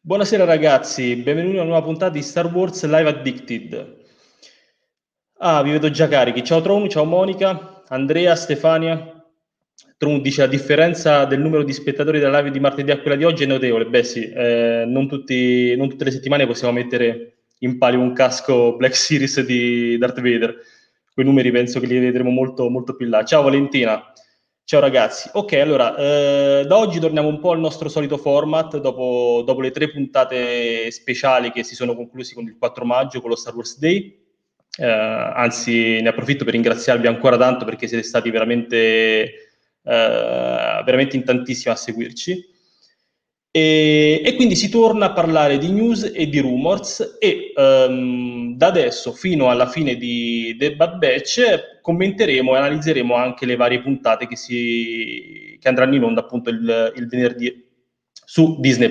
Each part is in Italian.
Buonasera ragazzi, benvenuti a una nuova puntata di Star Wars Live Addicted. Vi vedo già carichi. Ciao Tron, ciao Monica, Andrea, Stefania. Tron dice la differenza del numero di spettatori della live di martedì a quella di oggi è notevole. Beh sì, non tutte le settimane possiamo mettere in palio un casco Black Series di Darth Vader. Quei numeri penso che li vedremo molto, molto più in là. Ciao Valentina. Ciao ragazzi, ok, allora, da oggi torniamo un po' al nostro solito format, dopo le 3 puntate speciali che si sono conclusi con il 4 maggio, con lo Star Wars Day. Anzi, ne approfitto per ringraziarvi ancora tanto perché siete stati veramente in tantissimi a seguirci. E quindi si torna a parlare di news e di rumors e da adesso fino alla fine di The Bad Batch commenteremo e analizzeremo anche le varie puntate che andranno in onda appunto il venerdì su Disney+.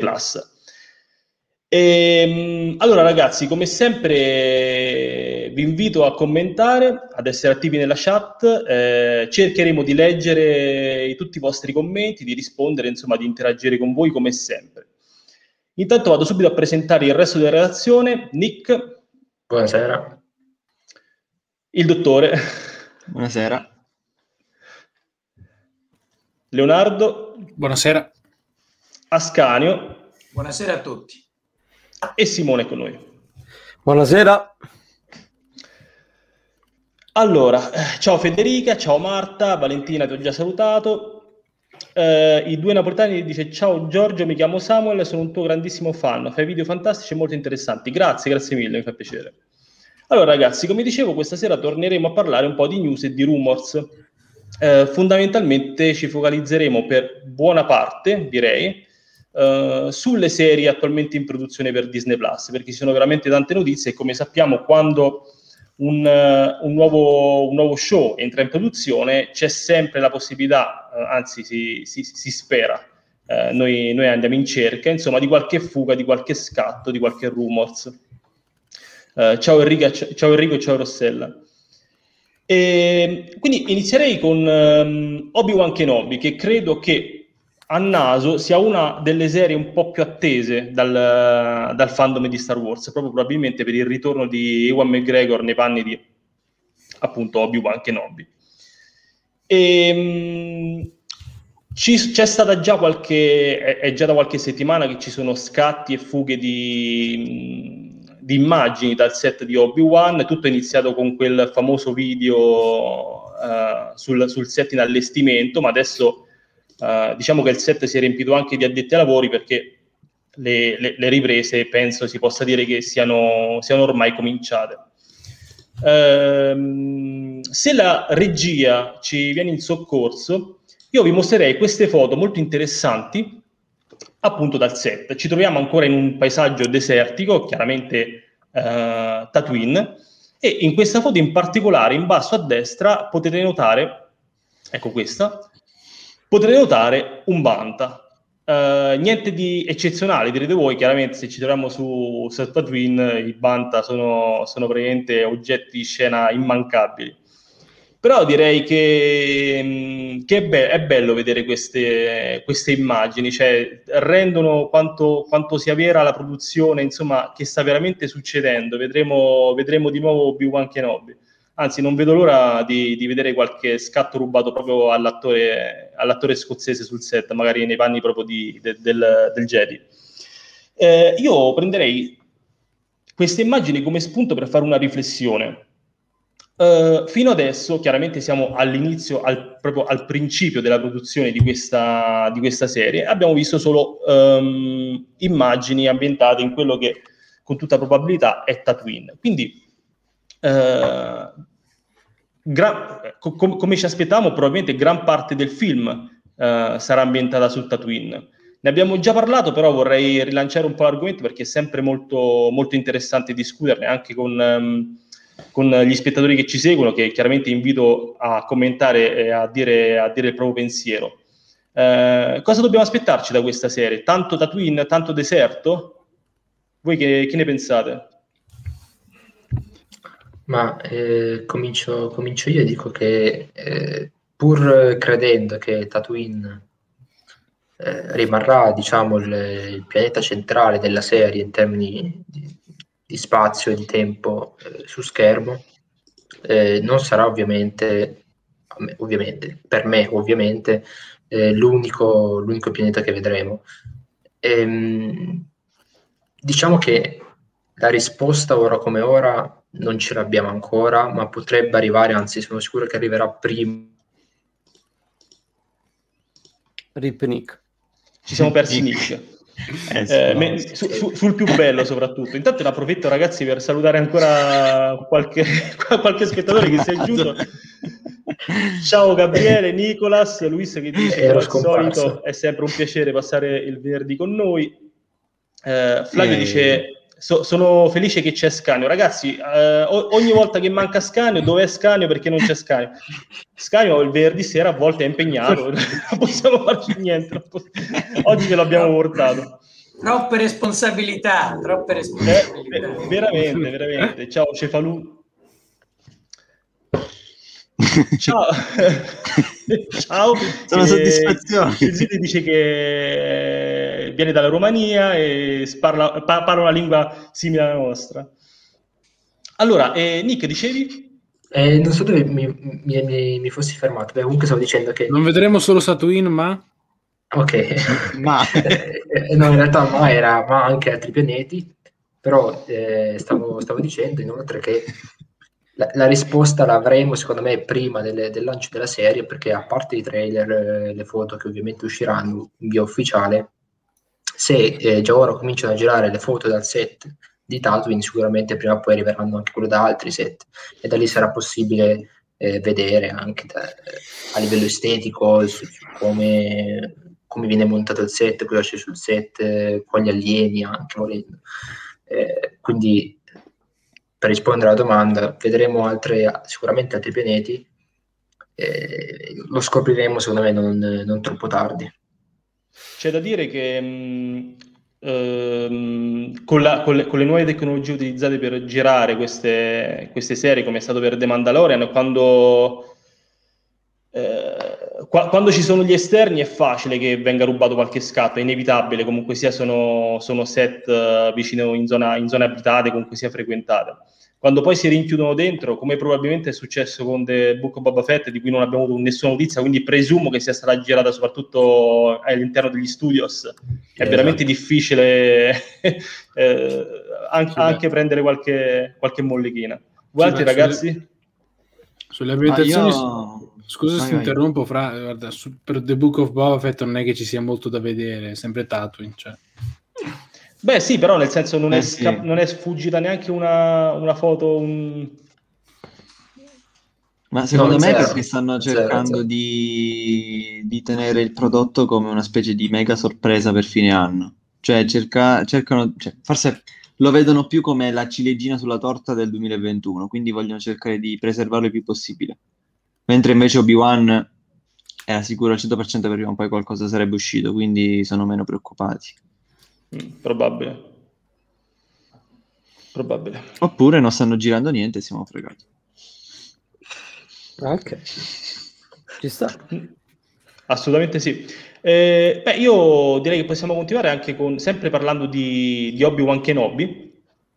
Allora ragazzi, come sempre vi invito a commentare, ad essere attivi nella chat, cercheremo di leggere tutti i vostri commenti, di rispondere, insomma di interagire con voi come sempre. Intanto vado subito a presentare il resto della redazione. Nick. Buonasera. Il dottore. Buonasera. Leonardo. Buonasera. Ascanio. Buonasera a tutti. E Simone con noi. Buonasera. Allora, ciao Federica, ciao Marta, Valentina ti ho già salutato. I due napoletani dice ciao Giorgio, mi chiamo Samuel, sono un tuo grandissimo fan, fai video fantastici e molto interessanti. Grazie mille, mi fa piacere. Allora ragazzi, come dicevo, questa sera torneremo a parlare un po' di news e di rumors. Fondamentalmente ci focalizzeremo per buona parte, direi, sulle serie attualmente in produzione per Disney+, perché ci sono veramente tante notizie e come sappiamo quando un nuovo show entra in produzione c'è sempre la possibilità, anzi si spera, noi andiamo in cerca insomma di qualche fuga, di qualche scatto, di qualche rumors. Ciao Enrico, ciao Rossella. E quindi inizierei con Obi-Wan Kenobi, che credo che a naso sia una delle serie un po' più attese dal fandom di Star Wars, proprio probabilmente per il ritorno di Ewan McGregor nei panni di appunto Obi-Wan Kenobi. C'è stata già è già da qualche settimana che ci sono scatti e fughe di immagini dal set di Obi-Wan. Tutto è iniziato con quel famoso video sul set in allestimento, ma adesso diciamo che il set si è riempito anche di addetti ai lavori perché le riprese penso si possa dire che siano ormai cominciate. Se la regia ci viene in soccorso, io vi mostrerei queste foto molto interessanti appunto dal set. Ci troviamo ancora in un paesaggio desertico, chiaramente Tatooine, e in questa foto in particolare in basso a destra potete notare, ecco questa, potete notare un Banta. Niente di eccezionale, direte voi. Chiaramente se ci troviamo su Tatooine i Banta sono praticamente oggetti di scena immancabili. Però direi che è bello vedere queste immagini, cioè rendono quanto sia vera la produzione, insomma, che sta veramente succedendo. Vedremo di nuovo Obi-Wan Kenobi. Anzi, non vedo l'ora di vedere qualche scatto rubato proprio all'attore scozzese sul set, magari nei panni proprio del Jedi. Io prenderei queste immagini come spunto per fare una riflessione. Fino adesso, chiaramente siamo all'inizio, proprio al principio della produzione di questa serie, abbiamo visto solo immagini ambientate in quello che con tutta probabilità è Tatooine. Quindi come ci aspettavamo, probabilmente gran parte del film sarà ambientata su Tatooine. Ne abbiamo già parlato, però vorrei rilanciare un po' l'argomento perché è sempre molto, molto interessante discuterne anche con gli spettatori che ci seguono, che chiaramente invito a commentare e a dire il proprio pensiero. Cosa dobbiamo aspettarci da questa serie? Tanto Tatooine, tanto deserto? Voi che ne pensate? Ma comincio io e dico che pur credendo che Tatooine rimarrà, diciamo, il pianeta centrale della serie in termini di spazio e di tempo su schermo. Non sarà ovviamente, per me ovviamente, l'unico pianeta che vedremo. Diciamo che la risposta ora come ora non ce l'abbiamo ancora, ma potrebbe arrivare, anzi sono sicuro che arriverà prima. Rip Nick. Ci siamo persi Nick. Sul più bello soprattutto. Intanto ne approfitto, ragazzi, per salutare ancora qualche spettatore che si è aggiunto. Ciao Gabriele, Nicolas, Luis che dice come al solito è sempre un piacere passare il venerdì con noi. Flavio dice sono felice che c'è Scanio. Ragazzi, ogni volta che manca Scanio, dov'è Scanio? Perché non c'è Scanio? Scanio il venerdì sera a volte è impegnato, non possiamo farci niente. Oggi ve l'abbiamo portato. Troppe responsabilità. Veramente. Ciao Cefalù. Ciao. Sono soddisfazione. Il Ziti dice che viene dalla Romania e parla una lingua simile alla nostra. Allora, Nick, dicevi? Non so dove mi fossi fermato. Beh, comunque stavo dicendo che non vedremo solo Tatooine, ma ok, ma no, in realtà ma anche altri pianeti, però stavo dicendo inoltre che la risposta l'avremo secondo me prima del lancio della serie, perché a parte i trailer, le foto che ovviamente usciranno in via ufficiale, se già ora cominciano a girare le foto dal set di Tatooine, sicuramente prima o poi arriveranno anche quelle da altri set e da lì sarà possibile vedere anche a livello estetico come viene montato il set, cosa c'è sul set, quali alieni anche volendo. Quindi per rispondere alla domanda, vedremo sicuramente altri pianeti, lo scopriremo secondo me non troppo tardi. C'è da dire che con le nuove tecnologie utilizzate per girare queste serie, come è stato per The Mandalorian, quando ci sono gli esterni è facile che venga rubato qualche scatto, è inevitabile, comunque sia sono set vicino in zone abitate, comunque sia frequentate. Quando poi si rinchiudono dentro, come probabilmente è successo con The Book of Boba Fett, di cui non abbiamo avuto nessuna notizia, quindi presumo che sia stata girata soprattutto all'interno degli studios, è veramente difficile anche prendere qualche mollichina. Voi altri ragazzi? Sulle ambientazioni... Scusa se ti interrompo, guarda, per The Book of Boba Fett non è che ci sia molto da vedere, è sempre Tatooine, cioè. Beh sì, però nel senso non è sfuggita neanche una foto, Ma secondo me perché stanno cercando di tenere il prodotto come una specie di mega sorpresa per fine anno. Cioè cercano, forse lo vedono più come la ciliegina sulla torta del 2021, quindi vogliono cercare di preservarlo il più possibile. Mentre invece Obi-Wan era sicuro al 100% che prima o poi qualcosa sarebbe uscito, quindi sono meno preoccupati. Probabile. Oppure non stanno girando niente e siamo fregati. Ok, ci sta. Assolutamente sì. Io direi che possiamo continuare anche sempre parlando di Obi-Wan Kenobi,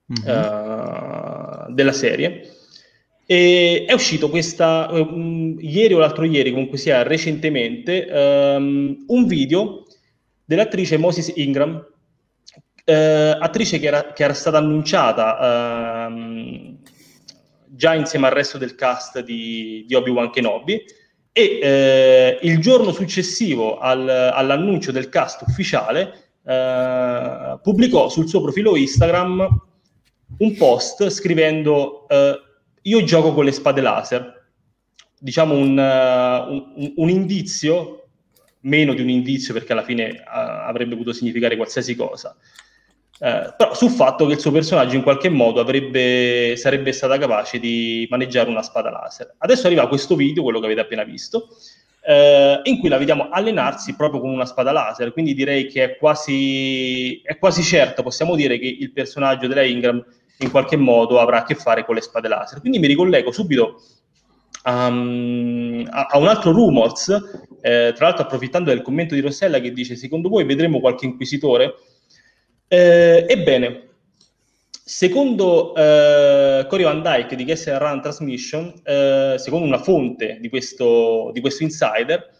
della serie. E è uscito ieri o l'altro ieri, comunque sia recentemente, un video dell'attrice Moses Ingram, attrice che era stata annunciata già insieme al resto del cast di Obi-Wan Kenobi, e il giorno successivo all'annuncio del cast ufficiale pubblicò sul suo profilo Instagram un post scrivendo io gioco con le spade laser, diciamo un indizio, meno di un indizio perché alla fine avrebbe potuto significare qualsiasi cosa, però sul fatto che il suo personaggio in qualche modo sarebbe stata capace di maneggiare una spada laser. Adesso arriva questo video, quello che avete appena visto, in cui la vediamo allenarsi proprio con una spada laser, quindi direi che è quasi certo, possiamo dire che il personaggio della Ingram in qualche modo avrà a che fare con le spade laser. Quindi mi ricollego subito un altro rumors, tra l'altro approfittando del commento di Rossella che dice: secondo voi vedremo qualche inquisitore? Ebbene, secondo Cory Van Dyke di Guess Run Transmission, secondo una fonte di questo insider,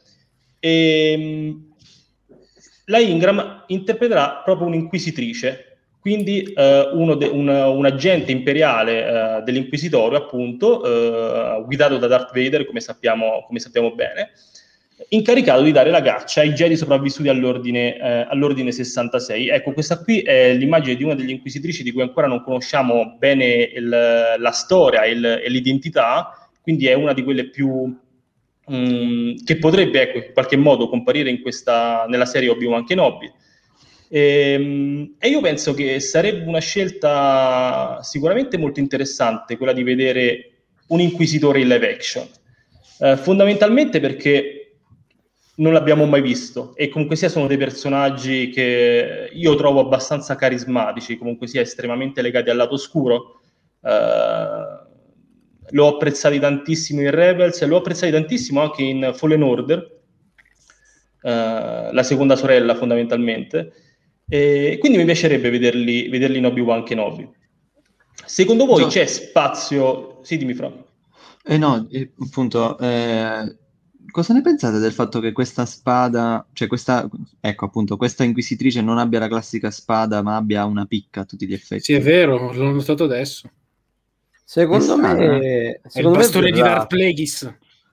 la Ingram interpreterà proprio un'inquisitrice, quindi un agente imperiale dell'Inquisitorio, appunto, guidato da Darth Vader, come sappiamo bene, incaricato di dare la caccia ai Jedi sopravvissuti all'ordine 66. Ecco, questa qui è l'immagine di una delle inquisitrici di cui ancora non conosciamo bene la storia e l'identità, quindi è una di quelle più che potrebbe, ecco, in qualche modo comparire nella serie Obi-Wan Kenobi. E io penso che sarebbe una scelta sicuramente molto interessante quella di vedere un inquisitore in live action, fondamentalmente perché non l'abbiamo mai visto e comunque sia sono dei personaggi che io trovo abbastanza carismatici, comunque sia estremamente legati al lato oscuro. L'ho apprezzati tantissimo in Rebels e l'ho apprezzati tantissimo anche in Fallen Order, la seconda sorella fondamentalmente, e quindi mi piacerebbe vederli in Obi-Wan Kenobi. Secondo voi c'è spazio? Sì, dimmi Fra. Appunto, cosa ne pensate del fatto che questa spada, cioè questa inquisitrice non abbia la classica spada ma abbia una picca a tutti gli effetti? Sì, è vero, l'ho notato adesso. Secondo me è il bastone di Darth Plagueis.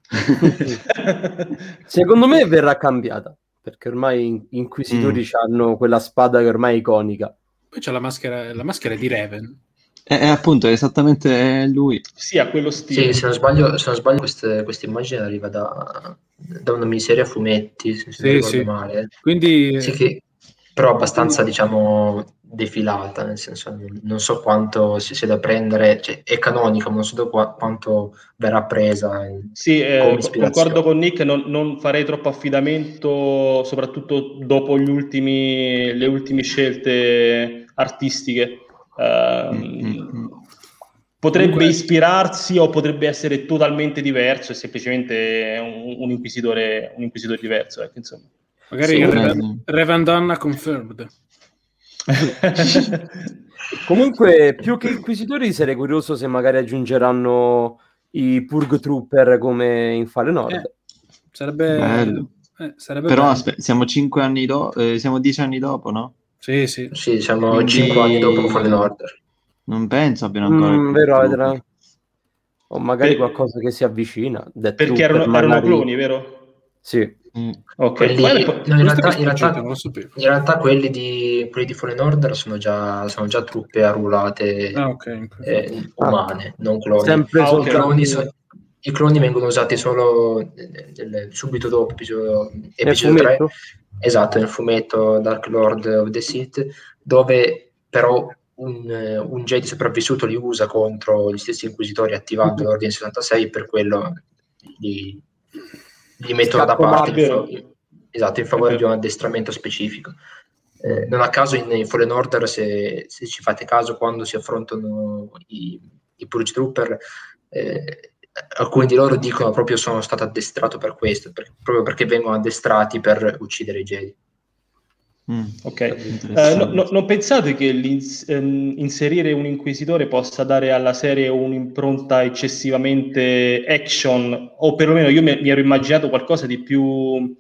Secondo me verrà cambiata, perché ormai gli inquisitori hanno quella spada che ormai è iconica. Poi c'è la maschera di Revan. Appunto, è esattamente lui. Sì, a quello stile. Sì, se non sbaglio questa immagine arriva da una miniserie a fumetti, se non ricordo male. Quindi... Sì, che però abbastanza, diciamo, defilata, nel senso, non so quanto sia da prendere, cioè è canonica, ma non so quanto verrà presa. Sì, concordo con Nick, non farei troppo affidamento, soprattutto dopo le ultime scelte artistiche. Potrebbe ispirarsi o potrebbe essere totalmente diverso e semplicemente un inquisitore diverso, ecco, insomma. Magari Revan Donna confirmed. Comunque, più che inquisitori sarei curioso se magari aggiungeranno i Purge Trooper come in Fallen Order. Sarebbe bello. Però siamo 5 anni dopo, siamo 10 anni dopo, no? Sì, siamo quindi 5 anni dopo Fallen Order. Non penso abbiano ancora vero, o magari qualcosa che si avvina. Perché erano cloni, vero? Sì. Okay. In realtà quelli di Fallen Order sono già truppe arruolate umane, non cloni. I cloni vengono usati solo subito dopo episodio 3. Esatto, nel fumetto Dark Lord of the Sith, dove però un Jedi sopravvissuto li usa contro gli stessi inquisitori attivando l'Ordine 66, per quello li mettono da parte in favore di un addestramento specifico. Non a caso in Fallen Order, se ci fate caso, quando si affrontano i Purge Trooper, alcuni di loro dicono proprio sono stato addestrato per questo, proprio perché vengono addestrati per uccidere i Jedi. Ok, non pensate che inserire un inquisitore possa dare alla serie un'impronta eccessivamente action, o perlomeno io mi ero immaginato qualcosa di più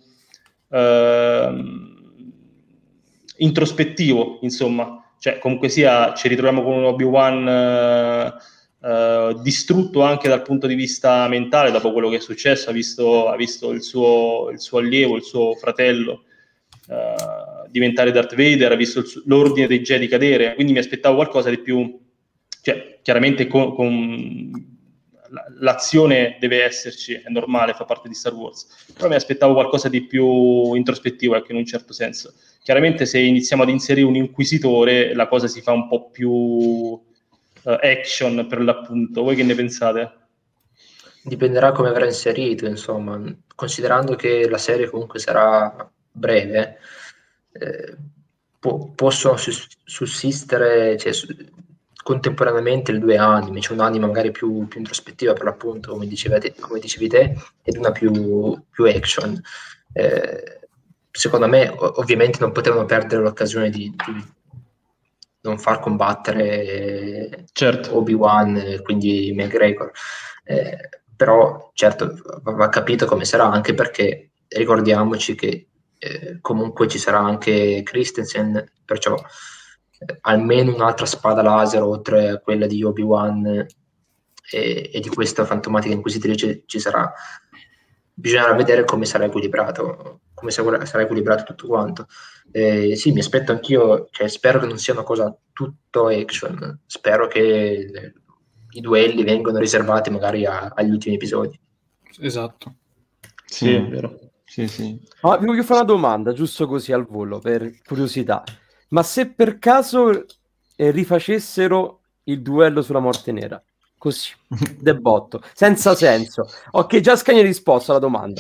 introspettivo, insomma, cioè comunque sia ci ritroviamo con un Obi-Wan distrutto anche dal punto di vista mentale dopo quello che è successo, ha visto il suo allievo, il suo fratello diventare Darth Vader, ha visto l'ordine dei Jedi cadere, quindi mi aspettavo qualcosa di più, cioè chiaramente con l'azione deve esserci, è normale, fa parte di Star Wars, però mi aspettavo qualcosa di più introspettivo, ecco, in un certo senso. Chiaramente se iniziamo ad inserire un inquisitore la cosa si fa un po' più action, per l'appunto. Voi che ne pensate? Dipenderà come verrà inserito, insomma, considerando che la serie comunque sarà breve, possono sussistere, cioè, contemporaneamente le due anime, c'è un'anima magari più introspettiva per l'appunto, come dicevi te, ed una più action. Secondo me ovviamente non potevano perdere l'occasione di non far combattere Obi-Wan, quindi McGregor, però certo va capito come sarà, anche perché ricordiamoci che comunque ci sarà anche Christensen, perciò almeno un'altra spada laser oltre a quella di Obi-Wan e di questa fantomatica inquisitrice ci sarà. Bisognerà vedere come sarà equilibrato tutto quanto. Sì, mi aspetto anch'io, cioè, spero che non sia una cosa tutto action, spero che i duelli vengano riservati magari agli ultimi episodi. Esatto. Sì, è vero. Sì. Ma vi voglio fare una domanda, giusto così al volo, per curiosità. Ma se per caso rifacessero il duello sulla morte nera, così, de botto, senza senso. Ok, già Scagni ha risposto alla domanda.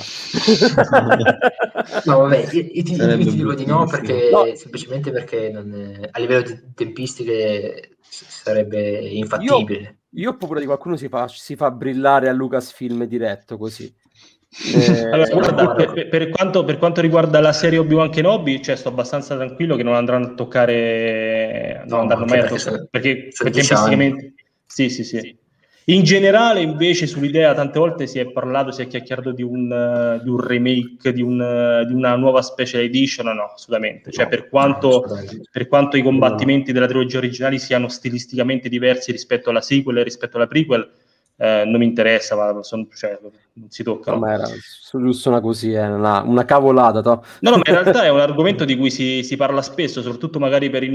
No, vabbè, io ti dico di no, perché semplicemente perché a livello di tempistiche sarebbe infattibile. Io ho paura di qualcuno si fa brillare a Lucasfilm diretto così. Allora, guarda, per quanto riguarda la serie Obi-Wan Kenobi, cioè, sto abbastanza tranquillo che non andranno a toccare, non andranno mai a toccare, perché tempisticamente sì. In generale, invece, sull'idea tante volte si è chiacchierato di un remake, di una nuova special edition. No, assolutamente. Cioè, per quanto i combattimenti della trilogia originali siano stilisticamente diversi rispetto alla sequel e rispetto alla prequel, non mi interessa, non si toccano. No, ma era giusto una così, una cavolata. No, ma in realtà è un argomento di cui si parla spesso, soprattutto magari per i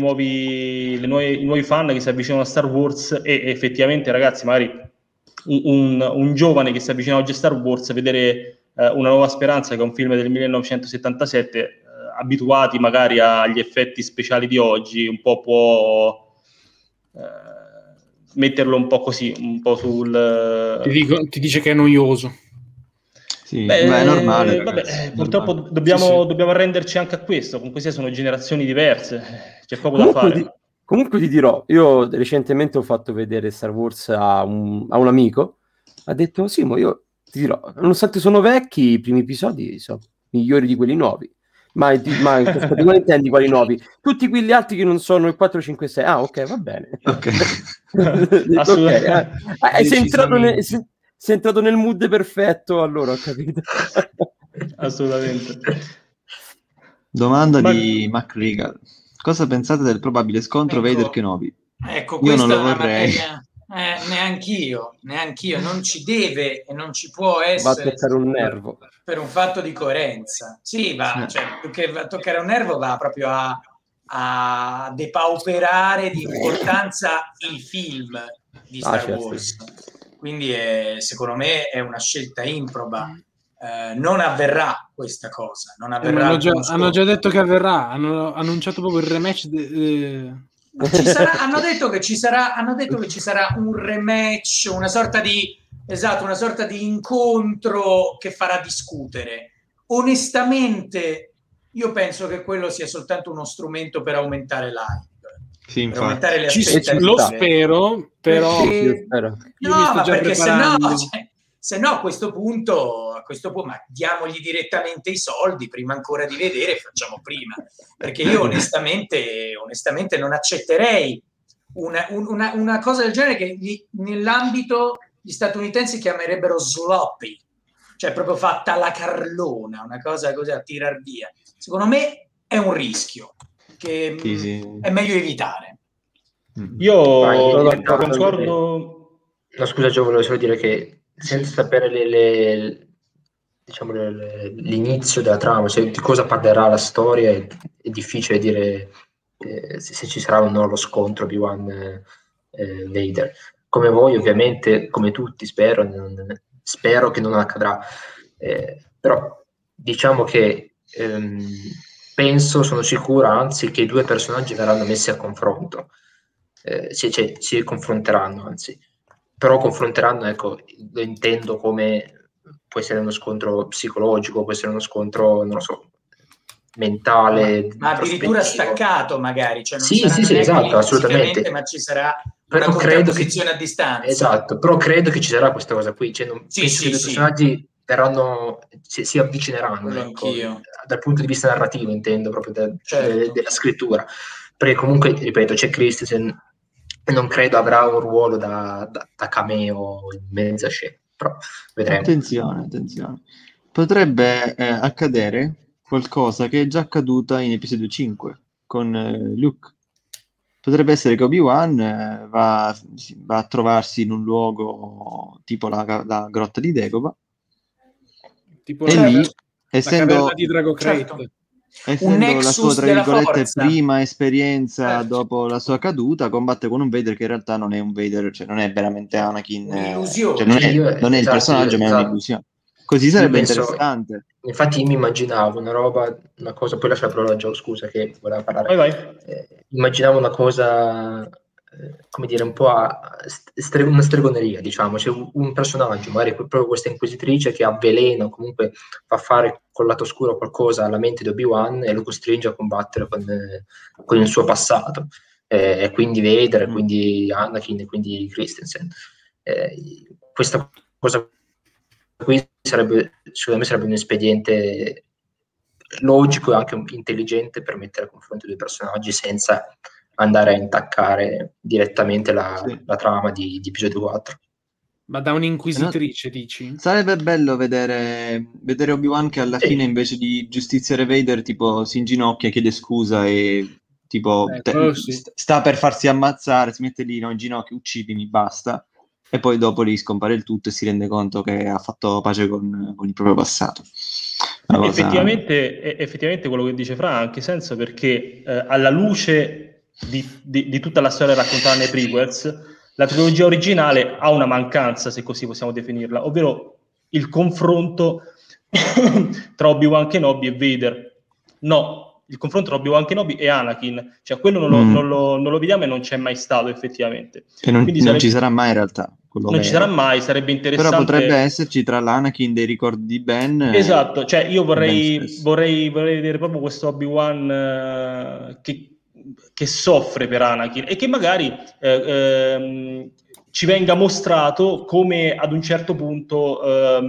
nuovi fan che si avvicinano a Star Wars, e effettivamente, ragazzi, magari un giovane che si avvicina oggi a Star Wars, vedere Una nuova speranza, che è un film del 1977, abituati magari agli effetti speciali di oggi, un po' può metterlo un po' così, un po' sul... Ti dice che è noioso. Sì, è normale. Purtroppo dobbiamo arrenderci anche a questo, comunque sia sono generazioni diverse, c'è poco da fare. Comunque ti dirò, io recentemente ho fatto vedere Star Wars a un amico, ha detto Simo, io ti dirò, nonostante sono vecchi, i primi episodi sono migliori di quelli nuovi. Ma non intendi quali nuovi? Tutti quelli altri che non sono il 4, 5, 6. Ah, ok, va bene. Assolutamente. Sei entrato nel mood perfetto, allora ho capito. Assolutamente. Domanda di McRegal. Cosa pensate del probabile scontro Vader-Kenobi? Ecco, io non lo vorrei. Neanch'io. Non ci deve e non ci può essere. Va a toccare un nervo. Per un fatto di coerenza. Sì, più che va a toccare un nervo, va proprio a depauperare di importanza il film di Star Wars. Quindi secondo me è una scelta improba. Non avverrà questa cosa. Non avverrà. Hanno già detto che avverrà. Hanno annunciato proprio il rematch. Hanno detto che ci sarà un rematch, una sorta di incontro che farà discutere. Onestamente, io penso che quello sia soltanto uno strumento per aumentare l'hype. Sì, per aumentare le aspettative. Lo spero, però perché se no a questo punto ma diamogli direttamente i soldi prima ancora di vedere, facciamo prima, perché io onestamente non accetterei una cosa del genere che nell'ambito gli statunitensi chiamerebbero sloppy, cioè proprio fatta alla carlona, una cosa così a tirar via. Secondo me è un rischio che è meglio evitare. Io concordo. No, scusa, Gio, volevo solo dire che senza sapere l'inizio della trama, cioè di cosa parlerà la storia, è difficile dire se ci sarà o no lo scontro Obi-Wan Vader. Come voi, ovviamente, come tutti, spero che non accadrà. Però diciamo che sono sicuro, anzi, che i due personaggi verranno messi a confronto. Si confronteranno, anzi. Però confronteranno, ecco, lo intendo come può essere uno scontro psicologico, può essere uno scontro, non lo so, mentale, ma addirittura staccato magari, cioè non sì, esatto, assolutamente, ma ci sarà però una contrapposizione a distanza. Esatto, però credo che ci sarà questa cosa qui, cioè penso che i personaggi verranno, si avvicineranno, ecco, dal punto di vista narrativo intendo, proprio della scrittura, perché comunque, ripeto, c'è Christensen, non credo avrà un ruolo da cameo in mezza scena, però vedremo. Attenzione, potrebbe accadere qualcosa che è già accaduta in episodio 5 con Luke. Potrebbe essere che Obi-Wan va a trovarsi in un luogo tipo la grotta di Dagobah, tipo e lì, essendo caverna di Drago Crate, essendo la sua, tra virgolette, prima esperienza dopo la sua caduta, combatte con un Vader che in realtà non è un Vader, cioè non è veramente Anakin, cioè non è il personaggio, ma è un'illusione. Così sarebbe interessante. Infatti io mi immaginavo una cosa, poi lascia la parola a Gio, scusa che voleva parlare. Vai. Immaginavo una cosa, come dire, un po' una stregoneria, diciamo. C'è un personaggio, magari proprio questa inquisitrice che avvelena o comunque fa fare col lato oscuro qualcosa alla mente di Obi-Wan e lo costringe a combattere con il suo passato. E quindi Vader, quindi Anakin, e quindi Christensen. Questa cosa qui secondo me sarebbe un espediente logico e anche intelligente per mettere a confronto i due personaggi senza andare a intaccare direttamente la trama di episodio 4. Ma da un'inquisitrice, dici? Sarebbe bello vedere Obi-Wan che alla fine, invece di giustiziare Vader, tipo si inginocchia, chiede scusa e tipo sta per farsi ammazzare, si mette lì in ginocchio, uccidimi, basta. E poi dopo lì scompare il tutto e si rende conto che ha fatto pace con il proprio passato. Effettivamente quello che dice Fra ha anche senso, perché alla luce di tutta la storia raccontata nei prequels, la trilogia originale ha una mancanza, se così possiamo definirla, ovvero il confronto tra Obi-Wan Kenobi e Vader. No, il confronto tra Obi-Wan Kenobi e Anakin, cioè quello non lo vediamo e non c'è mai stato effettivamente. E non ci sarà mai in realtà. Non ci sarà mai, sarebbe interessante. Però potrebbe esserci tra l'Anakin dei ricordi di Ben. Esatto, cioè io vorrei vedere proprio questo Obi-Wan che soffre per Anakin e che magari ci venga mostrato come ad un certo punto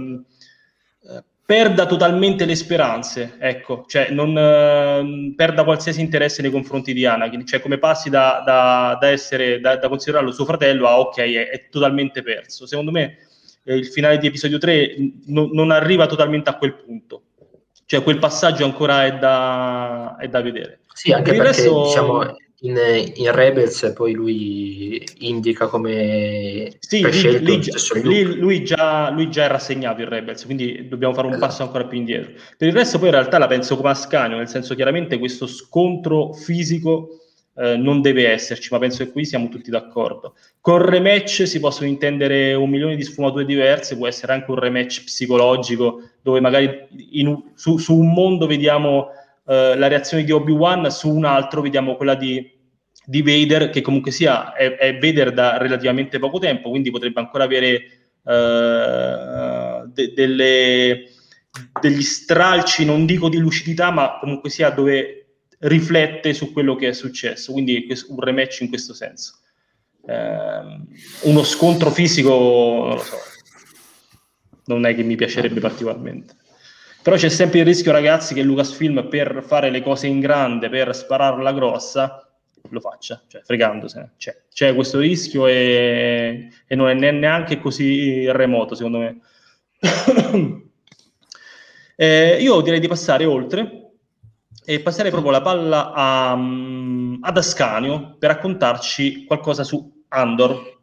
perda totalmente le speranze, ecco, cioè non perda qualsiasi interesse nei confronti di Anakin, cioè come passi da considerarlo suo fratello a ok, è totalmente perso. Secondo me il finale di episodio 3 non arriva totalmente a quel punto, cioè quel passaggio ancora è da vedere. Sì, anche perché diciamo in Rebels poi lui indica come prescelto lui già è rassegnato in Rebels, quindi dobbiamo fare un passo ancora più indietro. Per il resto poi in realtà la penso come Ascanio, nel senso chiaramente questo scontro fisico non deve esserci, ma penso che qui siamo tutti d'accordo. Con rematch si possono intendere 1 milione di sfumature diverse, può essere anche un rematch psicologico dove magari su un mondo vediamo la reazione di Obi-Wan, su un altro vediamo quella di Vader, che comunque sia è Vader da relativamente poco tempo, quindi potrebbe ancora avere degli stralci, non dico di lucidità, ma comunque sia dove riflette su quello che è successo, quindi un rematch in questo senso. Uno scontro fisico, non lo so, non è che mi piacerebbe particolarmente. Però c'è sempre il rischio, ragazzi, che Lucasfilm per fare le cose in grande, per spararla grossa, lo faccia, cioè fregandosene. C'è questo rischio e non è neanche così remoto, secondo me. Io direi di passare oltre e passare proprio la palla ad Ascanio per raccontarci qualcosa su Andor.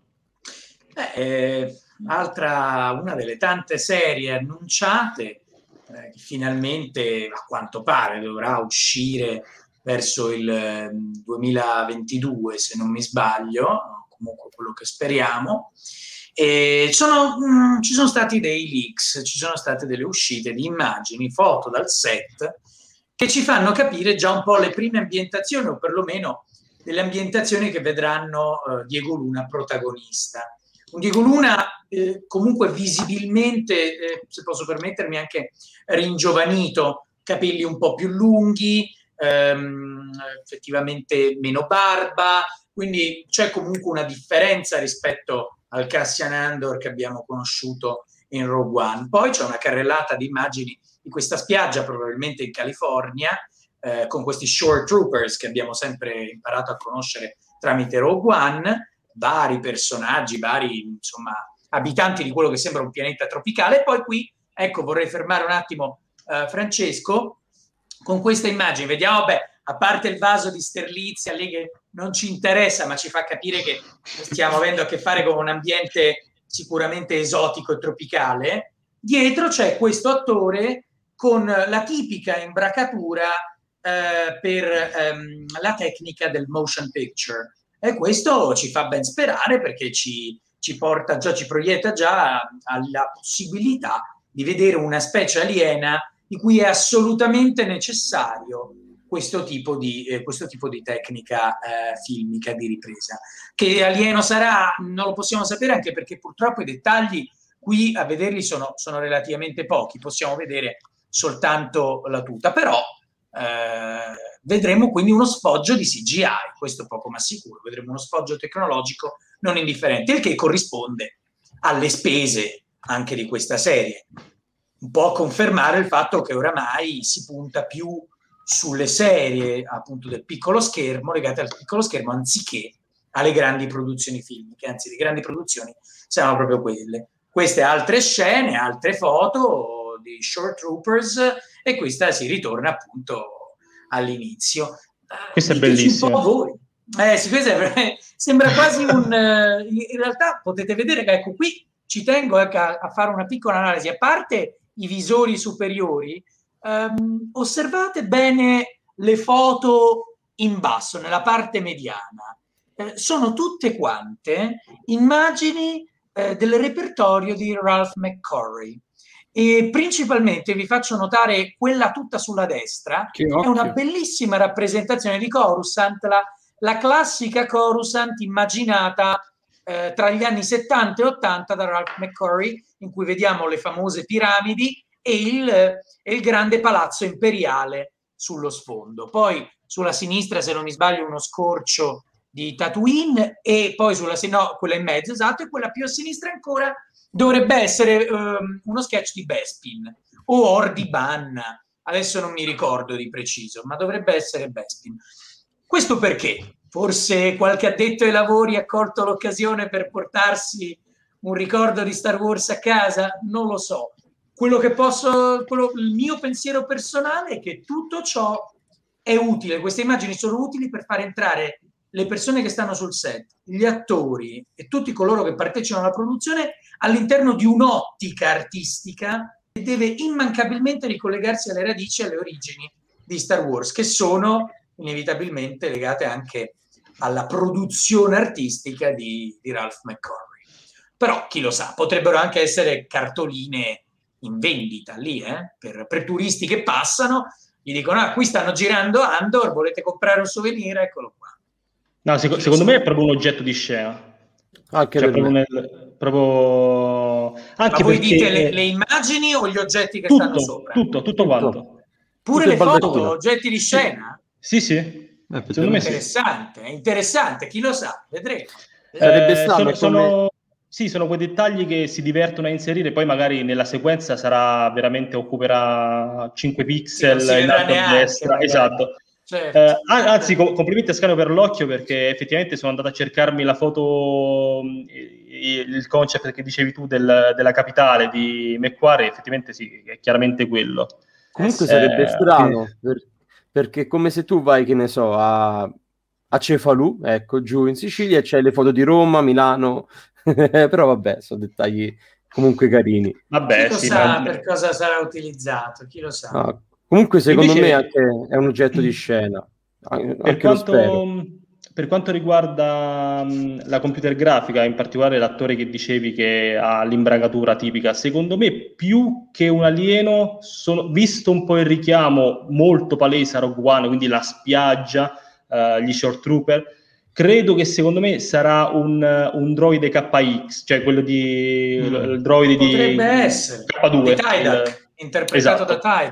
Una delle tante serie annunciate che finalmente a quanto pare dovrà uscire verso il 2022, se non mi sbaglio, comunque quello che speriamo. Ci sono stati dei leaks, ci sono state delle uscite di immagini, foto dal set che ci fanno capire già un po' le prime ambientazioni, o perlomeno delle ambientazioni che vedranno Diego Luna protagonista. Un Diego Luna comunque visibilmente, se posso permettermi, anche ringiovanito, capelli un po' più lunghi, effettivamente meno barba, quindi c'è comunque una differenza rispetto al Cassian Andor che abbiamo conosciuto in Rogue One. Poi c'è una carrellata di immagini di questa spiaggia, probabilmente in California, con questi shore troopers che abbiamo sempre imparato a conoscere tramite Rogue One, vari personaggi, vari insomma abitanti di quello che sembra un pianeta tropicale. E poi qui, ecco, vorrei fermare un attimo Francesco con questa immagine. Vediamo, a parte il vaso di sterlizia lì che non ci interessa, ma ci fa capire che stiamo avendo a che fare con un ambiente sicuramente esotico e tropicale. Dietro c'è questo attore con la tipica imbracatura per la tecnica del motion picture, e questo ci fa ben sperare, perché ci porta già, ci proietta già alla possibilità di vedere una specie aliena di cui è assolutamente necessario questo tipo di tecnica filmica di ripresa. Che alieno sarà non lo possiamo sapere, anche perché purtroppo i dettagli qui a vederli sono relativamente pochi, possiamo vedere soltanto la tuta, però vedremo quindi uno sfoggio di CGI, questo poco ma sicuro, vedremo uno sfoggio tecnologico non indifferente, il che corrisponde alle spese anche di questa serie. Un po' confermare il fatto che oramai si punta più sulle serie appunto del piccolo schermo, legate al piccolo schermo, anziché alle grandi produzioni filmiche, anzi le grandi produzioni saranno proprio quelle. Queste altre scene, altre foto di Shore Troopers, e questa si ritorna appunto all'inizio. Questo è bellissimo. Un po' voi. Sì, questo sembra quasi un... in realtà potete vedere che, ecco, qui ci tengo a fare una piccola analisi. A parte i visori superiori, osservate bene le foto in basso, nella parte mediana. Sono tutte quante immagini del repertorio di Ralph McQuarrie, e principalmente vi faccio notare quella tutta sulla destra, è una bellissima rappresentazione di Coruscant, la classica Coruscant immaginata tra gli anni 70 e 80 da Ralph McQuarrie, in cui vediamo le famose piramidi e il grande palazzo imperiale sullo sfondo. Poi sulla sinistra, se non mi sbaglio, uno scorcio di Tatooine, e poi quella in mezzo, esatto, e quella più a sinistra ancora dovrebbe essere uno sketch di Bespin o Ordi Ban, adesso non mi ricordo di preciso, ma dovrebbe essere Bespin. Questo perché forse qualche addetto ai lavori ha colto l'occasione per portarsi un ricordo di Star Wars a casa? Non lo so. Il mio pensiero personale è che tutto ciò è utile, queste immagini sono utili per far entrare le persone che stanno sul set, gli attori e tutti coloro che partecipano alla produzione all'interno di un'ottica artistica che deve immancabilmente ricollegarsi alle radici e alle origini di Star Wars, che sono inevitabilmente legate anche alla produzione artistica di Ralph McQuarrie. Però chi lo sa, potrebbero anche essere cartoline in vendita lì, per turisti che passano, gli dicono: qui stanno girando Andor, volete comprare un souvenir? Eccolo qua. No, secondo me è proprio un oggetto di scena. Anche cioè, proprio anche. Ma voi perché... dite le immagini o gli oggetti che stanno sopra? Tutto quanto. Pure le foto, oggetti di scena? Sì. Secondo me è interessante, chi lo sa, vedremo. Sono quei dettagli che si divertono a inserire, poi magari nella sequenza occuperà 5 pixel in alto a destra. Magari. Esatto. Certo. Anzi, complimenti a Scano per l'occhio, perché effettivamente sono andato a cercarmi la foto, il concept che dicevi tu della capitale di McQuarrie, effettivamente sì, è chiaramente quello. Comunque sarebbe strano, perché come se tu vai, che ne so, a Cefalù, ecco, giù in Sicilia, e c'è le foto di Roma, Milano, però vabbè, sono dettagli comunque carini. Vabbè, chi lo sa per cosa sarà utilizzato, chi lo sa. Ah, comunque secondo me anche è un oggetto di scena. Per quanto riguarda la computer grafica, in particolare l'attore che dicevi che ha l'imbragatura tipica, secondo me più che un alieno, visto un po' il richiamo molto palese a Rogue One, quindi la spiaggia, gli short trooper, credo che secondo me sarà un droide KX, cioè quello il droide potrebbe essere K2, di Tydak, interpretato da Tydak.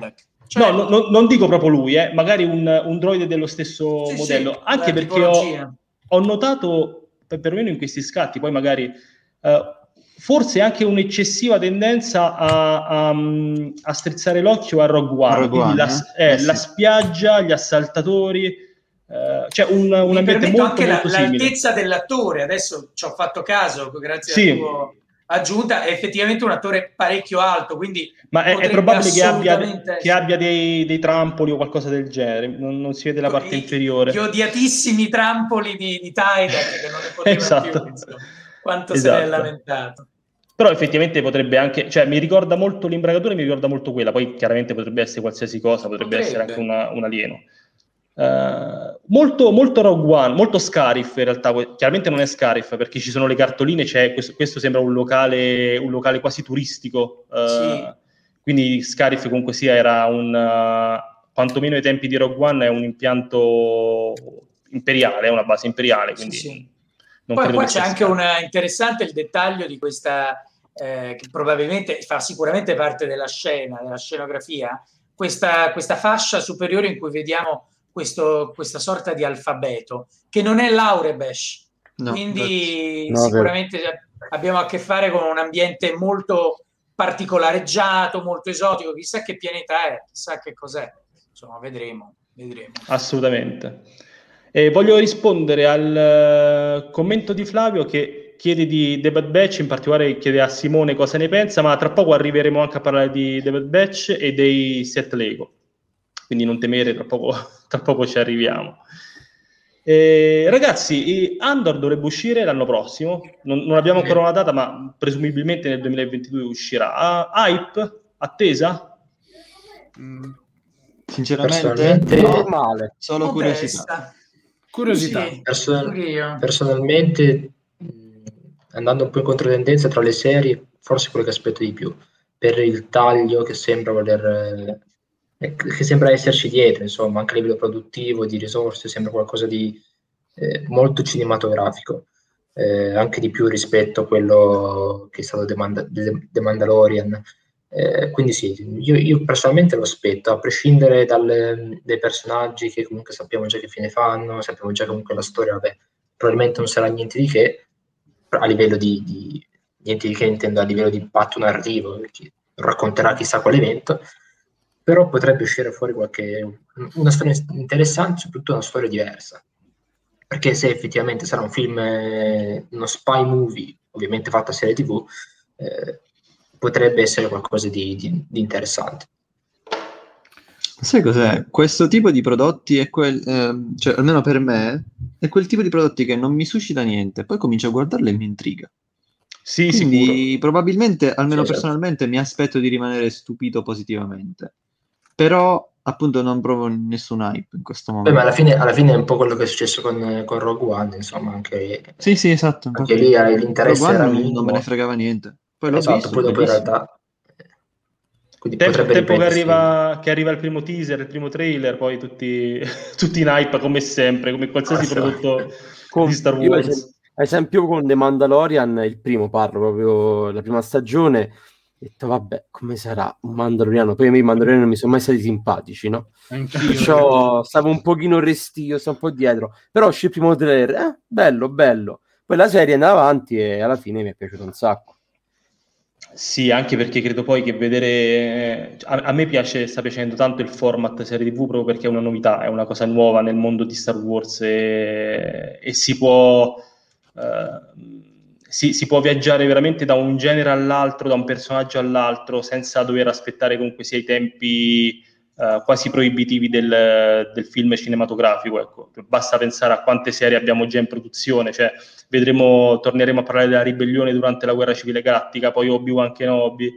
Cioè, non dico proprio lui, magari un droide dello stesso modello, anche perché ho notato, perlomeno in questi scatti, poi magari forse anche un'eccessiva tendenza a strizzare l'occhio a Rogue One, quindi la spiaggia, gli assaltatori, cioè un ambiente molto, anche molto simile. l'altezza dell'attore, adesso ci ho fatto caso, grazie alla tua aggiunta, è effettivamente un attore parecchio alto, quindi ma è probabile che abbia dei trampoli o qualcosa del genere, non si vede la parte inferiore. Gli odiatissimi trampoli di Tydak, che non ne poteva più, insomma. Quanto se ne è lamentato. Però effettivamente potrebbe anche, cioè mi ricorda molto l'imbragatura, mi ricorda molto quella, poi chiaramente potrebbe essere qualsiasi cosa, potrebbe essere anche un alieno. Molto, molto Rogue One, molto Scarif in realtà, chiaramente non è Scarif perché ci sono le cartoline, c'è questo sembra un locale quasi turistico, quindi Scarif comunque sia era quantomeno ai tempi di Rogue One è un impianto imperiale, è una base imperiale, quindi poi c'è anche una interessante il dettaglio di questa che probabilmente fa sicuramente parte della scenografia, questa fascia superiore in cui vediamo questa sorta di alfabeto, che non è l'Aurebesh, quindi sicuramente abbiamo a che fare con un ambiente molto particolareggiato, molto esotico, chissà che pianeta è, chissà che cos'è, insomma vedremo. Assolutamente. Voglio rispondere al commento di Flavio che chiede di The Bad Batch, in particolare chiede a Simone cosa ne pensa, ma tra poco arriveremo anche a parlare di The Bad Batch e dei set Lego, quindi non temere, tra poco ci arriviamo. Ragazzi, Andor dovrebbe uscire l'anno prossimo, non abbiamo ancora una data, ma presumibilmente nel 2022 uscirà. Hype? Attesa? Sinceramente normale, solo curiosità. Personalmente, andando un po' in controtendenza tra le serie, forse quello che aspetto di più, per il taglio che sembra esserci dietro, insomma, anche a livello produttivo, di risorse, sembra qualcosa di molto cinematografico, anche di più rispetto a quello che è stato The Mandalorian. Quindi sì, io personalmente lo aspetto, a prescindere dai personaggi che comunque sappiamo già che fine fanno, sappiamo già comunque la storia, vabbè, probabilmente non sarà niente di che, a livello di niente di che intendo a livello di impatto narrativo, che racconterà chissà quale evento, però potrebbe uscire fuori una storia interessante, soprattutto una storia diversa, perché se effettivamente sarà un film, uno spy movie, ovviamente fatto a serie TV, potrebbe essere qualcosa di interessante. Sai cos'è? Questo tipo di prodotti è cioè almeno per me è quel tipo di prodotti che non mi suscita niente, poi comincio a guardarlo e mi intriga. Sì, quindi sicuro. probabilmente, almeno personalmente, mi aspetto di rimanere stupito positivamente, però appunto non provo nessun hype in questo momento. Ma alla fine è un po' quello che è successo con Rogue One, insomma, anche sì, esatto, anche lì l'interesse era minimo. Non me ne fregava niente. Poi l'ho esatto, visto, poi dopo in realtà tempo che arriva il primo teaser, il primo trailer, poi tutti in hype come sempre, come qualsiasi prodotto di Star Wars. Ad esempio con The Mandalorian, il primo, parlo proprio la prima stagione, ho detto vabbè, come sarà un Mandaloriano? Poi a me i Mandaloriani non mi sono mai stati simpatici, no? Perciò stavo un pochino restio, stavo un po' dietro, però uscì il primo trailer, bello, poi la serie andava avanti e alla fine mi è piaciuto un sacco. Sì, anche perché credo poi che vedere, a me sta piacendo tanto il format serie TV proprio perché è una novità, è una cosa nuova nel mondo di Star Wars e si può viaggiare veramente da un genere all'altro, da un personaggio all'altro, senza dover aspettare comunque sia i tempi quasi proibitivi del film cinematografico. Ecco. Basta pensare a quante serie abbiamo già in produzione, cioè torneremo a parlare della ribellione durante la guerra civile galattica, poi Obi-Wan Kenobi,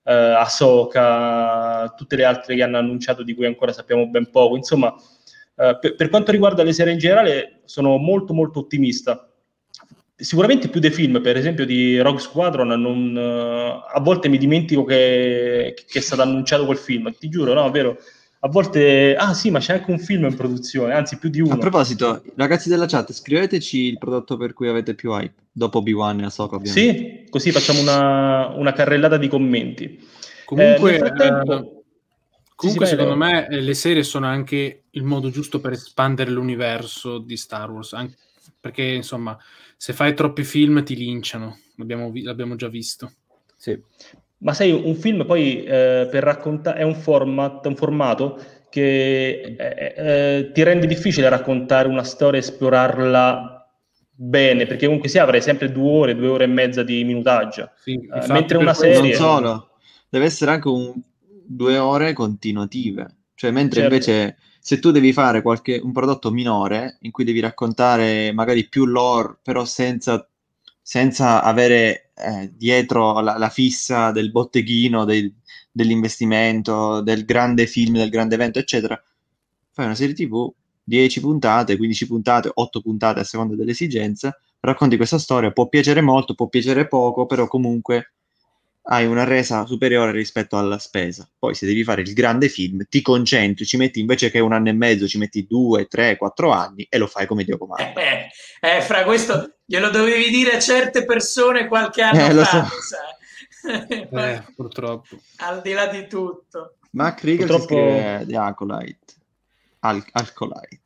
Ahsoka, tutte le altre che hanno annunciato di cui ancora sappiamo ben poco. Insomma, per quanto riguarda le serie in generale, sono molto molto ottimista. Sicuramente più dei film, per esempio di Rogue Squadron, a volte mi dimentico che è stato annunciato quel film, ti giuro, no, è vero? A volte, sì, ma c'è anche un film in produzione, anzi più di uno. A proposito, ragazzi della chat, scriveteci il prodotto per cui avete più hype, dopo Obi-Wan e Ahsoka, ovviamente. Sì, così facciamo una carrellata di commenti. Comunque, nel frattempo... Comunque secondo me le serie sono anche il modo giusto per espandere l'universo di Star Wars, perché insomma se fai troppi film ti linciano, l'abbiamo già visto. Sì. Ma sai, un film poi per raccontare è un formato che ti rende difficile raccontare una storia e esplorarla bene, perché comunque avrai sempre 2 ore e mezza di minutaggio. Sì, mentre una serie... Non solo, deve essere anche 2 ore continuative. Cioè, mentre Certo. invece se tu devi fare un prodotto minore in cui devi raccontare magari più lore, però senza avere dietro la fissa del botteghino, dell'investimento, del grande film, del grande evento, eccetera, fai una serie TV, 10 puntate, 15 puntate, 8 puntate a seconda dell'esigenza, racconti questa storia, può piacere molto, può piacere poco, però comunque hai una resa superiore rispetto alla spesa. Poi se devi fare il grande film, ti concentri, ci metti invece che 1 anno e mezzo, ci metti 2, 3, 4 anni e lo fai come Dio comanda. Fra questo glielo dovevi dire a certe persone qualche anno fa, so. Purtroppo. Al di là di tutto. Mark Riegel si scrive The Acolyte. Alcolite.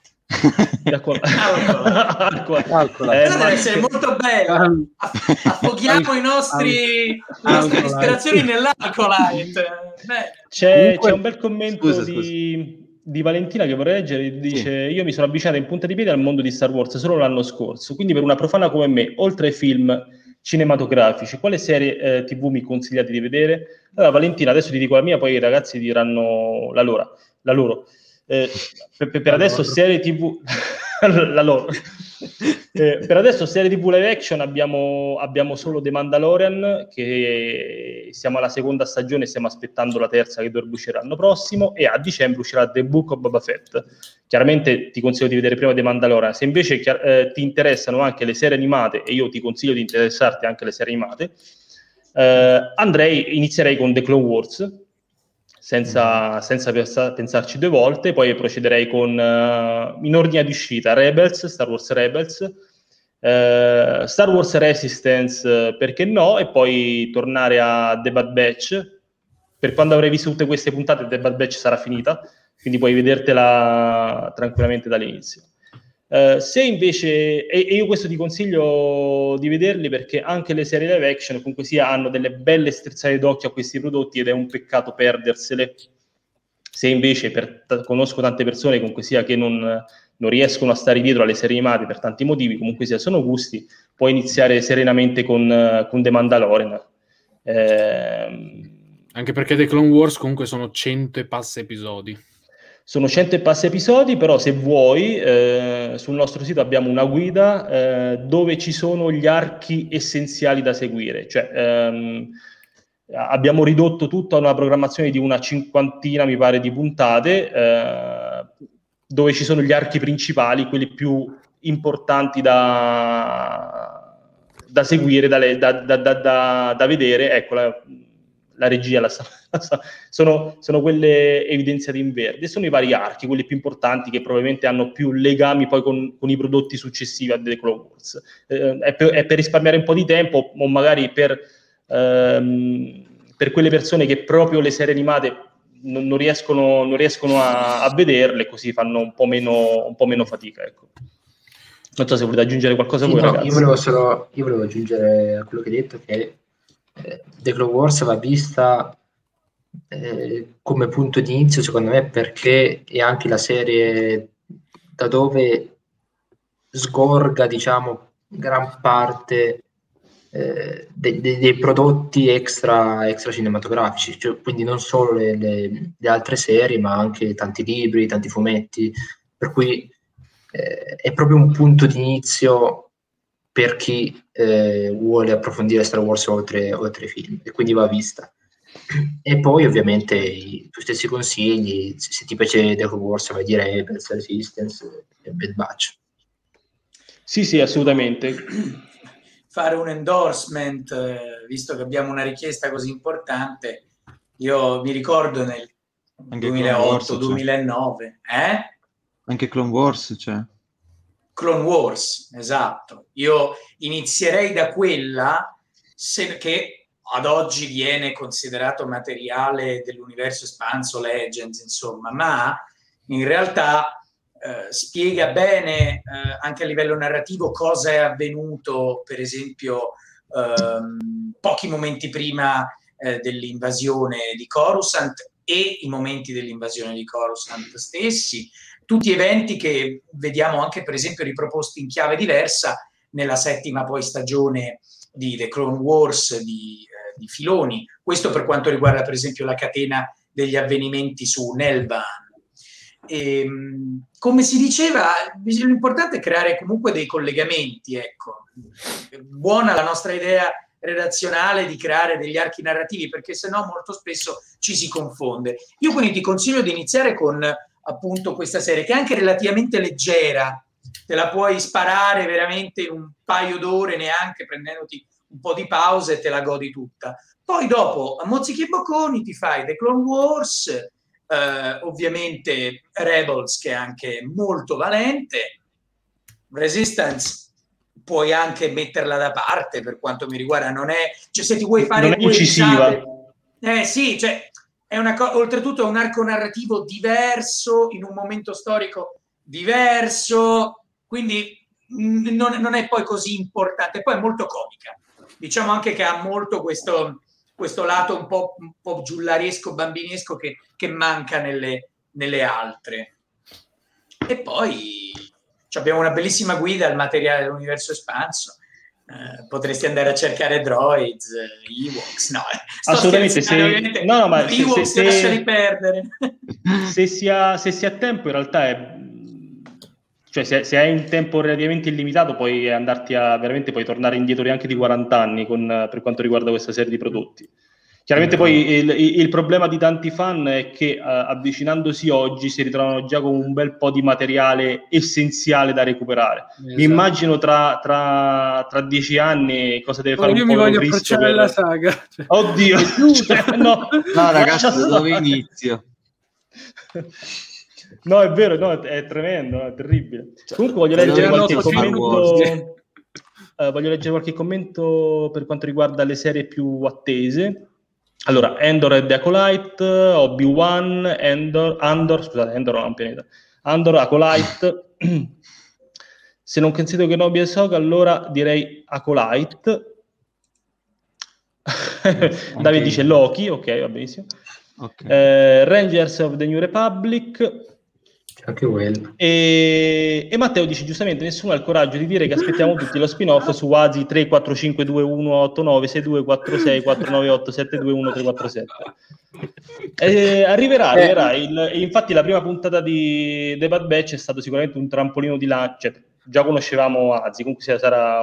Deve essere molto bello. Affoghiamo le nostre ispirazioni nell'Alcolite. C'è un bel commento di Valentina che vorrei leggere. Dice: io mi sono avvicinato in punta di piedi al mondo di Star Wars solo l'anno scorso, quindi per una profana come me, oltre ai film cinematografici, quale serie TV mi consigliate di vedere? Allora Valentina, adesso ti dico la mia, poi i ragazzi diranno la loro. Per adesso serie TV per adesso serie TV live action abbiamo solo The Mandalorian, che siamo alla 2ª stagione, stiamo aspettando la 3ª che dovrebbe uscire l'anno prossimo, e a dicembre uscirà The Book of Boba Fett. Chiaramente ti consiglio di vedere prima The Mandalorian. Se invece ti interessano anche le serie animate, e io ti consiglio di interessarti anche alle serie animate, inizierei con The Clone Wars, senza pensarci 2 volte, poi procederei con in ordine di uscita Star Wars Rebels, Star Wars Resistance, perché no, e poi tornare a The Bad Batch. Per quando avrai visto tutte queste puntate The Bad Batch sarà finita, quindi puoi vedertela tranquillamente dall'inizio. Se invece, e io questo ti consiglio di vederli perché anche le serie live action comunque hanno delle belle strizzate d'occhio a questi prodotti ed è un peccato perdersele. Se invece conosco tante persone comunque che non riescono a stare dietro alle serie animate per tanti motivi, comunque sono gusti, puoi iniziare serenamente con The Mandalorian. Anche perché The Clone Wars comunque sono 100 e passa episodi. Sono 100 e passa episodi, però se vuoi sul nostro sito abbiamo una guida dove ci sono gli archi essenziali da seguire, cioè abbiamo ridotto tutto a una programmazione di una 50ina mi pare di puntate, dove ci sono gli archi principali, quelli più importanti da seguire, da vedere. Ecco, la regia sono quelle evidenziate in verde, sono i vari archi, quelli più importanti che probabilmente hanno più legami poi con i prodotti successivi a The Clone Wars. È per risparmiare un po' di tempo, o magari per quelle persone che proprio le serie animate non riescono a vederle, così fanno un po' meno fatica, ecco. Non so se volete aggiungere qualcosa voi, ragazzi. Io volevo aggiungere a quello che hai detto che The Clone Wars va vista come punto di inizio, secondo me, perché è anche la serie da dove sgorga, diciamo, gran parte dei prodotti extra cinematografici, cioè, quindi non solo le altre serie, ma anche tanti libri, tanti fumetti, per cui è proprio un punto di inizio per chi vuole approfondire Star Wars oltre i film, e quindi va vista. E poi ovviamente i tuoi stessi consigli, se ti piace The Clone Wars vai dire Rebels, Resistance e Bad Batch. Sì, assolutamente. Fare un endorsement, visto che abbiamo una richiesta così importante, io mi ricordo nel 2008-2009 anche Clone Wars c'è. Clone Wars, esatto. Io inizierei da quella che ad oggi viene considerato materiale dell'universo espanso, Legends, insomma, ma in realtà spiega bene anche a livello narrativo cosa è avvenuto, per esempio, pochi momenti prima dell'invasione di Coruscant e i momenti dell'invasione di Coruscant stessi, tutti eventi che vediamo anche, per esempio, riproposti in chiave diversa nella 7ª poi stagione di The Clone Wars di Filoni. Questo per quanto riguarda, per esempio, la catena degli avvenimenti su Nelvan. E, come si diceva, l'importante è creare comunque dei collegamenti, ecco. Buona la nostra idea redazionale di creare degli archi narrativi, perché sennò molto spesso ci si confonde. Io quindi ti consiglio di iniziare con appunto questa serie, che è anche relativamente leggera, te la puoi sparare veramente in un paio d'ore, neanche prendendoti un po' di pause, e te la godi tutta. Poi dopo, a mozzichi e bocconi, ti fai The Clone Wars, ovviamente Rebels, che è anche molto valente, Resistance puoi anche metterla da parte, per quanto mi riguarda, non è, cioè, se ti vuoi fare non è incisiva, sì, cioè è oltretutto è un arco narrativo diverso in un momento storico diverso, quindi non è poi così importante. Poi è molto comica, diciamo anche che ha molto questo lato un po' giullaresco, bambinesco che manca nelle altre. E poi abbiamo una bellissima guida al materiale dell'universo espanso. Potresti andare a cercare droids, Ewoks, no, assolutamente, no, ma Ewoks lasciali perdere. Se si ha tempo, in realtà cioè se hai un tempo relativamente illimitato, puoi andarti veramente puoi tornare indietro anche di 40 anni per quanto riguarda questa serie di prodotti. Chiaramente poi il problema di tanti fan è che avvicinandosi oggi si ritrovano già con un bel po' di materiale essenziale da recuperare. Esatto. Mi immagino tra 10 anni cosa deve fare un po' Cristo. Io mi voglio approcciare alla saga. Cioè, oddio, no ragazzi, da dove inizio? No, è vero, no, è tremendo, è terribile. Comunque voglio leggere qualche commento per quanto riguarda le serie più attese. Allora, Andor e The Acolyte, Obi-Wan, Andor non è un pianeta, Andor, Acolyte. Se non considero che Kenobi e Ahsoka, allora direi Acolyte. Davide dice Loki, ok, va benissimo. Okay. Rangers of the New Republic. Anche quello. E Matteo dice giustamente: nessuno ha il coraggio di dire che aspettiamo tutti lo spin-off su ASI 3, 4, 5, 2, 1, 8, 9, 6, 2, 4, 6, 4, 9, 8, 7, 2, 1, 3, 4, 7. Arriverà. Infatti la prima puntata di The Bad Batch è stato sicuramente un trampolino di lancio. Cioè, già conoscevamo ASI, comunque sarà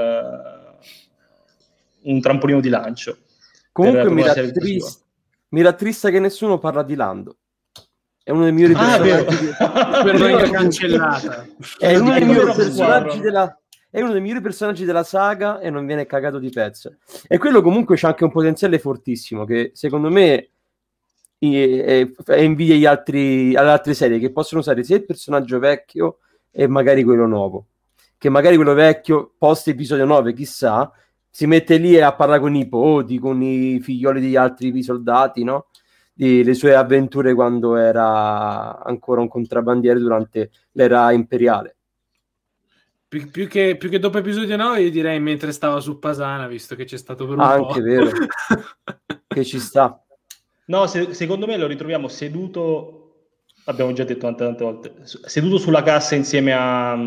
un trampolino di lancio. Comunque mi rattrista che nessuno parla di Lando. È uno dei migliori personaggi cancellata. È uno dei migliori personaggi della saga e non viene cagato di pezzo. E quello comunque c'ha anche un potenziale fortissimo che secondo me invidia alle altre serie che possono usare sia il personaggio vecchio e magari quello nuovo. Che magari quello vecchio post episodio 9, chissà, si mette lì a parlare con i nipoti, con i figlioli degli altri soldati, no? Le sue avventure quando era ancora un contrabbandiere durante l'era imperiale. Più che dopo episodio 9, io direi mentre stava su Pasana, visto che c'è stato per un po'. Anche vero, che ci sta. No, secondo me lo ritroviamo seduto, abbiamo già detto tante volte, seduto sulla cassa insieme a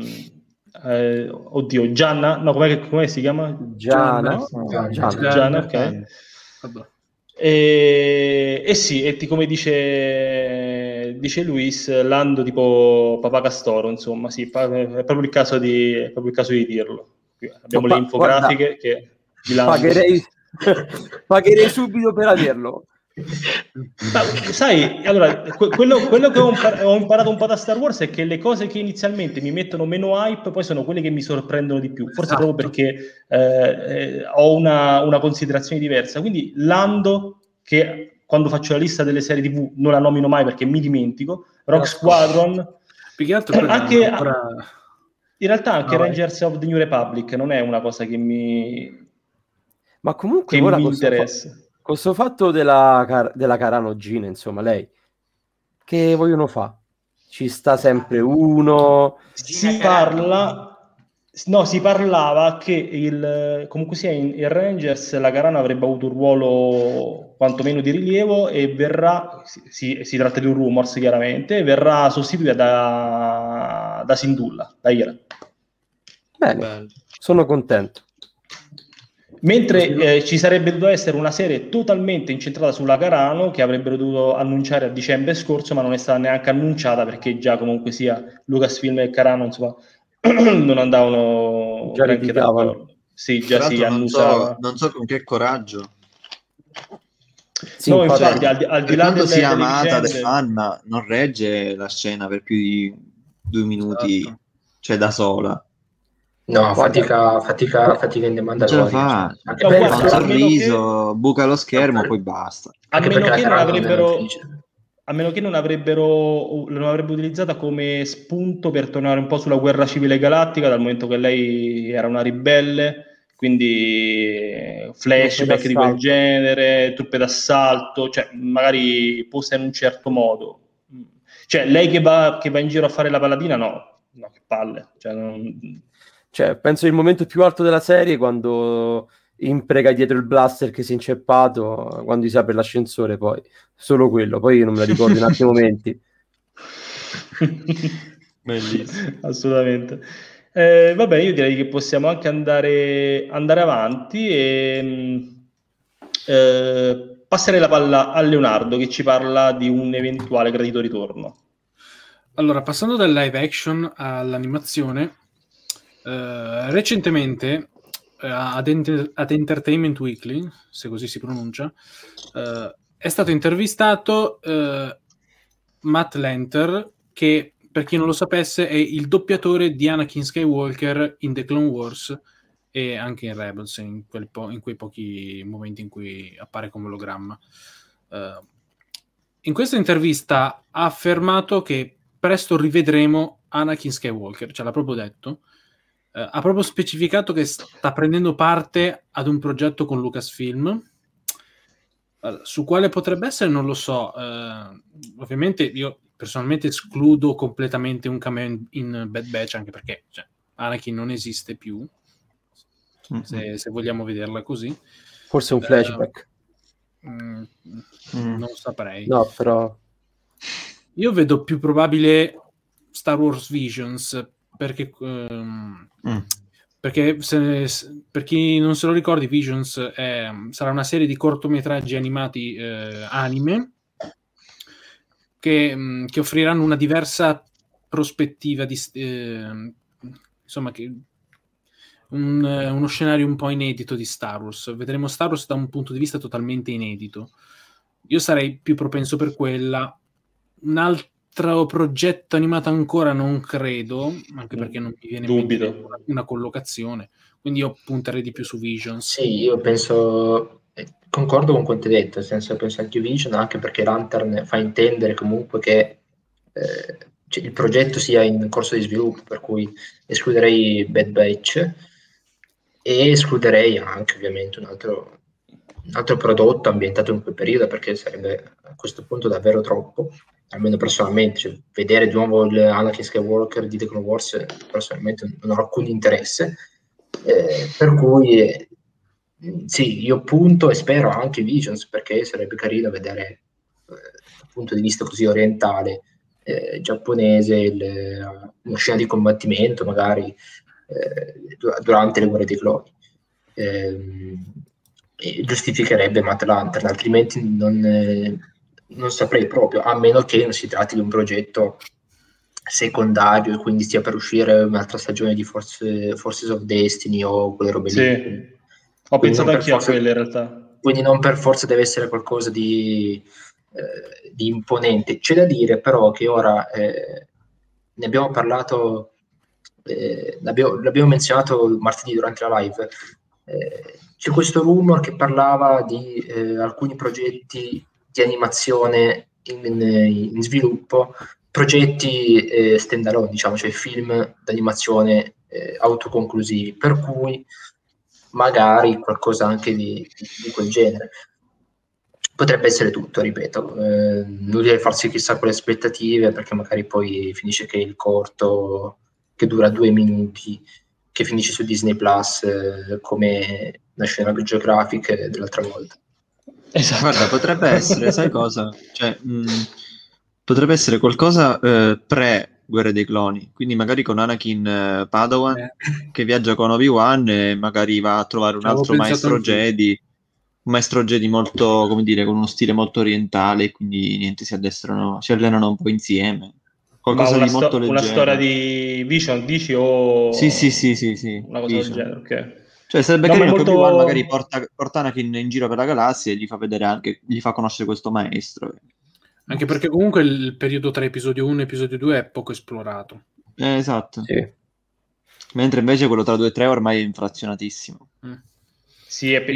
Gianna, no, come si chiama? Gianna, ok. Vabbè. E sì, e come dice Luis, Lando tipo Papà Castoro, insomma, sì, è proprio il caso di dirlo. Abbiamo le infografiche che di Lando. Pagherei subito per averlo. Ma, sai, allora, quello che ho imparato un po' da Star Wars è che le cose che inizialmente mi mettono meno hype poi sono quelle che mi sorprendono di più, forse proprio perché ho una considerazione diversa. Quindi Lando, che quando faccio la lista delle serie TV non la nomino mai perché mi dimentico, Rogue Squadron, più che altro in realtà anche Rangers of the New Republic non è una cosa che mi... Ma comunque che ora mi interessa. questo fatto della Carano Gina, insomma, lei, che vogliono fare? Ci sta sempre uno? Si parlava che comunque sia in Rangers la Carano avrebbe avuto un ruolo quantomeno di rilievo e verrà, si tratta di un rumors chiaramente, verrà sostituita da Syndulla, da Ira. Bene, bello. Sono contento. Mentre ci sarebbe dovuto essere una serie totalmente incentrata sulla Carano che avrebbero dovuto annunciare a dicembre scorso, ma non è stata neanche annunciata perché già comunque sia Lucasfilm e Carano insomma non andavano già granché d'accordo. Sì, già si annusava. Non so con che coraggio. Sì, no, infatti, al di là quanto sia amata vicende... dai fan, non regge la scena per più di 2 minuti, esatto. Cioè da sola. No, fatica in The Mandalorian. Non ce la fa. Anche fa un sorriso, buca lo schermo, poi basta. A meno che non avrebbero utilizzata come spunto per tornare un po' sulla guerra civile galattica, dal momento che lei era una ribelle, quindi flashback di quel genere, truppe d'assalto, cioè magari posta in un certo modo. Cioè lei che va in giro a fare la paladina, no, che palle. Cioè, penso il momento più alto della serie quando imprega dietro il blaster che si è inceppato, quando si apre l'ascensore, poi solo quello, poi io non me la ricordo in altri momenti. Bellissimo. Assolutamente. Vabbè, io direi che possiamo anche andare avanti e passerei la palla a Leonardo che ci parla di un eventuale gradito ritorno. Allora, passando dal live action all'animazione, recentemente ad Entertainment Weekly, se così si pronuncia, è stato intervistato Matt Lanter, che per chi non lo sapesse è il doppiatore di Anakin Skywalker in The Clone Wars e anche in Rebels, in quei pochi momenti in cui appare come ologramma. In questa intervista ha affermato che presto rivedremo Anakin Skywalker, ce l'ha proprio detto. Ha proprio specificato che sta prendendo parte ad un progetto con Lucasfilm, su quale potrebbe essere non lo so. Ovviamente io personalmente escludo completamente un cameo in Bad Batch, anche perché Anakin non esiste più, se vogliamo vederla così. Forse un flashback. Non saprei. No, però io vedo più probabile Star Wars Visions, perché per chi non se lo ricordi, Visions sarà una serie di cortometraggi animati anime che offriranno una diversa prospettiva insomma, uno scenario un po' inedito di Star Wars. Vedremo Star Wars da un punto di vista totalmente inedito. Io sarei più propenso per quella. Un altro progetto animato ancora non credo, anche perché non mi viene in mente una collocazione, quindi io punterei di più su Visions. Sì, io penso, concordo con quanto hai detto, nel senso penso anche Vision, anche perché Lantern fa intendere comunque che il progetto sia in corso di sviluppo, per cui escluderei Bad Batch e escluderei anche ovviamente un altro prodotto ambientato in quel periodo, perché sarebbe a questo punto davvero troppo, almeno personalmente, cioè, vedere di nuovo Anakin Skywalker di The Clone Wars personalmente non ho alcun interesse, per cui sì, io punto e spero anche Visions, perché sarebbe carino vedere dal punto di vista così orientale, giapponese, uno scena di combattimento magari durante le guerre dei cloni. Giustificherebbe Matt Lantern, altrimenti non saprei proprio, a meno che non si tratti di un progetto secondario e quindi stia per uscire un'altra stagione di Forces of Destiny o quelle robe lì. Sì, ho pensato anche a quelle in realtà. Quindi non per forza deve essere qualcosa di imponente. C'è da dire però che ora ne abbiamo parlato, l'abbiamo menzionato martedì durante la live, c'è questo rumor che parlava di alcuni progetti di animazione in sviluppo, progetti stand-alone, diciamo, cioè film d'animazione autoconclusivi, per cui magari qualcosa anche di quel genere. Potrebbe essere tutto, ripeto, non deve farsi chissà quelle aspettative, perché magari poi finisce che il corto che dura 2 minuti, che finisce su Disney Plus, come National Geographic dell'altra volta. Esatto. Guarda, potrebbe essere, sai cosa? Cioè, potrebbe essere qualcosa pre Guerre dei Cloni, quindi magari con Anakin Padawan che viaggia con Obi-Wan e magari va a trovare un altro maestro Jedi, un maestro Jedi molto, come dire, con uno stile molto orientale, quindi niente, si addestrano, si allenano un po' insieme. Qualcosa di molto leggero. Una storia di Vision, dici? O sì. Una cosa Vision. del genere, ok. Cioè sarebbe carino che Obi-Wan magari porta Anakin in giro per la galassia e gli fa vedere anche, gli fa conoscere questo maestro. Anche perché comunque il periodo tra episodio 1 e episodio 2 è poco esplorato. Esatto. Sì. Mentre invece quello tra 2 e 3 ormai è inflazionatissimo. Sì, è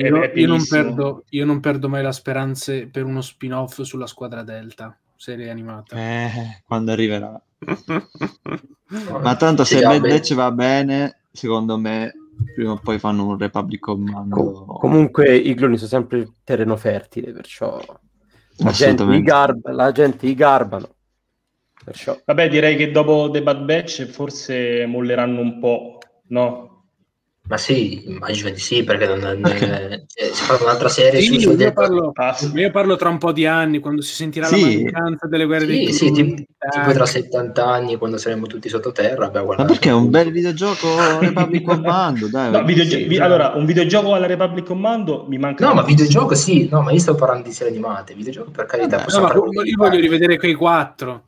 io non perdo mai la speranza per uno spin-off sulla Squadra Delta, serie animata. Quando arriverà. Ma tanto se Bad Batch va bene, secondo me prima o poi fanno un Republic Commando. Comunque i cloni sono sempre terreno fertile, perciò la gente i garbano. Perciò. Vabbè, direi che dopo The Bad Batch forse molleranno un po', no? Ma sì, immagino di sì, perché si fa un'altra serie io parlo tra un po' di anni, quando si sentirà la mancanza delle guerre dei cloni. Sì, tipo tra 70 anni, quando saremo tutti sottoterra. Ma perché è un bel videogioco Republic Commando? Dai, allora, un videogioco alla Republic Commando mi manca. No, ma videogioco sì, no, ma io stavo parlando di serie animate, videogioco per carità. Io voglio rivedere quei 4.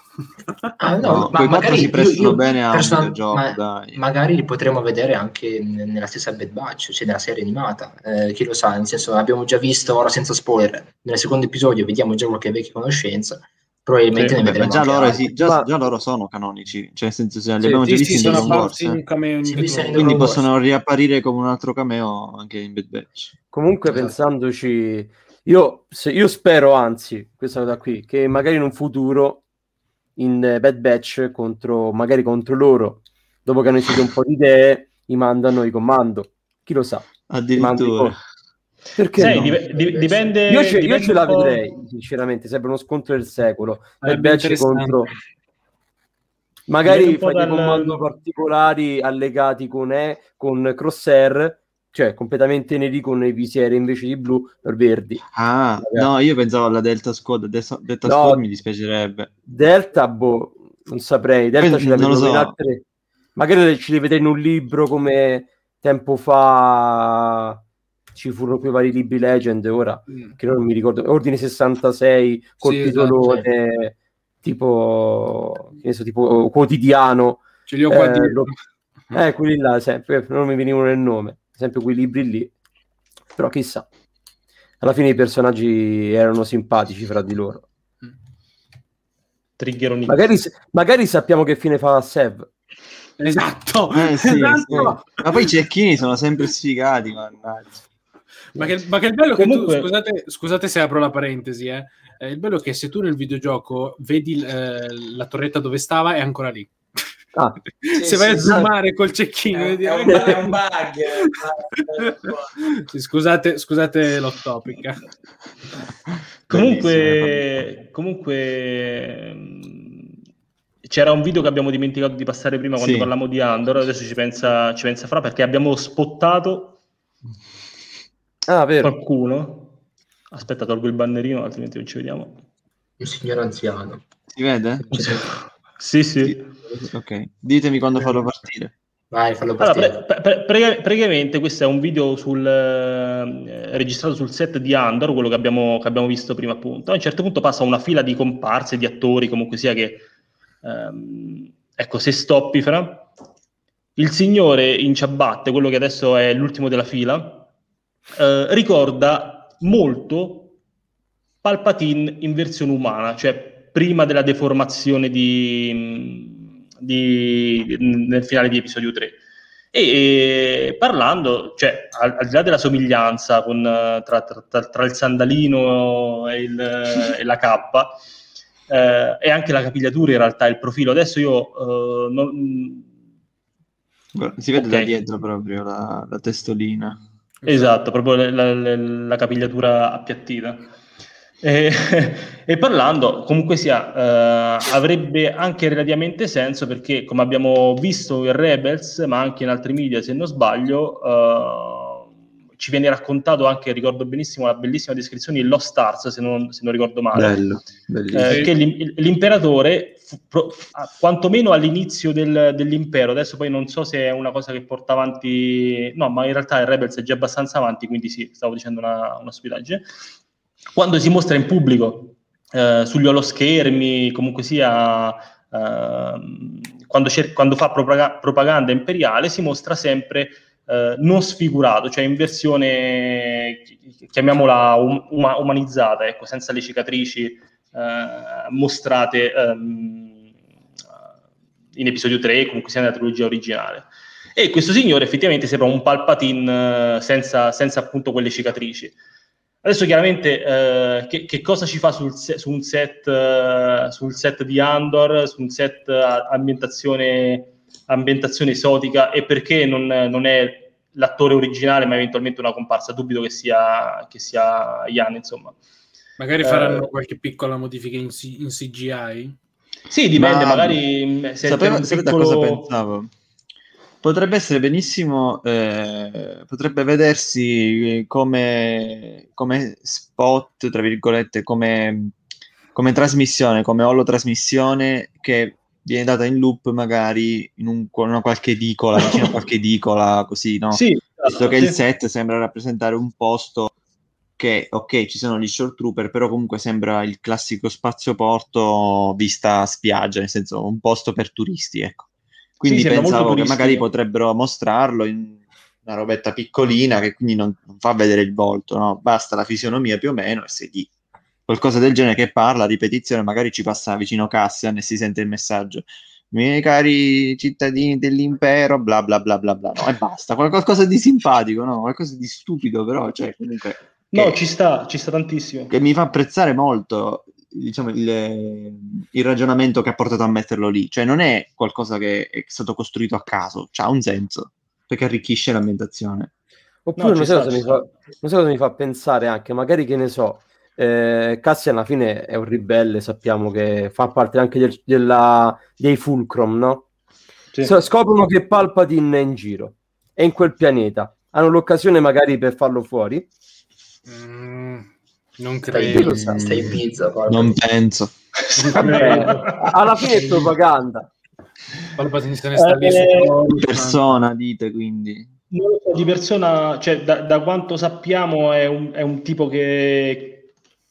Ma magari si prestano bene a un videogioco, dai. Magari li potremo vedere anche nella stessa Bad Batch, cioè nella serie animata, chi lo sa, nel senso abbiamo già visto, ora senza spoiler, nel secondo episodio vediamo già qualche vecchia conoscenza, probabilmente ne vedremo già loro sono canonici, cioè nel senso se li abbiamo già visti in Clone Wars, quindi possono riapparire come un altro cameo anche in Bad Batch. Comunque pensandoci, io spero, anzi, questa cosa qui, che magari in un futuro in Bad Batch magari contro loro, dopo che hanno inserito un po' di idee, gli mandano i comando, chi lo sa, addirittura. Perché sai, no? dipende io ce la vedrei sinceramente, sembra uno scontro del secolo. Bad Batch contro magari fai dei comando particolari allegati con Crosshair, cioè completamente neri con i visieri invece di blu per verdi. No, io pensavo alla Delta Squad. Squad mi dispiacerebbe. Delta, non saprei. Delta ce la vedo in altre. Magari ci rivedrei in un libro come tempo fa ci furono quei vari libri Legend, ora che non mi ricordo. Ordine 66 col titolone tipo quotidiano. Ce li ho qua dietro. Quelli là, sempre, non mi venivano nel nome. Sempre quei libri lì, però chissà, alla fine i personaggi erano simpatici fra di loro. Magari sappiamo che fine fa Sev. Esatto. Sì. Ma poi i cecchini sono sempre sfigati, mannaggia. Ma che il bello comunque... che tu, scusate se apro la parentesi, il bello è che se tu nel videogioco vedi la torretta dove stava, è ancora lì. Se vai a zoomare col cecchino è un bug. Scusate l'off topic. Comunque c'era un video che abbiamo dimenticato di passare prima quando parlavamo di Andor, adesso ci pensa Fra, perché abbiamo spottato vero. Qualcuno. Aspetta, tolgo il bannerino, altrimenti non ci vediamo. Un signore anziano. Si vede? Sì. Ok, ditemi quando farlo partire. Vai, fallo partire. Allora, praticamente questo è un video registrato sul set di Andor, quello che abbiamo visto prima appunto. A un certo punto passa una fila di comparse, di attori, comunque sia che... ecco, se stoppi, Fra, il signore in ciabatte, quello che adesso è l'ultimo della fila, ricorda molto Palpatine in versione umana, cioè prima della deformazione nel finale di episodio 3. E parlando, cioè al di là della somiglianza tra il sandalino e la cappa, e anche la capigliatura, in realtà il profilo, adesso io Si vede da dietro proprio la testolina. Esatto, proprio la capigliatura appiattita. E parlando, comunque sia, avrebbe anche relativamente senso, perché come abbiamo visto in Rebels, ma anche in altri media, se non sbaglio, ci viene raccontato anche, ricordo benissimo, la bellissima descrizione di Lost Stars, se non ricordo male. Bello, bellissimo. Che l'imperatore, quantomeno all'inizio dell'impero, adesso poi non so se è una cosa che porta avanti, no, ma in realtà il Rebels è già abbastanza avanti, quindi sì, stavo dicendo una stupidaggine. Quando si mostra in pubblico, sugli oloschermi, comunque sia, quando fa propaganda imperiale, si mostra sempre non sfigurato, cioè in versione, chiamiamola umanizzata, ecco, senza le cicatrici mostrate in episodio 3, comunque sia nella trilogia originale. E questo signore effettivamente sembra un Palpatine senza appunto quelle cicatrici. Adesso chiaramente che cosa ci fa sul set di Andor, su un set ambientazione esotica, e perché non è l'attore originale ma eventualmente una comparsa? Dubito che sia Ian, insomma. Magari faranno qualche piccola modifica in CGI? Sì, dipende, magari sapete cosa pensavo? Potrebbe essere benissimo, potrebbe vedersi come spot, tra virgolette, come trasmissione, come holotrasmissione che viene data in loop magari in una qualche edicola, vicino a qualche edicola, così, no? Sì, visto che il set sembra rappresentare un posto che, ok, ci sono gli shore trooper, però comunque sembra il classico spazioporto vista spiaggia, nel senso un posto per turisti, ecco. Quindi pensavo che magari potrebbero mostrarlo in una robetta piccolina che quindi non fa vedere il volto, no? Basta la fisionomia più o meno e sei qualcosa del genere che parla a ripetizione, magari ci passa vicino Cassian e si sente il messaggio: miei cari cittadini dell'impero, bla bla bla bla bla, no? E basta, qualcosa di simpatico, no? Qualcosa di stupido, però, cioè, comunque... No, ci sta tantissimo. Che mi fa apprezzare molto, diciamo, il ragionamento che ha portato a metterlo lì. Cioè non è qualcosa che è stato costruito a caso, c'ha un senso, perché arricchisce l'ambientazione. Oppure non so cosa mi fa pensare anche, magari, che ne so, Cassian alla fine è un ribelle, sappiamo che fa parte anche dei Fulcrum, no? Sì. Scoprono che Palpatine è in giro, è in quel pianeta, hanno l'occasione magari per farlo fuori. Non credo. Stai in pizza, non penso. Alla fine è propaganda. Palpatine se ne sta lì di persona, dite, quindi. Di persona, cioè da quanto sappiamo è un tipo che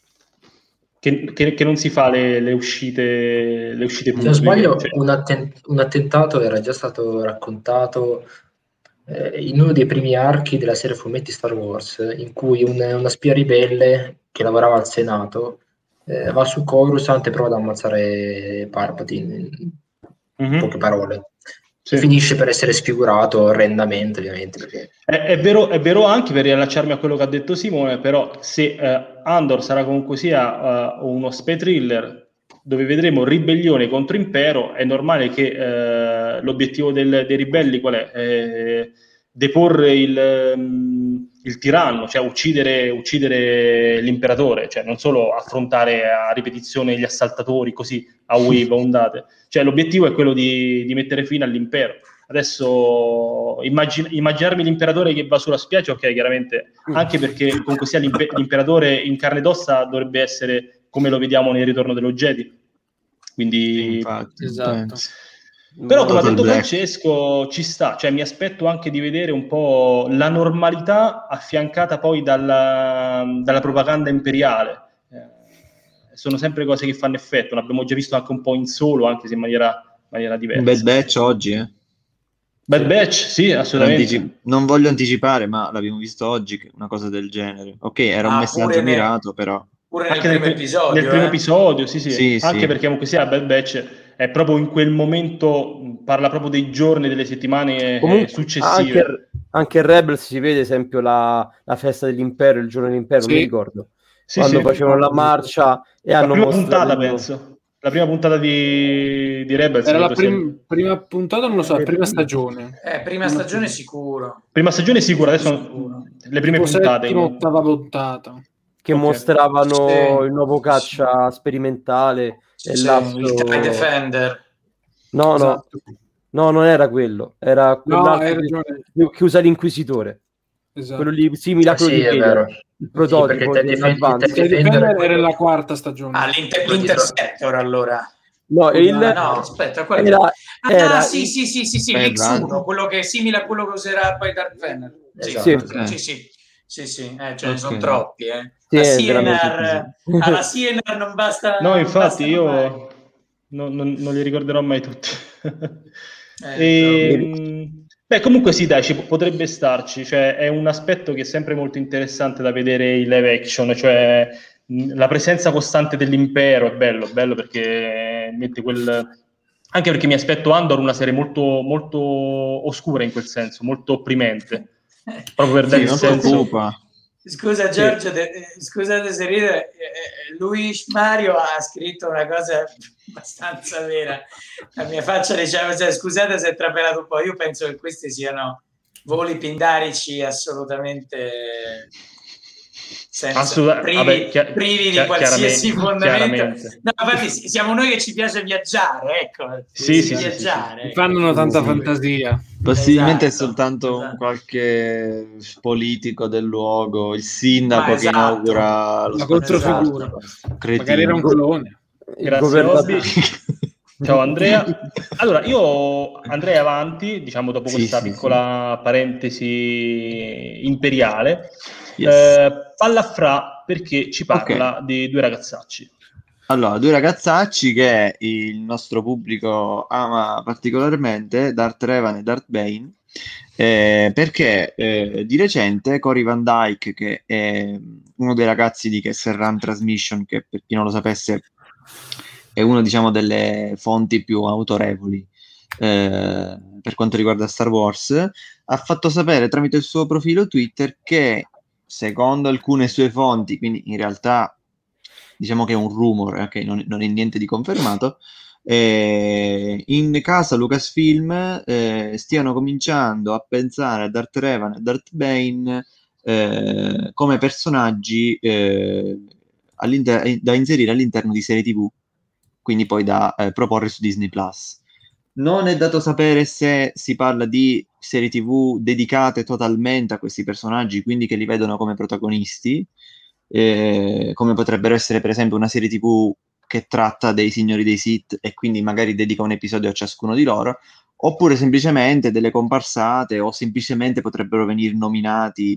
non si fa le uscite pubbliche. Se non sbaglio, cioè, un attentato era già stato raccontato in uno dei primi archi della serie fumetti Star Wars, in cui una spia ribelle che lavorava al Senato va su Coruscant e prova ad ammazzare Palpatine, in poche parole. Sì. Finisce per essere sfigurato orrendamente, ovviamente, perché... è vero anche, per riallacciarmi a quello che ha detto Simone, però se Andor sarà comunque sia uno spy thriller dove vedremo ribellione contro impero, è normale che l'obiettivo dei ribelli qual è? Deporre il tiranno, cioè uccidere l'imperatore, cioè non solo affrontare a ripetizione gli assaltatori così a wave, a ondate, cioè l'obiettivo è quello di mettere fine all'impero. Adesso immaginarmi l'imperatore che va sulla spiaggia, ok, chiaramente, anche perché comunque sia l'imperatore in carne ed ossa dovrebbe essere come lo vediamo nel Ritorno dello Jedi, quindi infatti, esatto. Però come ha detto Francesco ci sta, cioè mi aspetto anche di vedere un po' la normalità affiancata poi dalla propaganda imperiale. Sono sempre cose che fanno effetto, l'abbiamo già visto anche un po' in Solo, anche se in maniera diversa. Bad Batch oggi, Bad Batch, sì, assolutamente. Non voglio anticipare, ma l'abbiamo visto oggi, una cosa del genere. Ok, era un messaggio mirato, però... Pure nel primo episodio. Nel primo episodio, sì. Anche sì. perché comunque sia Bad Batch è proprio in quel momento, parla proprio dei giorni, delle settimane successive. Anche Rebels si vede, esempio, la festa dell'impero, il giorno dell'impero, mi ricordo. Quando facevano la marcia e la hanno prima mostrato... puntata, penso. La prima puntata di Rebels era la prima puntata, non lo so, la prima stagione. Prima stagione sicuro. Prima stagione sicuro, adesso le prime puntate. Settima, ottava puntata. Che mostravano il nuovo caccia sperimentale. Il TIE Defender. No, esatto. No, non era quello. Era quell'altro che usa l'Inquisitore. Esatto. Quello lì simile a quello di Vader. Il prototipo Defender era la quarta stagione. L'Interceptor allora. No, aspetta, qual era sì, l'X1, quello che è simile a quello che userà poi Darth Vader. Sì, ce ne sono troppi, alla Sienar non basta. No, infatti io non li ricorderò mai tutti. Beh, comunque sì, dai, potrebbe starci, cioè è un aspetto che è sempre molto interessante da vedere in live action, cioè la presenza costante dell'impero è bello perché mette anche perché mi aspetto Andor una serie molto, molto oscura in quel senso, molto opprimente, proprio per dare il senso. Scusa Giorgio, scusate se rido, Luis Mario ha scritto una cosa abbastanza vera. La mia faccia diceva, scusate se è trapelato un po', io penso che questi siano voli pindarici assolutamente privi di qualsiasi fondamento. No, infatti siamo noi che ci piace viaggiare, ecco. Viaggiare. Sì. Fanno tanta fantasia. Possibilmente è soltanto qualche politico del luogo, il sindaco che inaugura la controfigura. Magari era un colone. Grazie Robby. Ciao Andrea. Allora io andrei avanti, diciamo dopo questa piccola parentesi imperiale. Palla Fra perché ci parla di due ragazzacci. Allora, due ragazzacci che il nostro pubblico ama particolarmente, Darth Revan e Darth Bane, perché di recente Cory Van Dyke, che è uno dei ragazzi di Kessel Run Transmission, che per chi non lo sapesse è una, diciamo, delle fonti più autorevoli per quanto riguarda Star Wars, ha fatto sapere tramite il suo profilo Twitter che secondo alcune sue fonti, quindi in realtà diciamo che è un rumor, non è niente di confermato, in casa Lucasfilm stiano cominciando a pensare a Darth Revan e Darth Bane come personaggi da inserire all'interno di serie TV, quindi poi da proporre su Disney Plus. Non è dato sapere se si parla di serie TV dedicate totalmente a questi personaggi, quindi che li vedono come protagonisti, come potrebbero essere per esempio una serie TV che tratta dei Signori dei Sith e quindi magari dedica un episodio a ciascuno di loro, oppure semplicemente delle comparsate, o semplicemente potrebbero venire nominati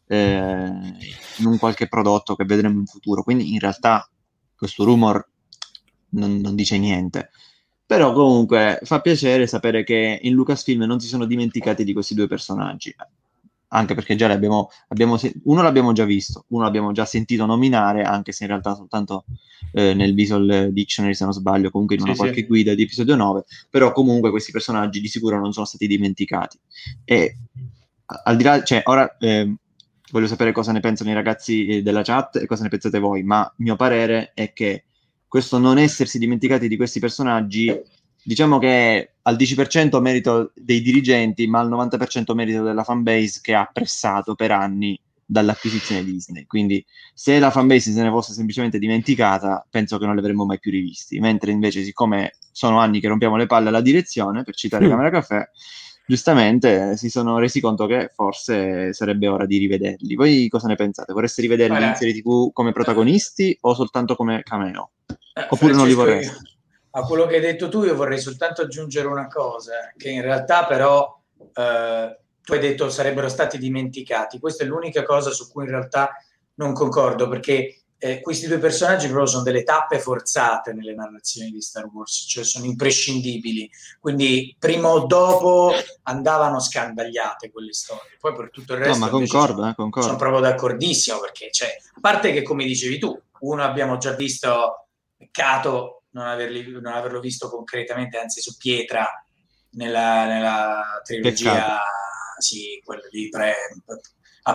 in un qualche prodotto che vedremo in futuro. Quindi in realtà questo rumor non dice niente. Però comunque fa piacere sapere che in Lucasfilm non si sono dimenticati di questi due personaggi, anche perché già uno l'abbiamo già visto, uno l'abbiamo già sentito nominare, anche se in realtà soltanto nel Visual Dictionary, se non sbaglio, comunque in una qualche guida di episodio 9, però comunque questi personaggi di sicuro non sono stati dimenticati. E al di là, cioè, ora voglio sapere cosa ne pensano i ragazzi della chat e cosa ne pensate voi, ma il mio parere è che questo non essersi dimenticati di questi personaggi, diciamo che è al 10% merito dei dirigenti, ma al 90% merito della fanbase che ha pressato per anni dall'acquisizione di Disney. Quindi se la fanbase se ne fosse semplicemente dimenticata, penso che non li avremmo mai più rivisti, mentre invece, siccome sono anni che rompiamo le palle alla direzione, per citare Camera Caffè, giustamente si sono resi conto che forse sarebbe ora di rivederli. Voi cosa ne pensate? Vorreste rivederli in serie TV come protagonisti o soltanto come cameo? Oppure non li vorreste? A quello che hai detto tu io vorrei soltanto aggiungere una cosa, che in realtà però tu hai detto sarebbero stati dimenticati. Questa è l'unica cosa su cui in realtà non concordo, perché questi due personaggi proprio sono delle tappe forzate nelle narrazioni di Star Wars, cioè sono imprescindibili, quindi prima o dopo andavano scandagliate quelle storie. Poi per tutto il resto concordo. Sono proprio d'accordissimo, perché a parte che, come dicevi tu, uno abbiamo già visto, peccato non averlo visto concretamente, anzi su pietra nella trilogia quella lì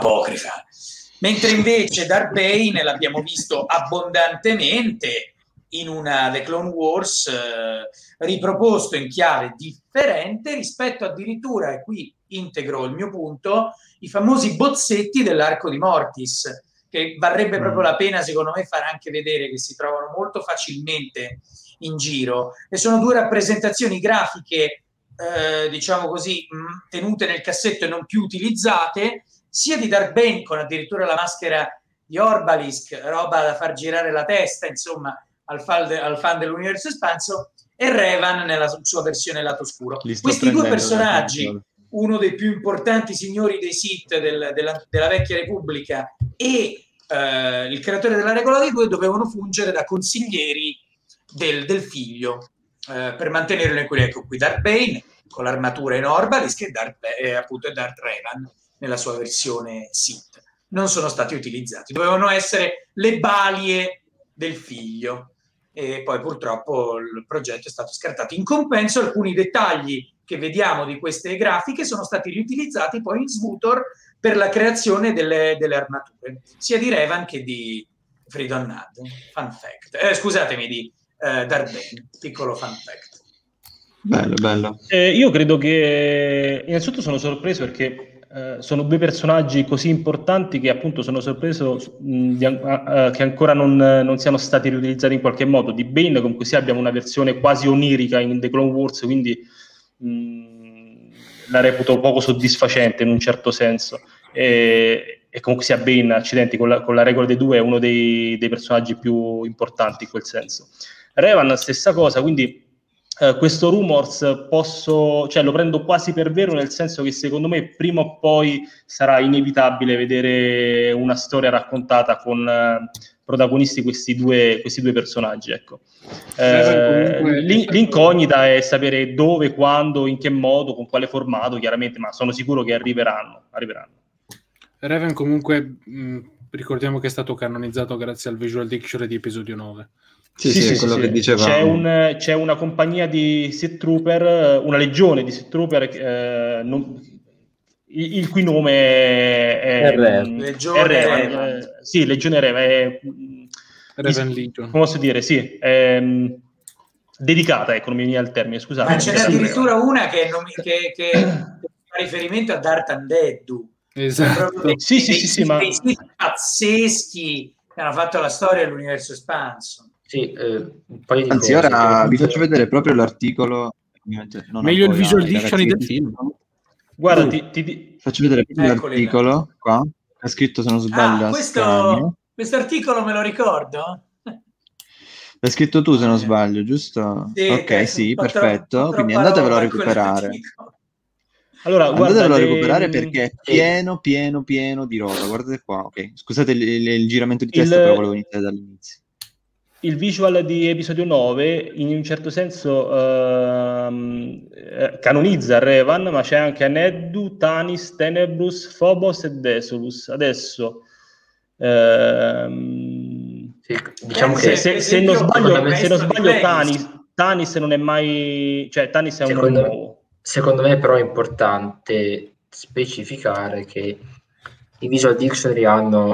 apocrifa, mentre invece Darth Bane l'abbiamo visto abbondantemente in una The Clone Wars riproposto in chiave differente rispetto addirittura, e qui integro il mio punto, i famosi bozzetti dell'Arco di Mortis, che varrebbe proprio la pena secondo me far anche vedere, che si trovano molto facilmente in giro, e sono due rappresentazioni grafiche diciamo così tenute nel cassetto e non più utilizzate, sia di Darth Bane con addirittura la maschera di Orbalisk, roba da far girare la testa insomma al fan dell'universo espanso, e Revan nella sua versione lato oscuro. Questi due personaggi, uno dei più importanti signori dei Sith della vecchia Repubblica e il creatore della regola dei due, dovevano fungere da consiglieri del figlio per mantenerlo in equilibrio. Ecco qui Darth Bane con l'armatura in Orbalisk e appunto Darth Revan nella sua versione Sith. Non sono stati utilizzati, dovevano essere le balie del figlio, e poi purtroppo il progetto è stato scartato. In compenso alcuni dettagli che vediamo di queste grafiche sono stati riutilizzati poi in SWTOR per la creazione delle armature, sia di Revan che di Freedon Nad. Fun fact. Scusatemi, di Darth Bane, piccolo fun fact. Bello. Io credo che innanzitutto sono sorpreso perché sono due personaggi così importanti che appunto sono sorpreso che ancora non siano stati riutilizzati in qualche modo. Di Bane comunque sia abbiamo una versione quasi onirica in The Clone Wars, quindi la reputo poco soddisfacente in un certo senso, e comunque sia Bane, accidenti, con la regola dei due è uno dei personaggi più importanti in quel senso. Revan stessa cosa, quindi questo rumors lo prendo quasi per vero, nel senso che secondo me prima o poi sarà inevitabile vedere una storia raccontata con protagonisti questi due personaggi, ecco. L'incognita è sapere dove, quando, in che modo, con quale formato, chiaramente, ma sono sicuro che arriveranno. Revan comunque ricordiamo che è stato canonizzato grazie al Visual Dictionary di episodio 9. Sì, quello che dicevamo. C'è una compagnia di Sith Trooper, una legione di Sith Trooper, il cui nome è Revan. Sì, Legione Revan. Revan Legion. Come posso dire? Sì, dedicata, ecco, non mi viene al termine, scusate. Ma ce n'è addirittura una che fa riferimento a Darth Andeddu. Esatto. Sì, ma pazzeschi che hanno fatto la storia dell'universo espanso. Sì, poi anzi, ora vi faccio vedere proprio l'articolo. Meglio il Visual Dictionary del film. Guarda, faccio vedere l'articolo qua. È scritto, se non sbaglio, questo articolo me lo ricordo. L'hai scritto tu, se non sbaglio, giusto? Sì, ok, sì, perfetto. Quindi andatevelo a recuperare. Allora, andatevelo a recuperare perché è pieno di roba. Guardate qua, ok. Scusate il giramento di testa, però volevo iniziare dall'inizio. Il visual di episodio 9 in un certo senso canonizza Revan, ma c'è anche Aneddu, Tanis, Tenebrus, Phobos e Desolus. Adesso diciamo che se non sbaglio Tanis non è mai, cioè Tanis è un nome nuovo. Secondo me però è importante specificare che i Visual Dictionary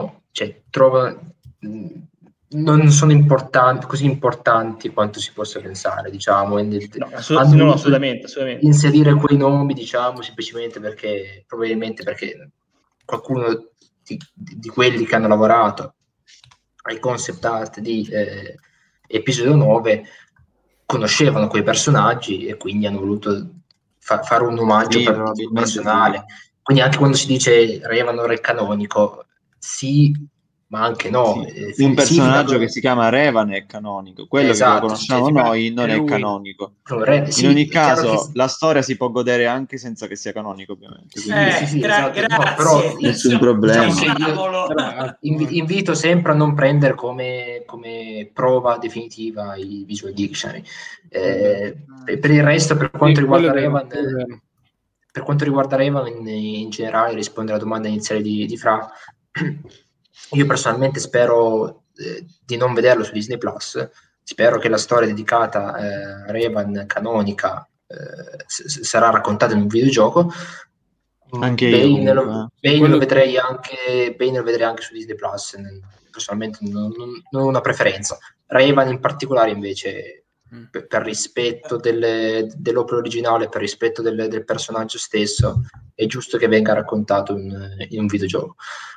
non sono così importanti quanto si possa pensare, diciamo. Assolutamente. Inserire quei nomi, diciamo, semplicemente probabilmente perché qualcuno di quelli che hanno lavorato ai concept art di episodio 9 conoscevano quei personaggi e quindi hanno voluto fare un omaggio personale. Quindi anche quando si dice Revan non è canonico, sì, ma anche no. Sì. Un personaggio che si chiama Revan è canonico, quello che lo conosciamo noi non è canonico. In ogni caso la storia si può godere anche senza che sia canonico, ovviamente. Grazie. No, però nessun problema. Invito sempre a non prendere come prova definitiva i Visual Dictionary. Per il resto, per quanto riguarda Revan in generale, risponde alla domanda iniziale di Fra. Io personalmente spero di non vederlo su Disney Plus. Spero che la storia dedicata a Revan canonica sarà raccontata in un videogioco. Anche Bane lo vedrei anche su Disney Plus. Personalmente non ho una preferenza, Rayman in particolare invece, per rispetto dell'opera originale, per rispetto del personaggio stesso, è giusto che venga raccontato in un videogioco.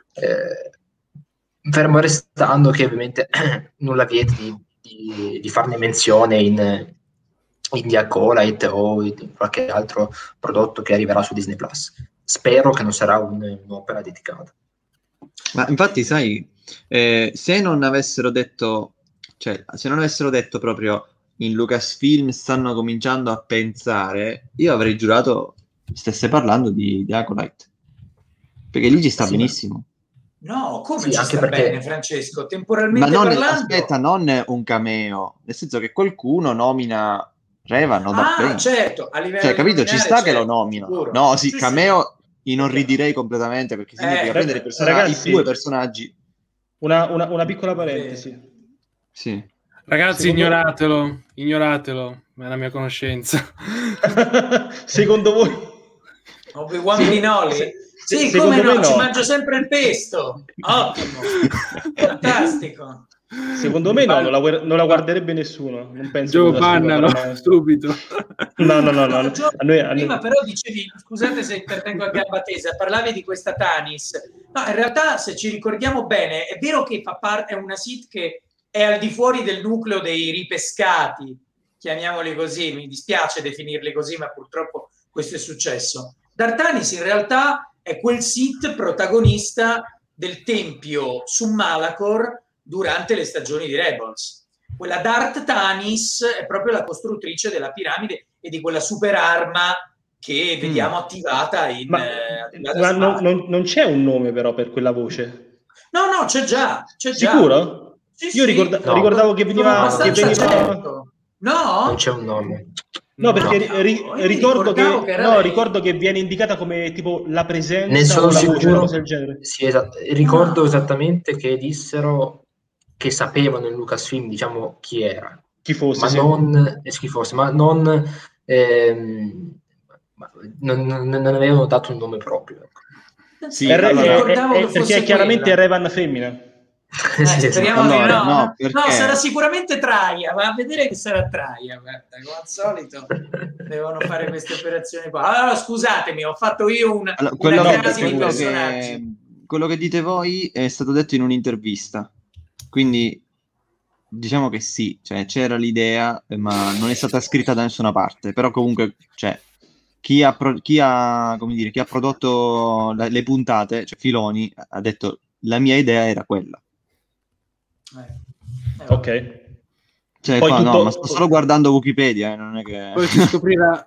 Fermo restando che ovviamente nulla vieta di farne menzione in The Acolyte o in qualche altro prodotto che arriverà su Disney Plus. Spero che non sarà un'opera dedicata. Ma infatti, sai, se non avessero detto proprio in Lucasfilm stanno cominciando a pensare, io avrei giurato stesse parlando di Acolyte, perché lì ci sta benissimo. No, come sì, ci anche sta perché... bene, Francesco? Temporalmente parlando... Aspetta, non un cameo, nel senso che qualcuno nomina Revan o Darth Bane. Certo, a livello cioè, capito? Ci sta che lo nomino. Sicuro. No, sì, sì cameo sì. inorridirei completamente, perché significa prendere ragazzi, i due personaggi. Una piccola parentesi. Sì. Ragazzi, ignoratelo, è la mia conoscenza. Secondo voi? Obi-Wan Kenobi? Sì, come no, ci mangio sempre il pesto. Ottimo, fantastico. Secondo me no, non la guarderebbe nessuno. Non penso. Gio, bannalo subito. No. Prima però dicevi, scusate se intervengo a gamba tesa, parlavi di questa Tanis. No, in realtà, se ci ricordiamo bene, è vero che fa parte, è una Sith che è al di fuori del nucleo dei ripescati, chiamiamoli così, mi dispiace definirli così, ma purtroppo questo è successo. Darth Tanis in realtà è quel Sith protagonista del tempio su Malachor durante le stagioni di Rebels. Quella Darth Tanis è proprio la costruttrice della piramide e di quella super arma che vediamo attivata in... non c'è un nome però per quella voce? No, c'è già. Sicuro? Sì, io ricordavo che veniva... Certo. No? Non c'è un nome. No, perché ricordo che viene indicata come tipo la presenza. Ne sono sicuro. Voce, del genere. Sì, ricordo esattamente che dissero che sapevano in Lucasfilm, diciamo, chi era. Chi fosse. Ma non avevano dato un nome proprio. Sì, perché chiaramente è Revan femmina. Speriamo di no. No, sarà sicuramente Traia, va a vedere che sarà Traia, guarda, come al solito devono fare queste operazioni qua. Allora, scusatemi, ho fatto io una crasi di personaggi. Quello che dite voi è stato detto in un'intervista, quindi diciamo che sì, cioè c'era l'idea, ma non è stata scritta da nessuna parte, però comunque cioè, chi ha prodotto le puntate, cioè Filoni, ha detto la mia idea era quella. Ok. Cioè, poi qua, no, ma sto solo guardando Wikipedia, non è che... Poi si scoprirà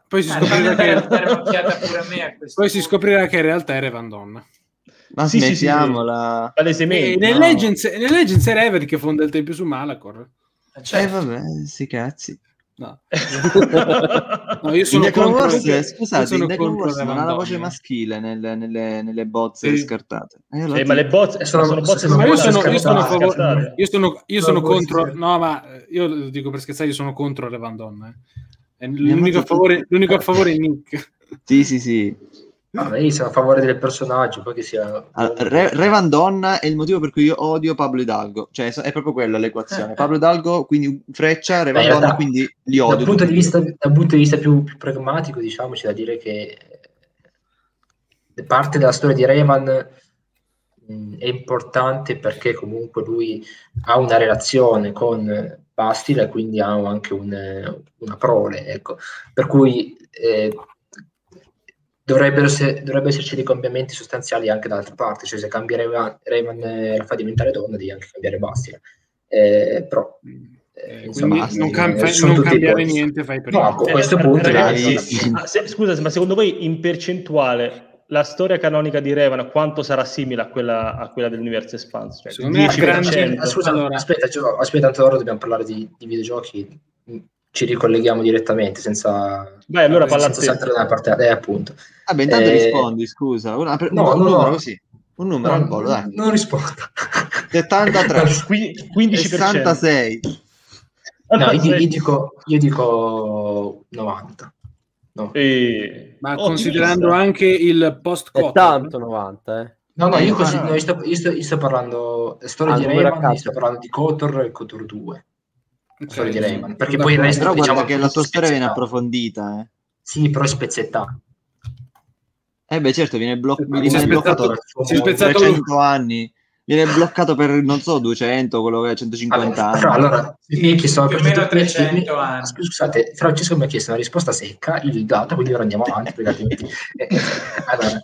si scoprirà che in realtà è Revan Donna. Ma smettiamola. Nel Legends è Revan che fonda il tempio su Malachor. Vabbè, sti cazzi. No, io sono contro. Scusate, in Necron Wars non ha la voce maschile nelle bozze scartate. Ma le bozze sono bozze. Ma io sono contro. No, ma io lo dico per scherzare, io sono contro Revan Donna. L'unico a favore è Nick. Sì. Io sono a favore del personaggio, poi che sia... Revan Donna è il motivo per cui io odio Pablo Hidalgo, cioè è proprio quella l'equazione. Pablo Hidalgo, quindi freccia, Revan Donna, quindi li odio. Dal punto di vista più pragmatico, diciamo, c'è da dire che parte della storia di Revan è importante perché comunque lui ha una relazione con Bastila e quindi ha anche una prole, ecco. Per cui... Dovrebbero esserci dei cambiamenti sostanziali anche dall'altra parte, cioè se cambia Revan la fa diventare donna devi anche cambiare Bastila, però insomma, non cambiare niente, fai prima. No, a questo punto scusa, ma secondo voi in percentuale la storia canonica di Revan quanto sarà simile a quella dell'universo espanso? Cioè, secondo me 10%. Scusa, allora... aspetta, tanto ora dobbiamo parlare di videogiochi, ci ricolleghiamo direttamente senza allora saltare da una parte, appunto. Vabbè, intanto rispondi, scusa. Un numero così. Un numero al volo, dai. Non rispondo. 73. 15%. 66. No, io dico 90. No. Ma considerando anche il post-Kotor. È tanto 90, No, io sto parlando storia di Revan, sto parlando di Kotor e Kotor 2. storia di Rayman, perché poi il resto, però diciamo, guarda che la tua storia viene approfondita, Sì, però è spezzettato. Certo, viene bloccato si è spezzato 300 anni. Viene bloccato per, non so, 200, quello che è 150 anni. Però allora, mi ha chiesto più o meno 300 anni. Scusate, Francesco mi ha chiesto una risposta secca, il dato, quindi ora andiamo avanti, perché altrimenti... allora,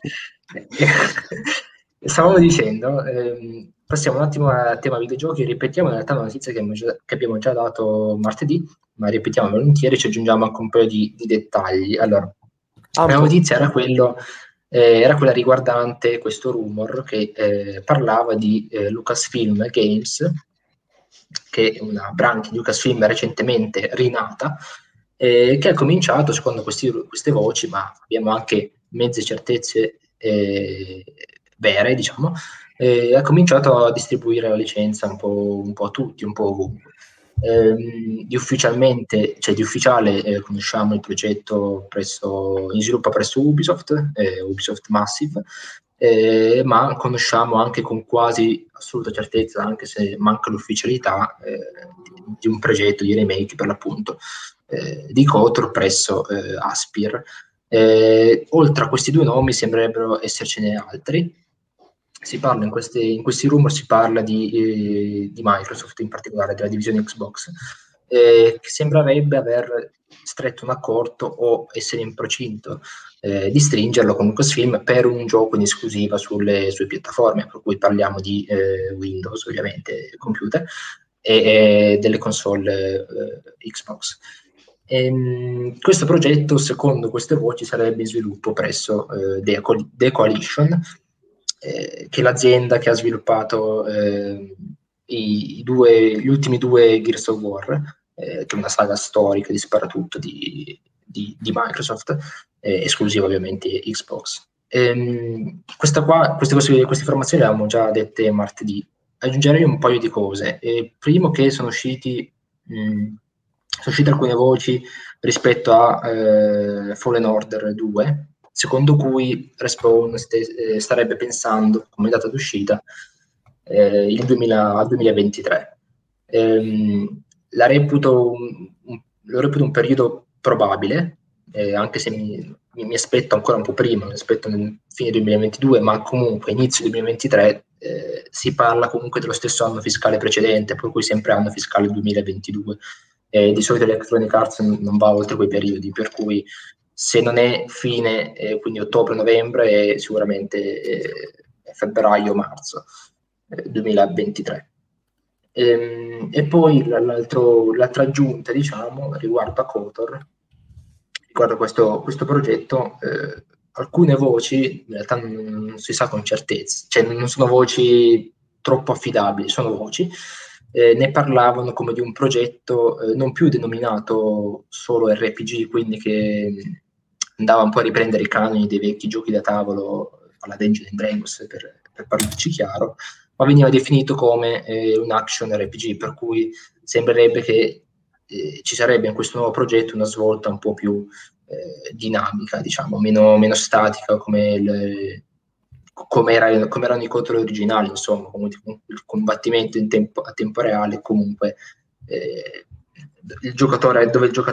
stavamo dicendo, passiamo un attimo al tema videogiochi, ripetiamo in realtà una notizia che abbiamo già dato martedì, ma ripetiamo volentieri, ci aggiungiamo anche un paio di dettagli. Allora, la notizia era quella riguardante questo rumor che parlava di Lucasfilm Games, che è una branchia di Lucasfilm recentemente rinata, che ha cominciato, secondo queste voci, ma abbiamo anche mezze certezze vere, diciamo, ha cominciato a distribuire la licenza un po' a tutti, un po' ovunque. Di ufficiale conosciamo il progetto in sviluppo presso Ubisoft Massive, ma conosciamo anche con quasi assoluta certezza, anche se manca l'ufficialità, di un progetto di remake per l'appunto di KOTOR presso Aspyr. Oltre a questi due nomi sembrerebbero essercene altri. Si parla in questi rumor si parla di Microsoft, in particolare della divisione Xbox, che sembrerebbe aver stretto un accordo o essere in procinto di stringerlo con Lucasfilm per un gioco in esclusiva sulle sue piattaforme, per cui parliamo di Windows, ovviamente, computer, e delle console Xbox. Questo progetto, secondo queste voci, sarebbe in sviluppo presso The Coalition, che è l'azienda che ha sviluppato gli ultimi due Gears of War, che è una saga storica di sparatutto di Microsoft, esclusiva ovviamente Xbox. Queste informazioni le avevamo già dette martedì. Aggiungerei un paio di cose. Primo, che sono uscite alcune voci rispetto a Fallen Order 2, secondo cui Respawn starebbe pensando come data d'uscita il 2023. Lo reputo un periodo probabile, anche se mi aspetto ancora un po' prima, mi aspetto nel fine 2022, ma comunque inizio 2023. Si parla comunque dello stesso anno fiscale precedente, per cui sempre anno fiscale 2022. Di solito Electronic Arts non va oltre quei periodi, per cui se non è fine, quindi ottobre-novembre, sicuramente febbraio-marzo 2023. E poi l'altra aggiunta, diciamo, riguardo a KOTOR, riguardo questo progetto, alcune voci in realtà non si sa con certezza, cioè non sono voci troppo affidabili, sono voci, ne parlavano come di un progetto non più denominato solo RPG, quindi che andava un po' a riprendere i canoni dei vecchi giochi da tavolo alla Dungeons & Dragons, per parlarci chiaro, ma veniva definito come un action RPG, per cui sembrerebbe che ci sarebbe in questo nuovo progetto una svolta un po' più dinamica, diciamo, meno statica come erano i KOTOR originali, insomma, comunque il combattimento a tempo reale, comunque il giocatore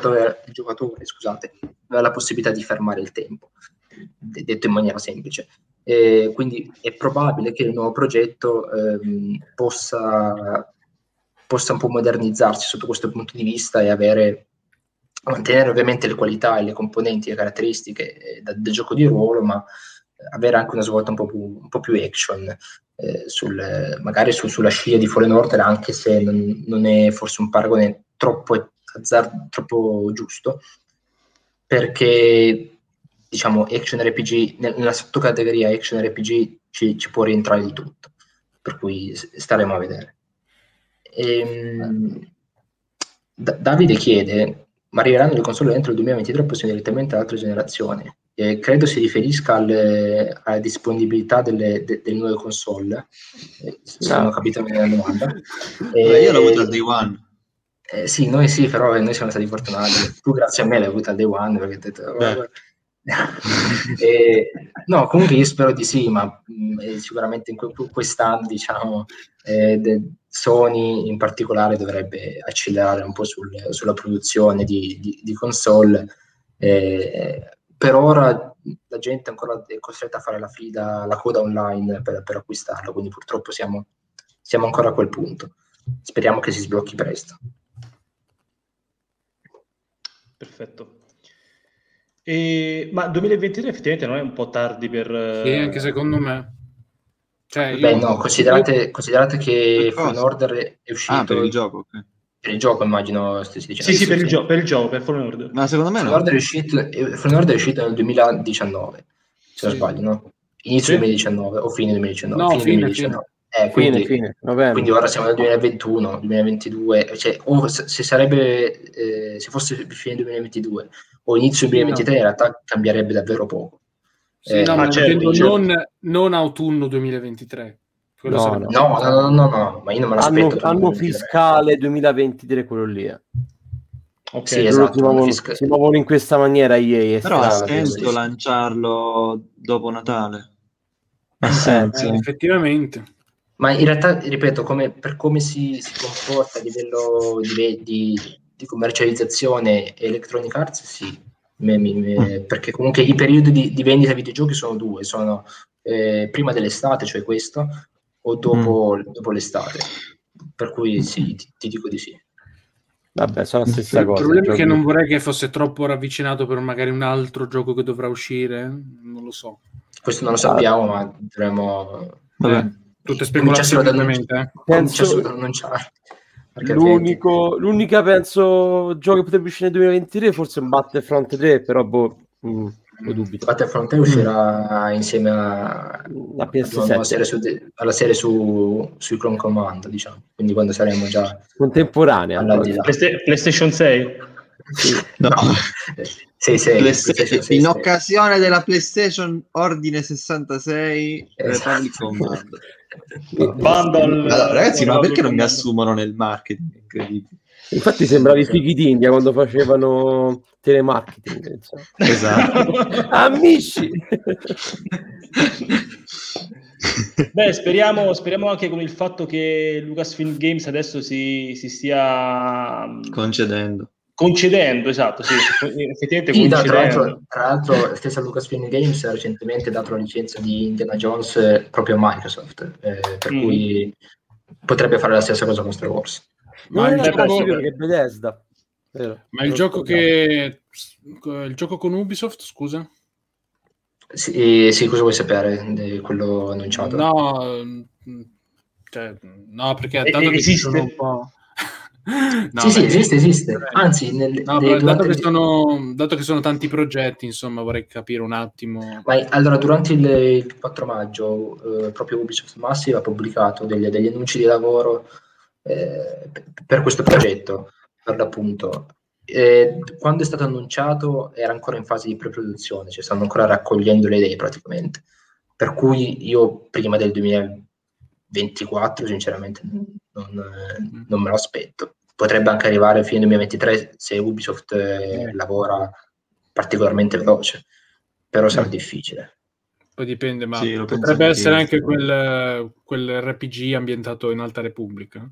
aveva la possibilità di fermare il tempo, detto in maniera semplice. Quindi è probabile che il nuovo progetto possa un po' modernizzarsi sotto questo punto di vista e mantenere ovviamente le qualità e le componenti e le caratteristiche del gioco di ruolo, ma avere anche una svolta un po' più action, magari sulla scia di Fallen Order, anche se non è forse un paragone troppo giusto, perché diciamo action RPG, nella sottocategoria action RPG ci può rientrare di tutto, per cui staremo a vedere. Davide chiede: ma arriveranno le console entro il 2023 o possiamo direttamente ad altre generazioni? Credo si riferisca alla disponibilità delle nuove console, se non ho capito bene la domanda. Io l'ho avuta al day one. Sì, noi sì, però noi siamo stati fortunati. Tu grazie a me l'hai avuta al day one, perché ho detto, No, comunque io spero di sì, ma sicuramente in quest'anno, diciamo, Sony in particolare dovrebbe accelerare un po' sulla produzione di console. Per ora la gente ancora è costretta a fare la coda online per acquistarlo, quindi purtroppo siamo ancora a quel punto. Speriamo che si sblocchi presto. Perfetto. Ma 2023 effettivamente non è un po' tardi per... Sì, anche secondo me. Cioè, Considerate che Fallen Order è uscito... per il gioco, ok. Per il gioco immagino stessi dicendo. Sì, per il gioco, per Fallen Order. Ma secondo me Fallen Order è uscito nel 2019, se non sbaglio, no? Inizio 2019 o fine 2019? No, fine 2019. Fine, novembre. Quindi ora siamo nel 2021, 2022, cioè, se fosse fine 2022 o inizio 2023 in realtà cambierebbe davvero poco. Sì, no, ma certo. Non autunno 2023. No, ma io non me l'aspetto. Anno fiscale 2023 quello lì. Okay. Sì, esatto. Si muovono in questa maniera EA. Però ha senso lanciarlo dopo Natale. Ha senso. Effettivamente. Ma in realtà, ripeto, per come si comporta a livello di commercializzazione Electronic Arts, sì. Perché comunque i periodi di vendita di videogiochi sono due, sono prima dell'estate, cioè questo, o dopo l'estate. Per cui sì, ti dico di sì. Vabbè, sono la stessa cosa. Il problema è che non vorrei che fosse troppo ravvicinato per magari un altro gioco che dovrà uscire, non lo so. Questo non lo sappiamo, ma dovremmo... Tutte speculazioni, ovviamente. Penso ad annunciare. L'unica penso gioco che potrebbe uscire nel 2023 forse è un Battlefront 3, però lo dubito. Battlefront 3 uscirà insieme alla serie sui Clone Command, diciamo, quindi quando saremo già contemporanea PlayStation 6. Sì. No. PlayStation 6 in occasione della PlayStation Ordine 66 Republic Command. Allora, ragazzi, ma perché non mi assumono nel marketing? Incredibile. Infatti sembravi fighi d'India quando facevano telemarketing, insomma. Esatto. Amici. Beh, speriamo anche con il fatto che Lucasfilm Games adesso si stia concedendo, esatto, sì, effettivamente sì, concedendo. Tra l'altro stessa Lucasfilm Games ha recentemente dato la licenza di Indiana Jones proprio a Microsoft, per cui potrebbe fare la stessa cosa con Star Wars. Ma il Bethesda. Ma il gioco con Ubisoft, scusa? Sì, cosa vuoi sapere di quello annunciato? No, perché dato che esiste sono un po'... sì, esiste. Anzi, dato che sono tanti progetti, insomma, vorrei capire un attimo. Ma allora, durante il 4 maggio, proprio Ubisoft Massive ha pubblicato degli annunci di lavoro per questo progetto, per l'appunto. Quando è stato annunciato era ancora in fase di pre-produzione, cioè stanno ancora raccogliendo le idee praticamente. Per cui io prima del 2024, sinceramente, non me lo aspetto. Potrebbe anche arrivare a fine 2023 se Ubisoft lavora particolarmente veloce, però sarà difficile. Poi dipende, ma potrebbe essere anche quel RPG ambientato in Alta Repubblica.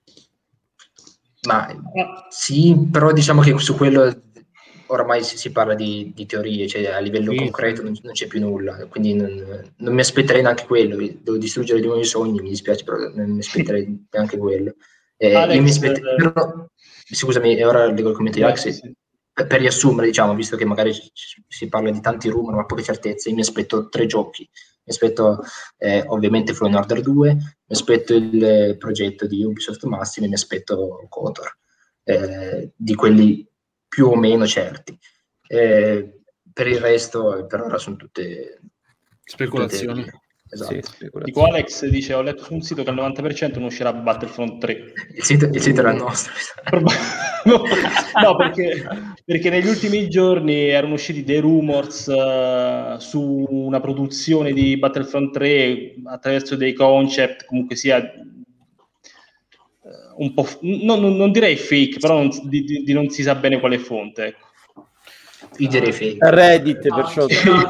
Ma sì, però diciamo che su quello oramai si parla di teorie, cioè a livello concreto non c'è più nulla, quindi non mi aspetterei neanche quello. Devo distruggere di nuovo i sogni, mi dispiace, però non mi aspetterei neanche quello. Però, scusami, e ora leggo il commento di Alex. Sì. Per riassumere, diciamo, visto che magari si parla di tanti rumor ma poche certezze, io mi aspetto 3 giochi. Mi aspetto ovviamente Fallen Order 2, mi aspetto il progetto di Ubisoft Massive e mi aspetto KOTOR, di quelli più o meno certi. Per il resto, per ora sono tutte speculazioni. Esatto. Sì, tipo Alex dice: ho letto su un sito che al 90% non uscirà Battlefront 3. Il sito era il nostro. No, perché negli ultimi giorni erano usciti dei rumors su una produzione di Battlefront 3 attraverso dei concept, comunque sia un po' non direi fake, però di non si sa bene quale fonte, ecco. Io direi fake. Reddit, perciò...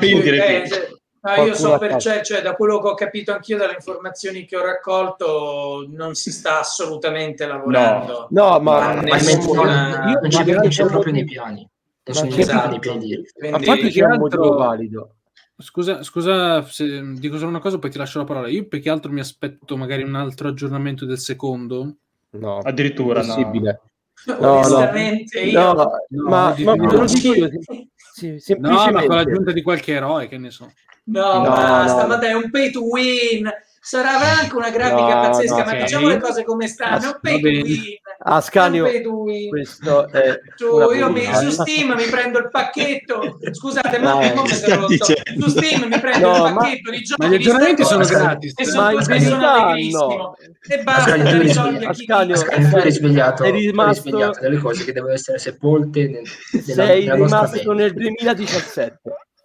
Io so cioè, da quello che ho capito anch'io dalle informazioni che ho raccolto, non si sta assolutamente lavorando. No, ma non c'è proprio nei piani. A parte che è un motivo valido. Scusa, se dico solo una cosa, poi ti lascio la parola. Io più che altro mi aspetto magari un altro aggiornamento del secondo. No, addirittura possibile. Onestamente ma te lo dico io. Sì, semplicemente. No, ma con l'aggiunta di qualche eroe, che ne so. Basta, ma dai, un pay to win. Sarà anche una grafica pazzesca, ma diciamo le cose come stanno. Un pay to win. Ascanio, questo è su Steam mi prendo il pacchetto. Scusate, su Steam mi prendo il pacchetto di giochi. Ma gli aggiornamenti sono gratis. E sono due persone allegrissimo. E basta, Ascanio, eri risvegliato delle cose che devono essere sepolte sei rimasto nel 2017.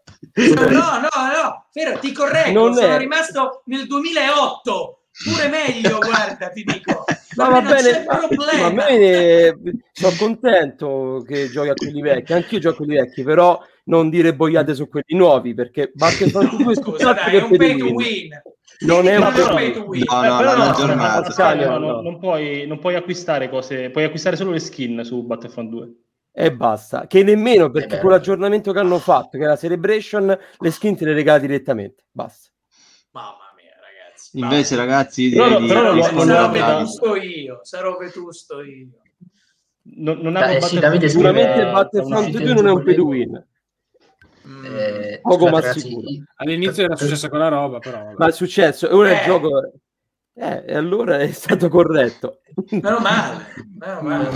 No, Fero, ti correggo, sono rimasto nel 2008, pure meglio, guarda, ti dico. Ma va bene, ma bene, sono contento che giochi a quelli vecchi, anch'io gioco a quelli vecchi, però non dire boiate su quelli nuovi, perché Battlefront 2 è un pay to win. Non è un pay to win. Non puoi acquistare cose, puoi acquistare solo le skin su Battlefront 2. E basta, che nemmeno perché con l'aggiornamento che hanno fatto, che è la Celebration, le skin te le regala direttamente, basta. Mamma mia, ragazzi. Invece, ragazzi, sarò vetusto io. Non hanno sicuramente Battlefront 2 non è un pay to win. Poco ma sicuro. All'inizio era successa quella roba, però. Ma è successo, ora il gioco... E allora è stato corretto. Meno male. Ma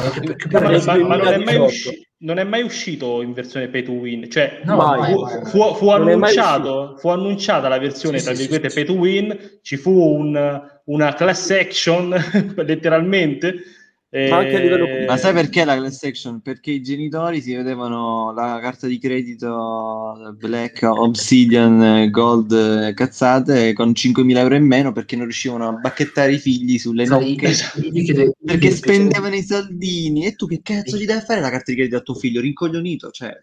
non è mai uscito in versione pay to win, cioè fu annunciata la versione tra virgolette pay to win, ci fu una class action letteralmente. Ma anche a livello ma sai perché la class action? Perché i genitori si vedevano la carta di credito Black, Obsidian, Gold, cazzate con 5.000 euro in meno perché non riuscivano a bacchettare i figli sulle nocche perché spendevano i soldini. E tu che cazzo gli devi fare la carta di credito a tuo figlio? Rincoglionito, cioè.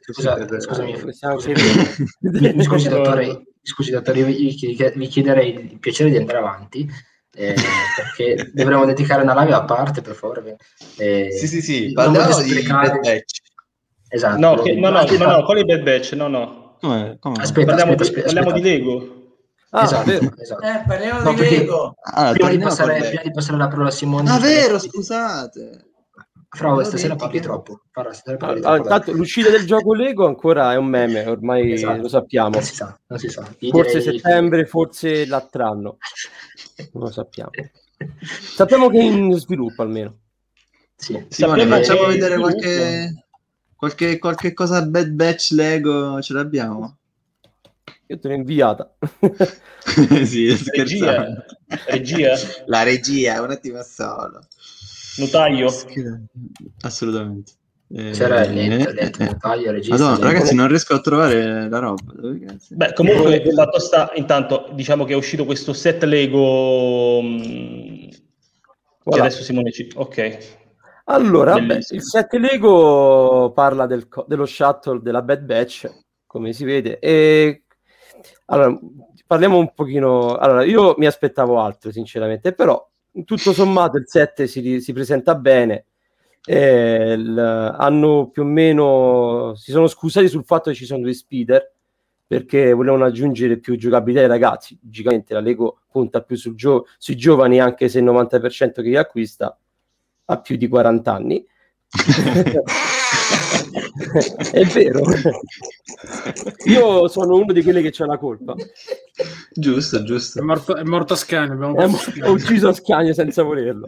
Scusi dottore, vi chiederei il piacere di andare avanti. Perché dovremmo dedicare una live a parte, per favore. Sì, parliamo di Bad Batch. Esatto. No, qual è Bad Batch? No. Come? Parliamo di Lego. Esatto. Parliamo di Lego. Prima di passare la parola a Simone. Vero, scusate. Fra stasera parli troppo. Tanto l'uscita del gioco Lego ancora è un meme, ormai lo sappiamo. Non si sa. Forse settembre, forse l'altro anno. Non lo sappiamo. Sappiamo che è in sviluppo almeno. Sì. Simone, facciamo vedere qualche cosa Bad Batch Lego, ce l'abbiamo? Io te l'ho inviata. Sì, scherzando. Regia? La regia, un attimo solo. Notaio? Assolutamente. C'era il notaio, regista. Madonna, ragazzi, non riesco a trovare la roba. Beh, comunque, fatto sta, intanto, diciamo che è uscito questo set Lego che adesso Simone ok. Allora, il set Lego parla dello shuttle della Bad Batch, come si vede, e allora parliamo un pochino. Allora, io mi aspettavo altro, sinceramente, però tutto sommato il set si presenta bene. Hanno più o meno si sono scusati sul fatto che ci sono due speeder perché volevano aggiungere più giocabilità ai ragazzi. Logicamente la Lego punta più sui giovani, anche se il 90% che li acquista ha più di 40 anni. È vero, io sono uno di quelli che c'ha la colpa. Giusto. È morto Ascanio, ho ucciso Ascanio senza volerlo.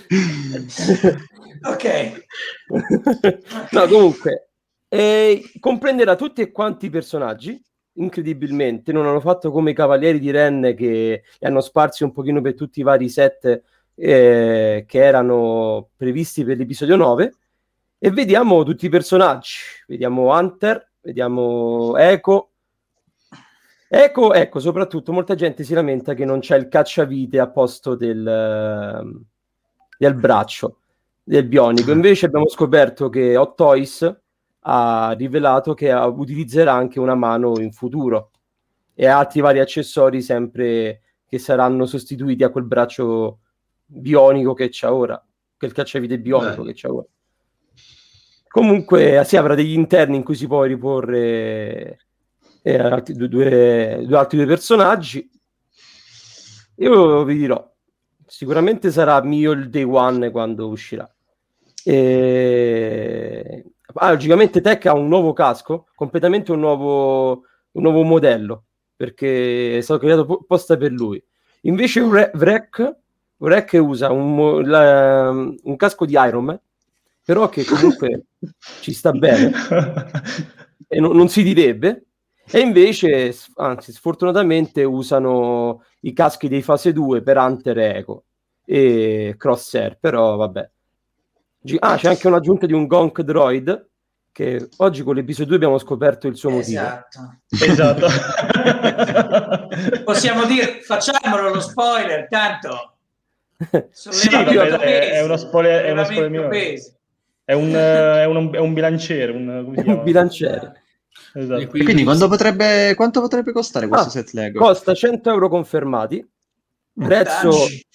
Ok. No, comunque comprenderà tutti e quanti i personaggi. Incredibilmente non hanno fatto come i Cavalieri di Ren, che li hanno sparsi un pochino per tutti i vari set che erano previsti per l'episodio 9. E vediamo tutti i personaggi. Vediamo Hunter, vediamo Echo, soprattutto molta gente si lamenta che non c'è il cacciavite a posto del braccio del bionico. Invece abbiamo scoperto che Hot Toys ha rivelato che utilizzerà anche una mano in futuro e altri vari accessori sempre che saranno sostituiti a quel braccio bionico che c'ha ora, quel cacciavite bionico che c'ha ora. Comunque si avrà degli interni in cui si può riporre altri due personaggi. Io vi dirò, sicuramente sarà mio il day one quando uscirà. Logicamente Tech ha un nuovo casco, completamente un nuovo modello, perché è stato creato apposta per lui. Invece Vrek usa un casco di Iron Man, però che comunque ci sta bene e non si direbbe. E invece, anzi, sfortunatamente usano i caschi dei fase 2 per Hunter e Echo e Crosshair, però vabbè. C'è anche un'aggiunta di un Gonk Droid che oggi con l'episodio 2 abbiamo scoperto il suo motivo. Esatto. Possiamo dire, facciamolo lo spoiler, tanto sì, è uno spoiler, è uno spoiler mio. È un bilanciere, un bilanciere. Esatto. Quindi quanto potrebbe costare questo set Lego? Costa 100 euro confermati. Prezzo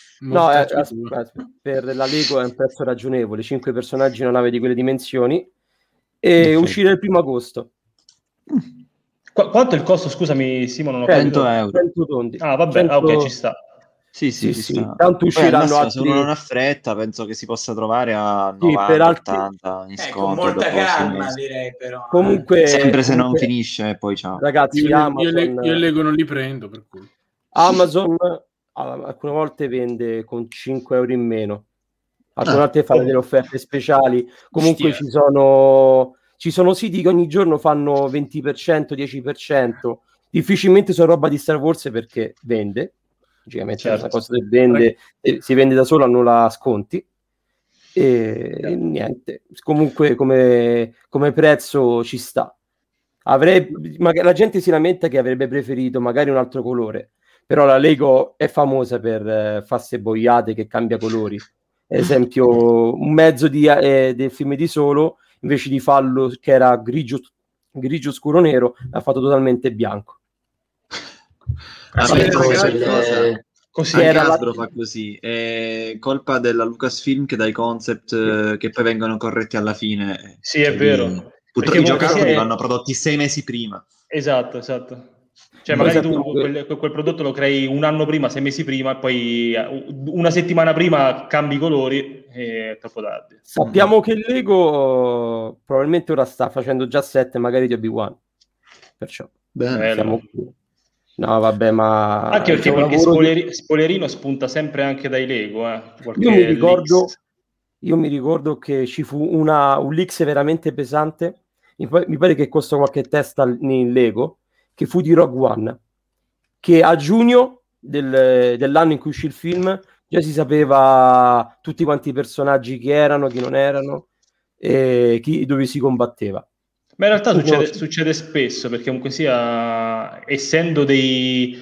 per la Lego è un prezzo ragionevole, 5 personaggi in una nave di quelle dimensioni e uscire il 1 agosto. Quanto è il costo? Scusami Simo, non ho 100 euro. 100 tondi. Vabbè, 100... ok, ci sta. Sì, sta. Tanto usciranno altri... Se uno non ha fretta, penso che si possa trovare a 90, per altri... 80 in sconto. Con molta calma, direi, però. Comunque, sempre se non finisce, e poi ciao. Ragazzi, Amazon... io Lego non li prendo, per cui. Amazon alcune volte vende con 5 euro in meno, alcune volte fanno delle offerte speciali. Comunque ci sono siti che ogni giorno fanno 20%, 10%. Difficilmente sono roba di Star Wars perché vende. Logicamente una cosa che vende, si vende da solo, non la sconti. E niente. Comunque come prezzo ci sta. La gente si lamenta che avrebbe preferito magari un altro colore, però la Lego è famosa per farsi boiate che cambia colori. Ad esempio, un mezzo del film di Solo, invece di farlo che era grigio scuro nero, l'ha fatto totalmente bianco. Così Hasbro fa così, è colpa della Lucasfilm che dà i concept che poi vengono corretti alla fine. Sì, è vero. Purtroppo i giocattoli vanno prodotti 6 mesi prima. Esatto. Cioè magari tu quel prodotto lo crei un anno prima, 6 mesi prima, e poi una settimana prima cambi i colori e è troppo tardi. Sappiamo che Lego probabilmente ora sta facendo già 7 magari di Obi-Wan. Perciò siamo qui. No, vabbè, ma... Anche perché qualche spoilerino spunta sempre anche dai Lego. Io mi ricordo che ci fu un leak veramente pesante. Mi pare che costò qualche testa in Lego, che fu di Rogue One, che a giugno dell'anno in cui uscì il film già si sapeva tutti quanti i personaggi chi erano, chi non erano e dove si combatteva. Ma in realtà succede spesso, perché comunque sia, essendo dei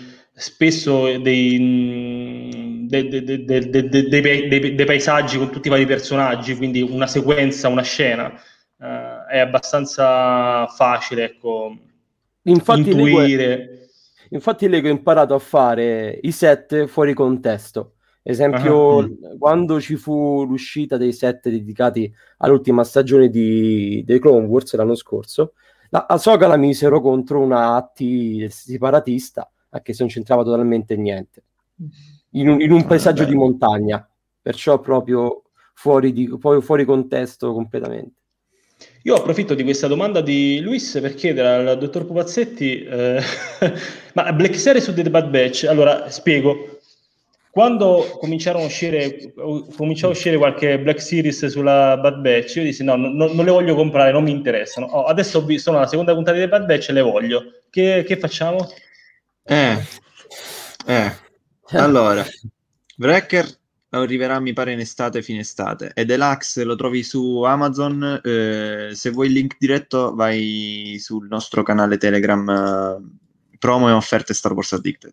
paesaggi con tutti i vari personaggi, quindi una sequenza, una scena, è abbastanza facile, ecco, intuire. Infatti Lego ha imparato a fare i set fuori contesto. Esempio, quando ci fu l'uscita dei set dedicati all'ultima stagione di The Clone Wars l'anno scorso, la Ahsoka la misero contro una Atti separatista, che non c'entrava totalmente niente, in un paesaggio di montagna, perciò proprio fuori contesto completamente. Io approfitto di questa domanda di Luis per chiedere al dottor Pupazzetti ma Black Series su The Bad Batch, allora spiego. Quando cominciò a uscire qualche Black Series sulla Bad Batch, io dissi no, non le voglio comprare, non mi interessano. Adesso ho visto la seconda puntata di Bad Batch e le voglio. Che facciamo? Allora, Wrecker arriverà mi pare in estate, fine estate, e Deluxe lo trovi su Amazon. Se vuoi il link diretto vai sul nostro canale Telegram, promo e offerte Star Wars Addicted.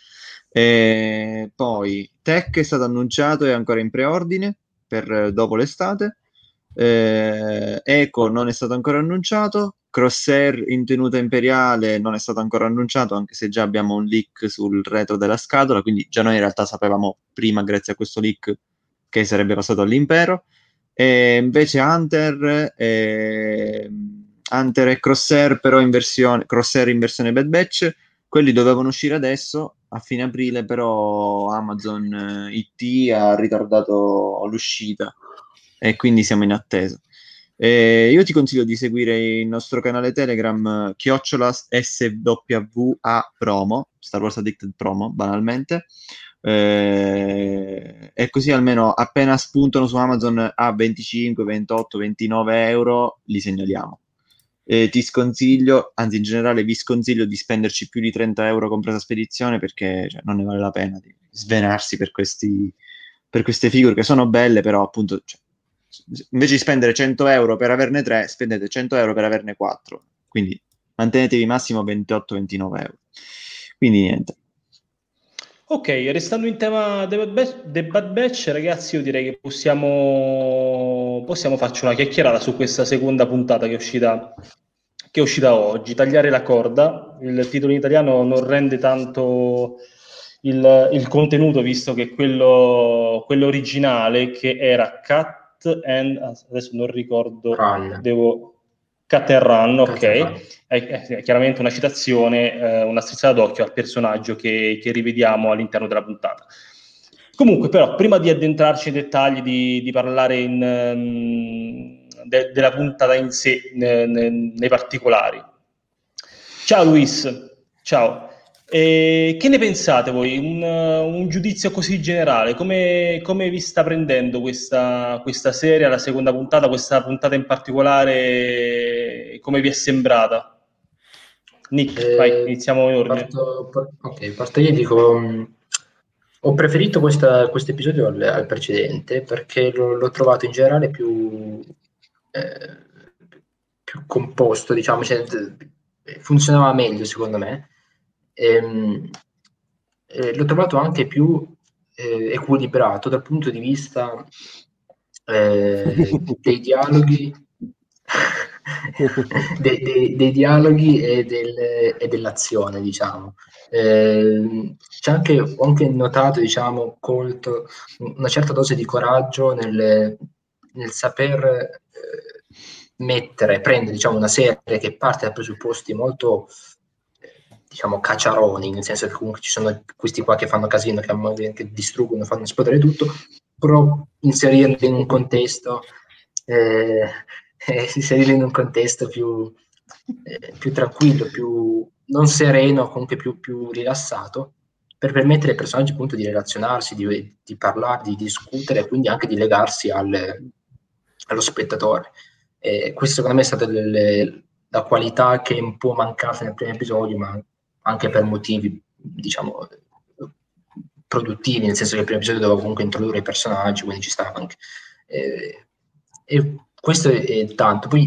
E poi Tech è stato annunciato e ancora in preordine per dopo l'estate. Echo non è stato ancora annunciato, Crosshair in tenuta imperiale non è stato ancora annunciato, anche se già abbiamo un leak sul retro della scatola, quindi già noi in realtà sapevamo prima, grazie a questo leak, che sarebbe passato all'impero. E invece Hunter e Crosshair, però Crosshair in versione Bad Batch, quelli dovevano uscire adesso a fine aprile, però Amazon IT ha ritardato l'uscita e quindi siamo in attesa. Io ti consiglio di seguire il nostro canale Telegram @SWA promo, Star Wars Addicted promo, banalmente, e così almeno appena spuntano su Amazon a 25, 28, 29 euro li segnaliamo. Ti sconsiglio, anzi in generale vi sconsiglio di spenderci più di 30 euro compresa spedizione, perché non ne vale la pena di svenarsi per queste figure che sono belle, però appunto invece di spendere 100 euro per averne 3, spendete 100 euro per averne 4, quindi mantenetevi massimo 28-29 euro. Quindi niente. Ok, restando in tema The Bad Batch, ragazzi, io direi che possiamo farci una chiacchierata su questa seconda puntata che è uscita oggi, Tagliare la corda. Il titolo in italiano non rende tanto il contenuto, visto che quello originale, che era Cut and... adesso non ricordo... Cut and Run, ok. È chiaramente una citazione, una strizzata d'occhio al personaggio che rivediamo all'interno della puntata. Comunque, però, prima di addentrarci nei dettagli, di parlare della puntata in sé, nei particolari. Ciao Luis, ciao. Che ne pensate voi? Un giudizio così generale, come vi sta prendendo questa serie, la seconda puntata, questa puntata in particolare, come vi è sembrata? Nick, vai, iniziamo in ordine. Parto io, dico, ho preferito questo episodio al precedente, perché l'ho trovato in generale più composto, diciamo, funzionava meglio secondo me. L'ho trovato anche più equilibrato dal punto di vista dei dialoghi dei dialoghi e dell'azione, diciamo. Ho anche notato, diciamo, colto una certa dose di coraggio nel saper prendere, diciamo, una serie che parte da presupposti molto diciamo cacciaroni, nel senso che comunque ci sono questi qua che fanno casino, che distruggono, fanno esplodere tutto, però inserirli in un contesto più tranquillo, più non sereno, comunque più rilassato, per permettere ai personaggi appunto di relazionarsi, di parlare, di discutere e quindi anche di legarsi allo spettatore. Questo secondo me è stata la qualità che un po' mancava nel primo episodio, ma anche per motivi, diciamo, produttivi, nel senso che il primo episodio doveva comunque introdurre i personaggi, quindi ci stava anche. E questo è tanto. Poi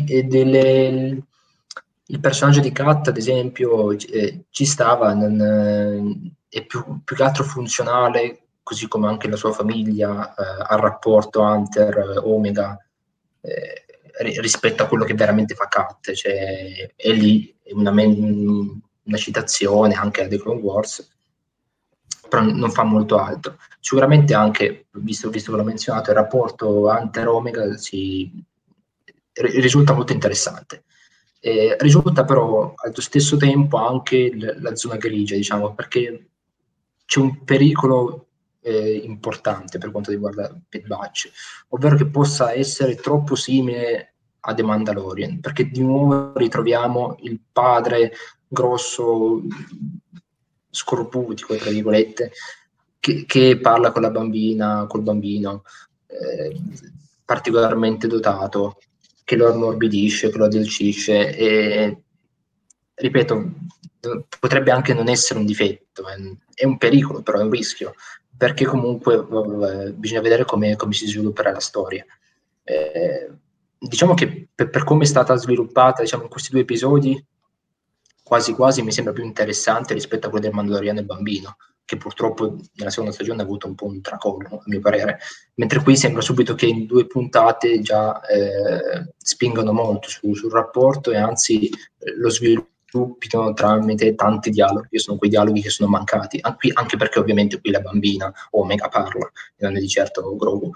il personaggio di Kat, ad esempio, ci stava, è più che altro funzionale, così come anche la sua famiglia, al rapporto Hunter-Omega, rispetto a quello che veramente fa Kat. Cioè, è lì una citazione anche a The Clone Wars, però non fa molto altro. Sicuramente anche, visto che l'ho menzionato, il rapporto Hunter-Omega risulta molto interessante. Risulta però allo stesso tempo anche la zona grigia, diciamo, perché c'è un pericolo importante per quanto riguarda Bad Batch, ovvero che possa essere troppo simile a The Mandalorian, perché di nuovo ritroviamo il padre grosso, scorbutico, tra virgolette, che parla con la bambina, col bambino, particolarmente dotato, che lo ammorbidisce, che lo addolcisce, e ripeto, potrebbe anche non essere un difetto, è un pericolo, però è un rischio, perché comunque bisogna vedere come si svilupperà la storia. Diciamo che per come è stata sviluppata, diciamo, in questi 2 episodi, quasi quasi mi sembra più interessante rispetto a quello del Mandaloriano e il bambino, che purtroppo nella seconda stagione ha avuto un po' un tracollo, a mio parere, mentre qui sembra subito che in 2 puntate già spingano molto sul rapporto e anzi lo sviluppino tramite tanti dialoghi, che sono quei dialoghi che sono mancati, anche perché ovviamente qui la bambina Omega parla, e non è di certo Grogu.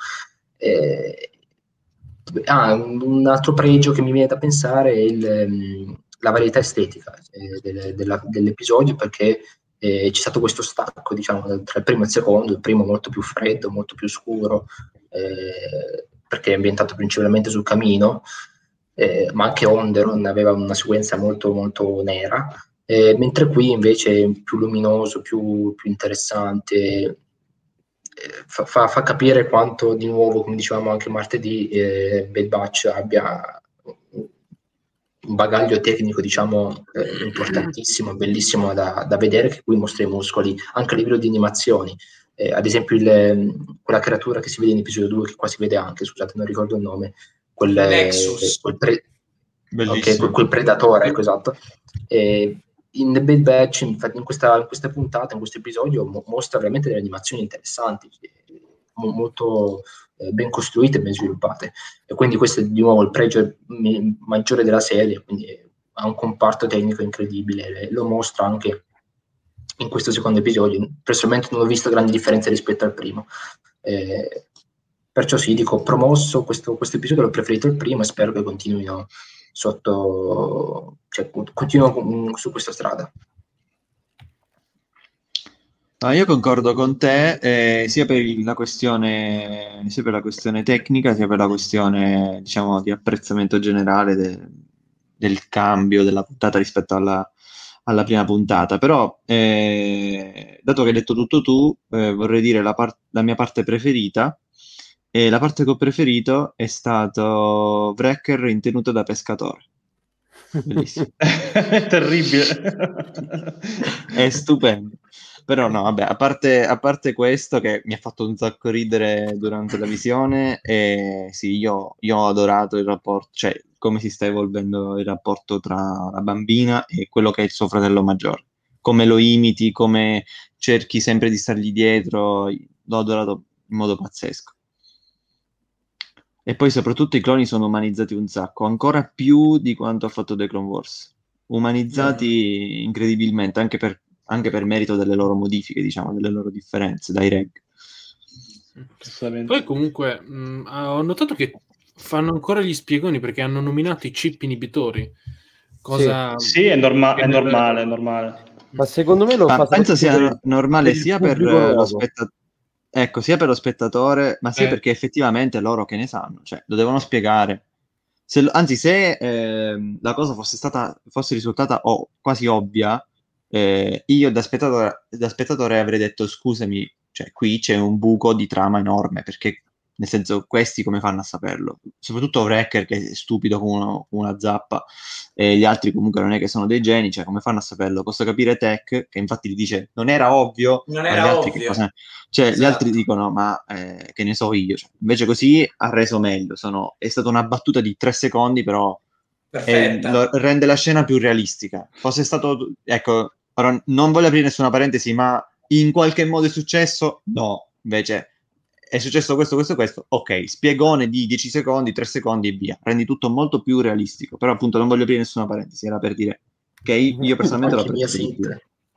Un altro pregio che mi viene da pensare è la varietà estetica dell'episodio, perché c'è stato questo stacco, diciamo, tra il primo e il secondo, il primo molto più freddo, molto più scuro, perché è ambientato principalmente sul camino, ma anche Onderon aveva una sequenza molto molto nera, mentre qui invece è più luminoso, più interessante, fa capire quanto, di nuovo, come dicevamo anche martedì, Bad Batch abbia un bagaglio tecnico, diciamo, importantissimo, bellissimo da vedere, che qui mostra i muscoli anche a livello di animazioni. Ad esempio quella creatura che si vede in episodio 2, che qua si vede anche, scusate, non ricordo il nome, quel predatore, ecco, esatto. In The Bad Batch, infatti, in questa puntata, in questo episodio, mostra veramente delle animazioni interessanti, molto ben costruite e ben sviluppate, e quindi questo è di nuovo il pregio maggiore della serie, quindi ha un comparto tecnico incredibile, lo mostra anche in questo secondo episodio. Personalmente non ho visto grandi differenze rispetto al primo, perciò sì, dico promosso, questo episodio l'ho preferito il primo e spero che continuino continuino su questa strada. Io concordo con te, sia per la questione tecnica, sia per la questione, diciamo, di apprezzamento generale del cambio della puntata rispetto alla prima puntata. Però, dato che hai detto tutto tu, vorrei dire la mia parte preferita. E la parte che ho preferito è stato Wrecker in tenuta da pescatore. Bellissimo. È terribile. È stupendo. Però no, vabbè, a parte questo che mi ha fatto un sacco ridere durante la visione, e sì, io ho adorato il rapporto, cioè come si sta evolvendo il rapporto tra la bambina e quello che è il suo fratello maggiore. Come lo imiti, come cerchi sempre di stargli dietro, l'ho adorato in modo pazzesco. E poi soprattutto i cloni sono umanizzati un sacco, ancora più di quanto ha fatto The Clone Wars. Umanizzati incredibilmente, anche per merito delle loro modifiche, diciamo, delle loro differenze dai reg. Poi comunque ho notato che fanno ancora gli spiegoni perché hanno nominato i chip inibitori. Sì, è normale. Ma secondo me penso sia normale sia per lo spettatore. Ecco, sia per lo spettatore, ma sia perché effettivamente loro che ne sanno, cioè lo devono spiegare. Se la cosa fosse risultata quasi ovvia, io da spettatore avrei detto: scusami, cioè qui c'è un buco di trama enorme, perché nel senso, questi come fanno a saperlo? Soprattutto Wrecker, che è stupido come una zappa, e gli altri comunque non è che sono dei geni, cioè come fanno a saperlo? Posso capire Tech, che infatti gli dice non era ovvio, non ma era gli altri ovvio. Che cosa... Cioè, esatto. Gli altri dicono, ma che ne so io. Cioè, invece così ha reso meglio. È stata una battuta di 3 secondi, però rende la scena più realistica. Fosse stato... Ecco, ora, non voglio aprire nessuna parentesi, ma in qualche modo è successo? No, invece è successo questo, ok, spiegone di 10 secondi, 3 secondi e via. Rendi tutto molto più realistico. Però appunto non voglio aprire nessuna parentesi, era per dire che io personalmente l'ho apprezzato di più.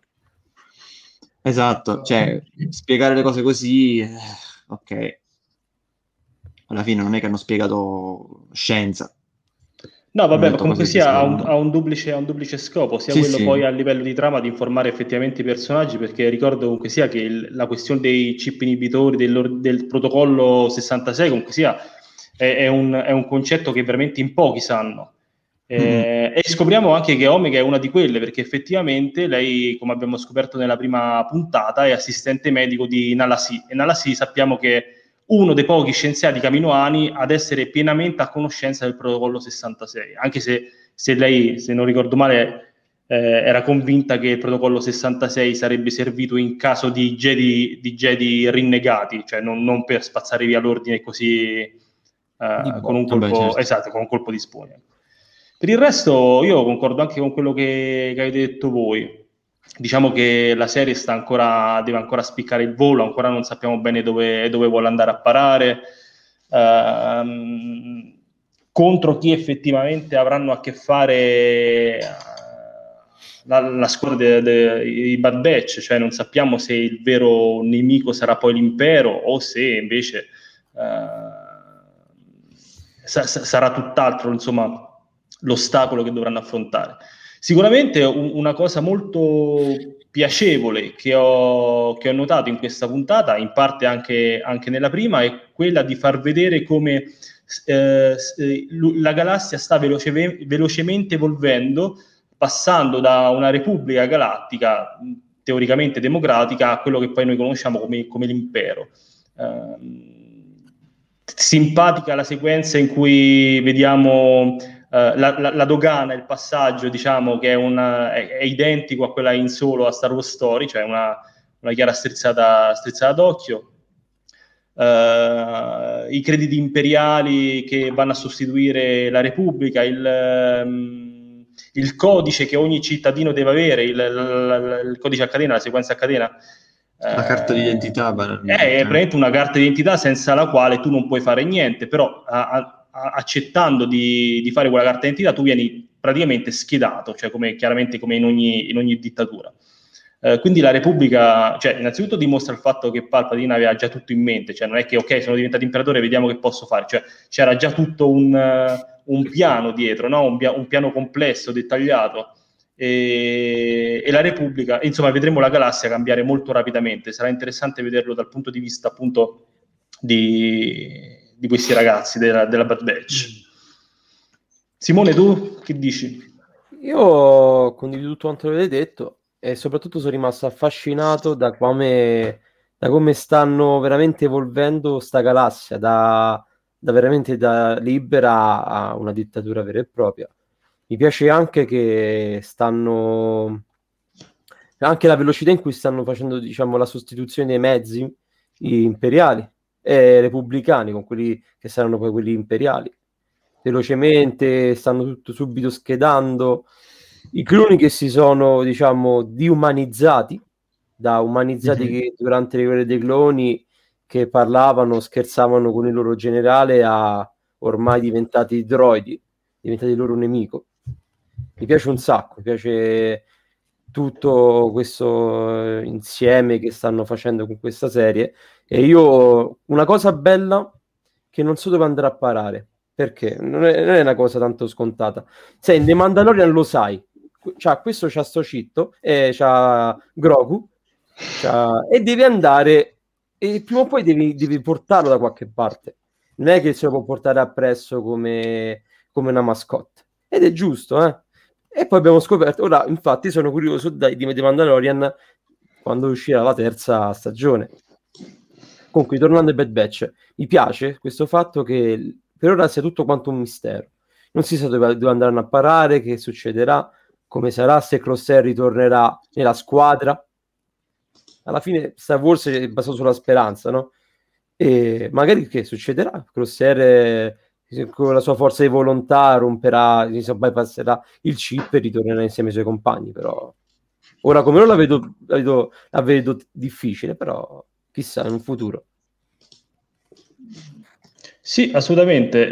Esatto, cioè spiegare le cose così, ok. Alla fine non è che hanno spiegato scienza. No, vabbè, ma comunque sia ha un duplice scopo, sia quello poi a livello di trama di informare effettivamente i personaggi, perché ricordo comunque sia che la questione dei chip inibitori, del protocollo 66, comunque sia, è un concetto che veramente in pochi sanno. E scopriamo anche che Omega è una di quelle, perché effettivamente lei, come abbiamo scoperto nella prima puntata, è assistente medico di Nala Se, e Nala Se sappiamo che uno dei pochi scienziati caminoani ad essere pienamente a conoscenza del protocollo 66, anche se lei, se non ricordo male, era convinta che il protocollo 66 sarebbe servito in caso di Jedi rinnegati, cioè non per spazzare via l'ordine così con un colpo, certo. Esatto, con un colpo di spugna. Per il resto io concordo anche con quello che avete detto voi. diciamo che la serie deve ancora spiccare il volo, ancora non sappiamo bene dove vuole andare a parare, contro chi effettivamente avranno a che fare la squadra dei Bad Batch, cioè non sappiamo se il vero nemico sarà poi l'impero o se invece sarà tutt'altro, insomma, l'ostacolo che dovranno affrontare. Sicuramente una cosa molto piacevole che ho notato in questa puntata, in parte anche nella prima, è quella di far vedere come la galassia sta velocemente evolvendo, passando da una repubblica galattica teoricamente democratica a quello che poi noi conosciamo come l'impero. Simpatica la sequenza in cui vediamo la dogana, il passaggio, diciamo, che è identico a quella in Solo a Star Wars Story, cioè una chiara strizzata d'occhio. I crediti imperiali che vanno a sostituire la Repubblica, il codice che ogni cittadino deve avere, il codice a catena, la sequenza a catena. La carta d'identità è praticamente una carta d'identità senza la quale tu non puoi fare niente, però accettando di fare quella carta d'identità tu vieni praticamente schedato, cioè chiaramente come in ogni dittatura. Quindi la Repubblica, cioè, innanzitutto dimostra il fatto che Palpatine aveva già tutto in mente, cioè non è che ok, sono diventato imperatore, vediamo che posso fare, cioè c'era già tutto un piano dietro, no? un piano complesso, dettagliato, e la Repubblica, insomma, vedremo la galassia cambiare molto rapidamente. Sarà interessante vederlo dal punto di vista appunto di questi ragazzi della Bad Batch. Simone, tu che dici? Io condivido tutto quanto avete detto e soprattutto sono rimasto affascinato da come stanno veramente evolvendo sta galassia, da veramente da libera a una dittatura vera e propria. Mi piace anche che anche la velocità in cui stanno facendo, diciamo, la sostituzione dei mezzi imperiali e repubblicani con quelli che saranno poi quelli imperiali. Velocemente stanno tutto subito schedando i cloni che si sono, diciamo, diumanizzati, che durante le guerre dei cloni che parlavano, scherzavano con il loro generale, a ormai diventati droidi, diventati il loro nemico. Mi piace un sacco, mi piace tutto questo insieme che stanno facendo con questa serie, e io una cosa bella che non so dove andare a parare, perché non è una cosa tanto scontata. Se in The Mandalorian lo sai, questo c'ha sto citto, c'ha Grogu, e devi andare, e prima o poi devi portarlo da qualche parte, non è che se lo può portare appresso come una mascotte, ed è giusto, E poi abbiamo scoperto, ora infatti sono curioso di The Mandalorian quando uscirà la terza stagione. Comunque, tornando ai Bad Batch, mi piace questo fatto che per ora sia tutto quanto un mistero. Non si sa dove andranno a parare, che succederà, come sarà, se Crosshair ritornerà nella squadra. Alla fine Star Wars è basato sulla speranza, no? E magari che succederà? Crosshair con la sua forza di volontà romperà, bypasserà il chip e ritornerà insieme ai suoi compagni, però ora come non la vedo difficile, però chissà, in un futuro. Sì, assolutamente.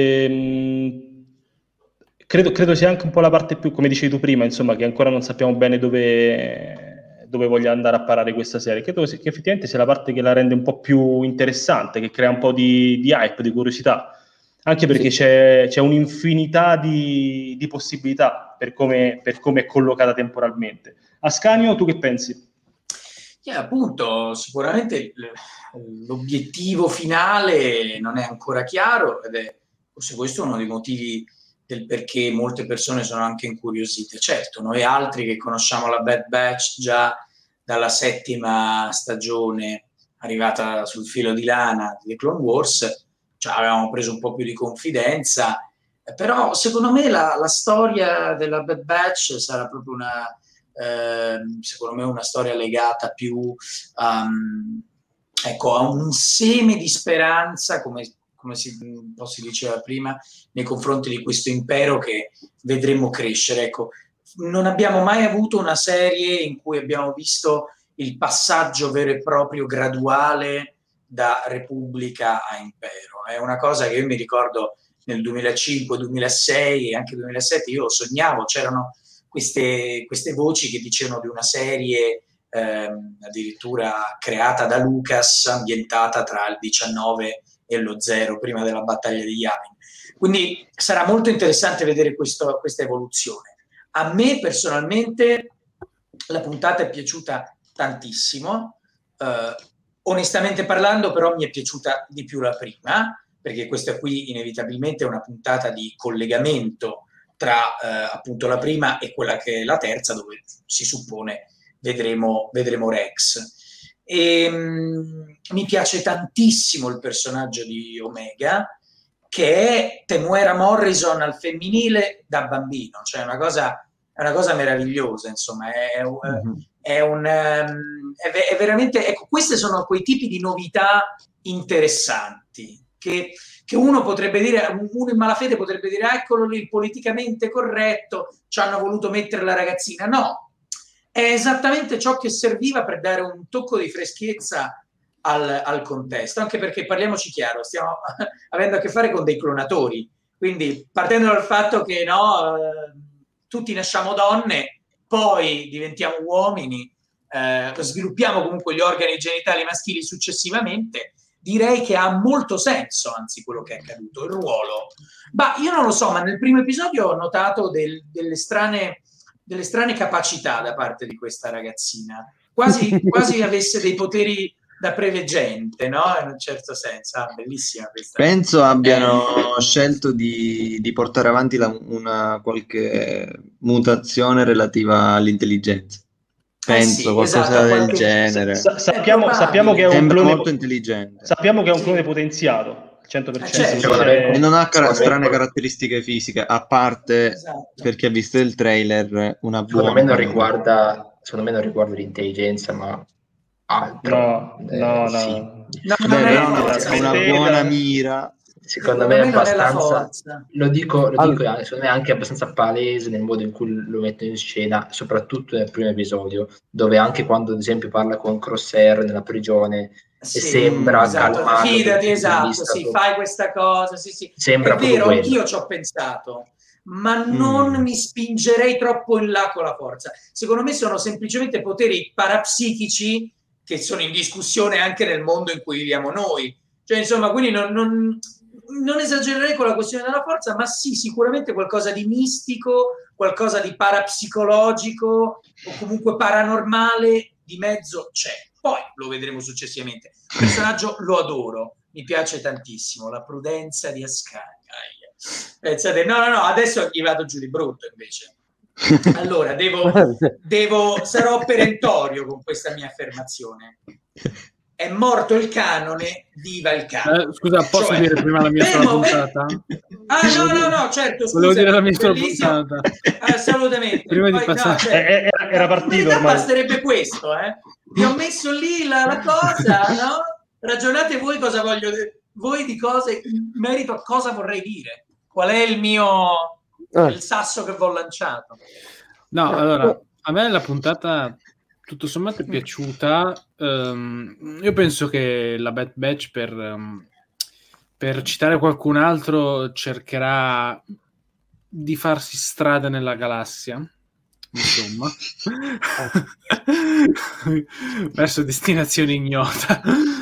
Credo sia anche un po' la parte più, come dicevi tu prima, insomma, che ancora non sappiamo bene dove voglia andare a parare questa serie. Credo che effettivamente sia la parte che la rende un po' più interessante, che crea un po' di hype, di curiosità, anche perché sì, c'è un'infinità di possibilità per come è collocata temporalmente. Ascanio, tu che pensi? Appunto, sicuramente l'obiettivo finale non è ancora chiaro, ed è forse questo uno dei motivi del perché molte persone sono anche incuriosite. Certo, noi altri che conosciamo la Bad Batch già dalla 7ª stagione arrivata sul filo di lana di The Clone Wars, avevamo preso un po' più di confidenza, però secondo me la storia della Bad Batch sarà proprio secondo me una storia legata più a un seme di speranza, come si diceva prima, nei confronti di questo impero che vedremo crescere. Ecco, non abbiamo mai avuto una serie in cui abbiamo visto il passaggio vero e proprio graduale da Repubblica a Impero. È una cosa che io mi ricordo nel 2005, 2006 e anche 2007, io sognavo, c'erano queste voci che dicevano di una serie addirittura creata da Lucas, ambientata tra il 19 e lo 0, prima della battaglia di Yavin. Quindi sarà molto interessante vedere questa evoluzione. A me personalmente la puntata è piaciuta tantissimo, onestamente parlando però mi è piaciuta di più la prima, perché questa qui inevitabilmente è una puntata di collegamento tra appunto la prima e quella che è la terza, dove si suppone vedremo Rex. Mi piace tantissimo il personaggio di Omega, che è Temuera Morrison al femminile da bambino, cioè è una cosa meravigliosa, insomma, è veramente, ecco, queste sono quei tipi di novità interessanti che uno potrebbe dire, uno in malafede potrebbe dire, eccolo lì, il politicamente corretto, ci hanno voluto mettere la ragazzina. No, è esattamente ciò che serviva per dare un tocco di freschezza al contesto, anche perché, parliamoci chiaro, stiamo avendo a che fare con dei clonatori, quindi partendo dal fatto che tutti nasciamo donne, poi diventiamo uomini, sviluppiamo comunque gli organi genitali maschili successivamente, direi che ha molto senso, anzi, quello che è accaduto, il ruolo. Io non lo so, ma nel primo episodio ho notato delle strane capacità da parte di questa ragazzina, quasi avesse dei poteri da preveggente, no? In un certo senso. Bellissima questa. Penso abbiano scelto di portare avanti una qualche mutazione relativa all'intelligenza. Penso qualcosa del genere. Sappiamo che è un clone molto intelligente. Sappiamo che è un clone potenziato al 100%. Certo. E non ha strane caratteristiche fisiche, a parte, per chi ha visto il trailer, una buona. Secondo me non riguarda l'intelligenza, ma altro. No. Una buona mira. Secondo me è abbastanza, lo dico secondo me è anche abbastanza palese nel modo in cui lo mettono in scena, soprattutto nel primo episodio, dove anche quando ad esempio parla con Crosshair nella prigione e sembra calmato, fidati, fai questa cosa, sembra è vero, anch'io ci ho pensato, ma non mi spingerei troppo in là con la forza. Secondo me sono semplicemente poteri parapsichici che sono in discussione anche nel mondo in cui viviamo noi, cioè insomma, quindi non esagererei con la questione della forza, ma sì, sicuramente qualcosa di mistico, qualcosa di parapsicologico o comunque paranormale di mezzo c'è. Poi lo vedremo successivamente. Il personaggio lo adoro, mi piace tantissimo, la prudenza di Ascania. Pensate, no, adesso gli vado giù di brutto invece. Allora, sarò perentorio con questa mia affermazione. È morto il canone, viva il canone. Scusa, posso dire prima la mia puntata? No, certo, scusa. Volevo dire la mia puntata. Assolutamente. Prima di passare. Era partito ormai. Basterebbe questo, Vi ho messo lì la cosa, no? Ragionate voi cosa voglio dire. Voi di cose, in merito a cosa vorrei dire. Qual è il mio... il sasso che vi ho lanciato. No, allora, a me la puntata... tutto sommato è piaciuta. Io penso che la Bad Batch, per citare qualcun altro, cercherà di farsi strada nella galassia, insomma, verso destinazione ignota.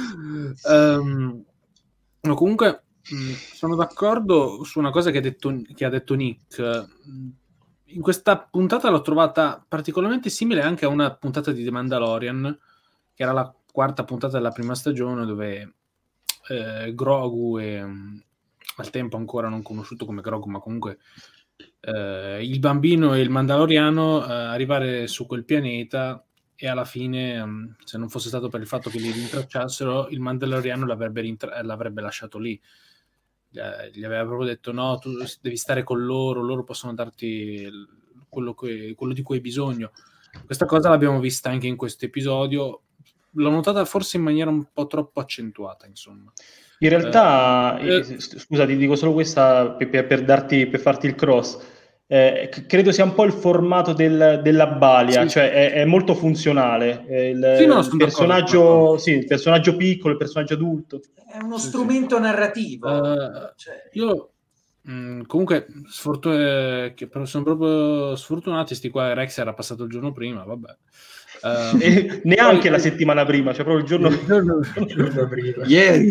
No, comunque sono d'accordo su una cosa che ha detto Nick. In questa puntata l'ho trovata particolarmente simile anche a una puntata di The Mandalorian, che era la quarta puntata della prima stagione, dove Grogu, al tempo ancora non conosciuto come Grogu, ma comunque il bambino e il Mandaloriano arrivare su quel pianeta, e alla fine, se non fosse stato per il fatto che li rintracciassero, il Mandaloriano l'avrebbe lasciato lì. Gli aveva proprio detto no, tu devi stare con loro possono darti quello di cui hai bisogno. Questa cosa l'abbiamo vista anche in questo episodio, l'ho notata forse in maniera un po' troppo accentuata, insomma. In realtà scusa, ti dico solo questa per farti il cross. credo sia un po' il formato della balia, cioè è molto funzionale. Il personaggio piccolo, il personaggio adulto. È uno strumento narrativo. Io comunque sono proprio sfortunati sti qua. Rex era passato il giorno prima, vabbè. Neanche la settimana prima, cioè proprio il giorno prima. Ieri.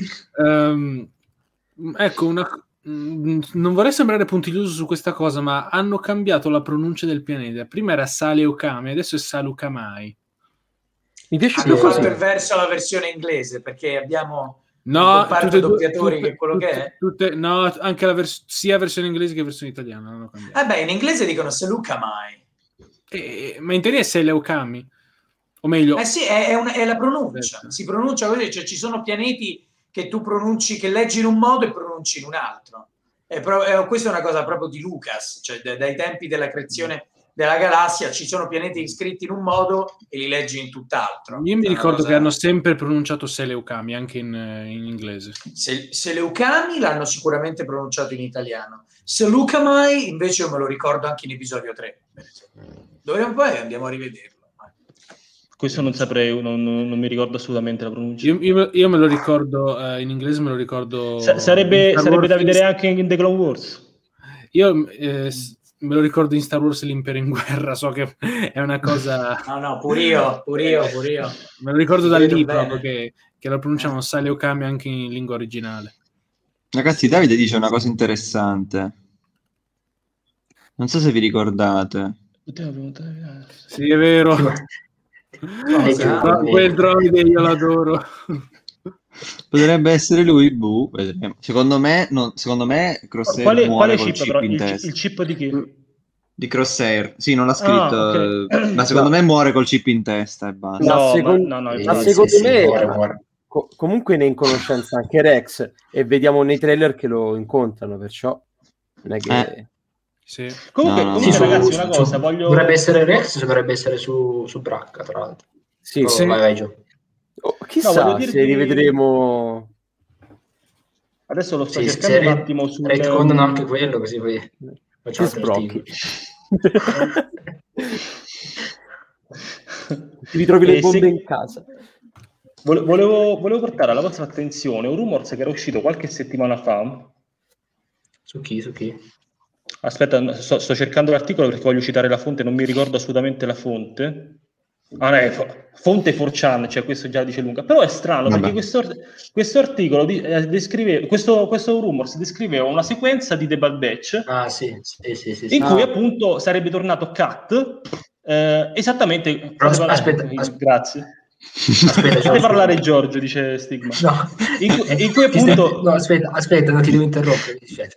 Ecco, non vorrei sembrare puntiglioso su questa cosa, ma hanno cambiato la pronuncia del pianeta. Prima era Saleukami, adesso è Saleucamai. Mi piace hanno fatto il verso alla versione inglese, perché abbiamo un comparto doppiatori che è quello che è. No, anche sia versione inglese che versione italiana hanno cambiato. In inglese dicono Saleucamai. Ma in teoria è Saleukami. O meglio... sì, è la pronuncia. Si pronuncia così, cioè ci sono pianeti che tu pronunci, che leggi in un modo e pronunci in un altro. Questa è una cosa proprio di Lucas, cioè dai tempi della creazione della galassia ci sono pianeti scritti in un modo e li leggi in tutt'altro. Io mi ricordo che hanno sempre pronunciato Seleukami anche in inglese. Seleukami l'hanno sicuramente pronunciato in italiano. Saleucamai invece io me lo ricordo anche in episodio 3. Dovremmo poi andiamo a rivederlo. Questo non saprei, non mi ricordo assolutamente la pronuncia. Io me lo ricordo in inglese, me lo ricordo. Sarebbe da vedere anche in The Clone Wars. Io me lo ricordo in Star Wars l'Impero in guerra, so che è una cosa... No, pure io. Me lo ricordo dal libro che lo pronunciamo Saleukami anche in lingua originale. Ragazzi, Davide dice una cosa interessante. Non so se vi ricordate. Sì, è vero. Quel droide io l'adoro. Potrebbe essere lui, vedremo. Secondo me Crosshair muore col chip in testa. Il chip di chi? Di Crosshair. Sì, non l'ha scritto, okay. Ma secondo me muore col chip in testa e basta. Secondo me comunque ne è in conoscenza anche Rex e vediamo nei trailer che lo incontrano, perciò non è che... Sì. Comunque ragazzi, una cosa dovrebbe essere Rex, dovrebbe essere su Bracca, tra l'altro. Sì, vai Gio. Chissà se rivedremo. Adesso lo sto cercando un attimo su retconnano anche quello, così poi facciamo sbrocchi. Ti ritrovi le bombe in casa. Volevo portare alla vostra attenzione un rumors che era uscito qualche settimana fa. Su chi? Aspetta, sto cercando l'articolo perché voglio citare la fonte, non mi ricordo assolutamente la fonte. Fonte 4chan, cioè questo già dice lunga. Però è strano perché questo articolo descriveva, questo rumors descriveva una sequenza di The Bad Batch in cui appunto sarebbe tornato Kat esattamente. Aspetta. Grazie. Fate parlare Giorgio, dice Stigma. No. In cui appunto... No, aspetta, non ti devo interrompere.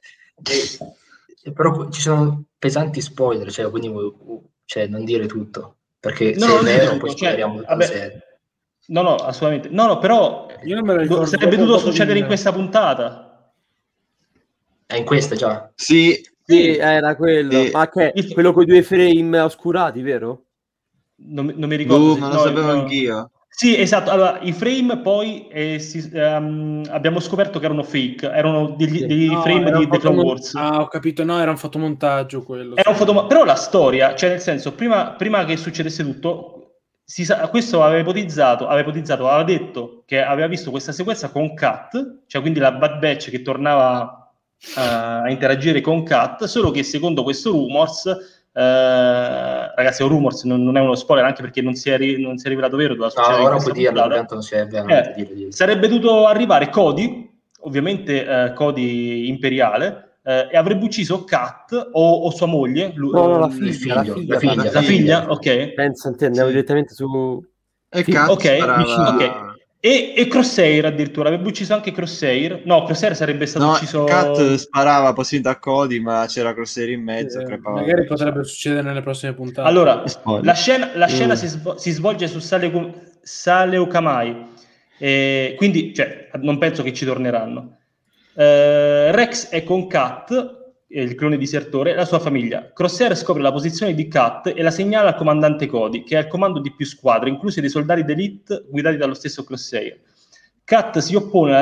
Però ci sono pesanti spoiler, cioè, quindi non dire tutto, perché se è vero poi spoileriamo tutta la serie. No, assolutamente. No, però sarebbe dovuto succedere in questa puntata. È in questa già? Sì, era quello. Ma che quello con i 2 frame oscurati, vero? Non mi ricordo. Non lo sapevo anch'io. Sì, esatto. Allora, i frame poi abbiamo scoperto che erano fake, erano degli frame di The Clone Wars. Ho capito, no, era un fotomontaggio quello. Però la storia, cioè nel senso, prima che succedesse tutto, questo aveva detto che aveva visto questa sequenza con Kat, cioè quindi la Bad Batch che tornava a interagire con Kat, solo che secondo questo rumors... ragazzi, è un rumors, non è uno spoiler, anche perché non si è rivelato vero. Ora non puoi dirlo, tanto non si è veramente sarebbe dovuto arrivare Cody, ovviamente Cody imperiale, e avrebbe ucciso Kat o sua moglie, la figlia, ok. Pensa, andiamo direttamente su Kat, ok. E Crosshair addirittura avrebbe ucciso anche Crosshair. No, Crosshair sarebbe stato ucciso. Kat sparava così da Cody, ma c'era Crosshair in mezzo. Magari potrebbe succedere nelle prossime puntate. Allora, la scena si svolge su Saleucamai, quindi non penso che ci torneranno. Rex è con Kat, il clone disertore, e la sua famiglia. Crosshair scopre la posizione di Kat e la segnala al comandante Cody, che è al comando di più squadre, incluse dei soldati d'elite guidati dallo stesso Crosshair. Kat si oppone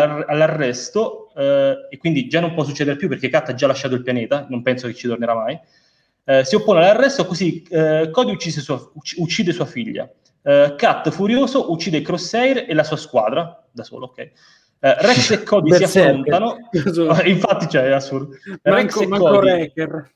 all'arresto e quindi già non può succedere più perché Kat ha già lasciato il pianeta, non penso che ci tornerà mai. Si oppone all'arresto, così Cody uccide sua figlia. Kat, furioso, uccide Crosshair e la sua squadra, da solo, ok. Rex e Cody si affrontano. Infatti, cioè, è assurdo. Rex e Cody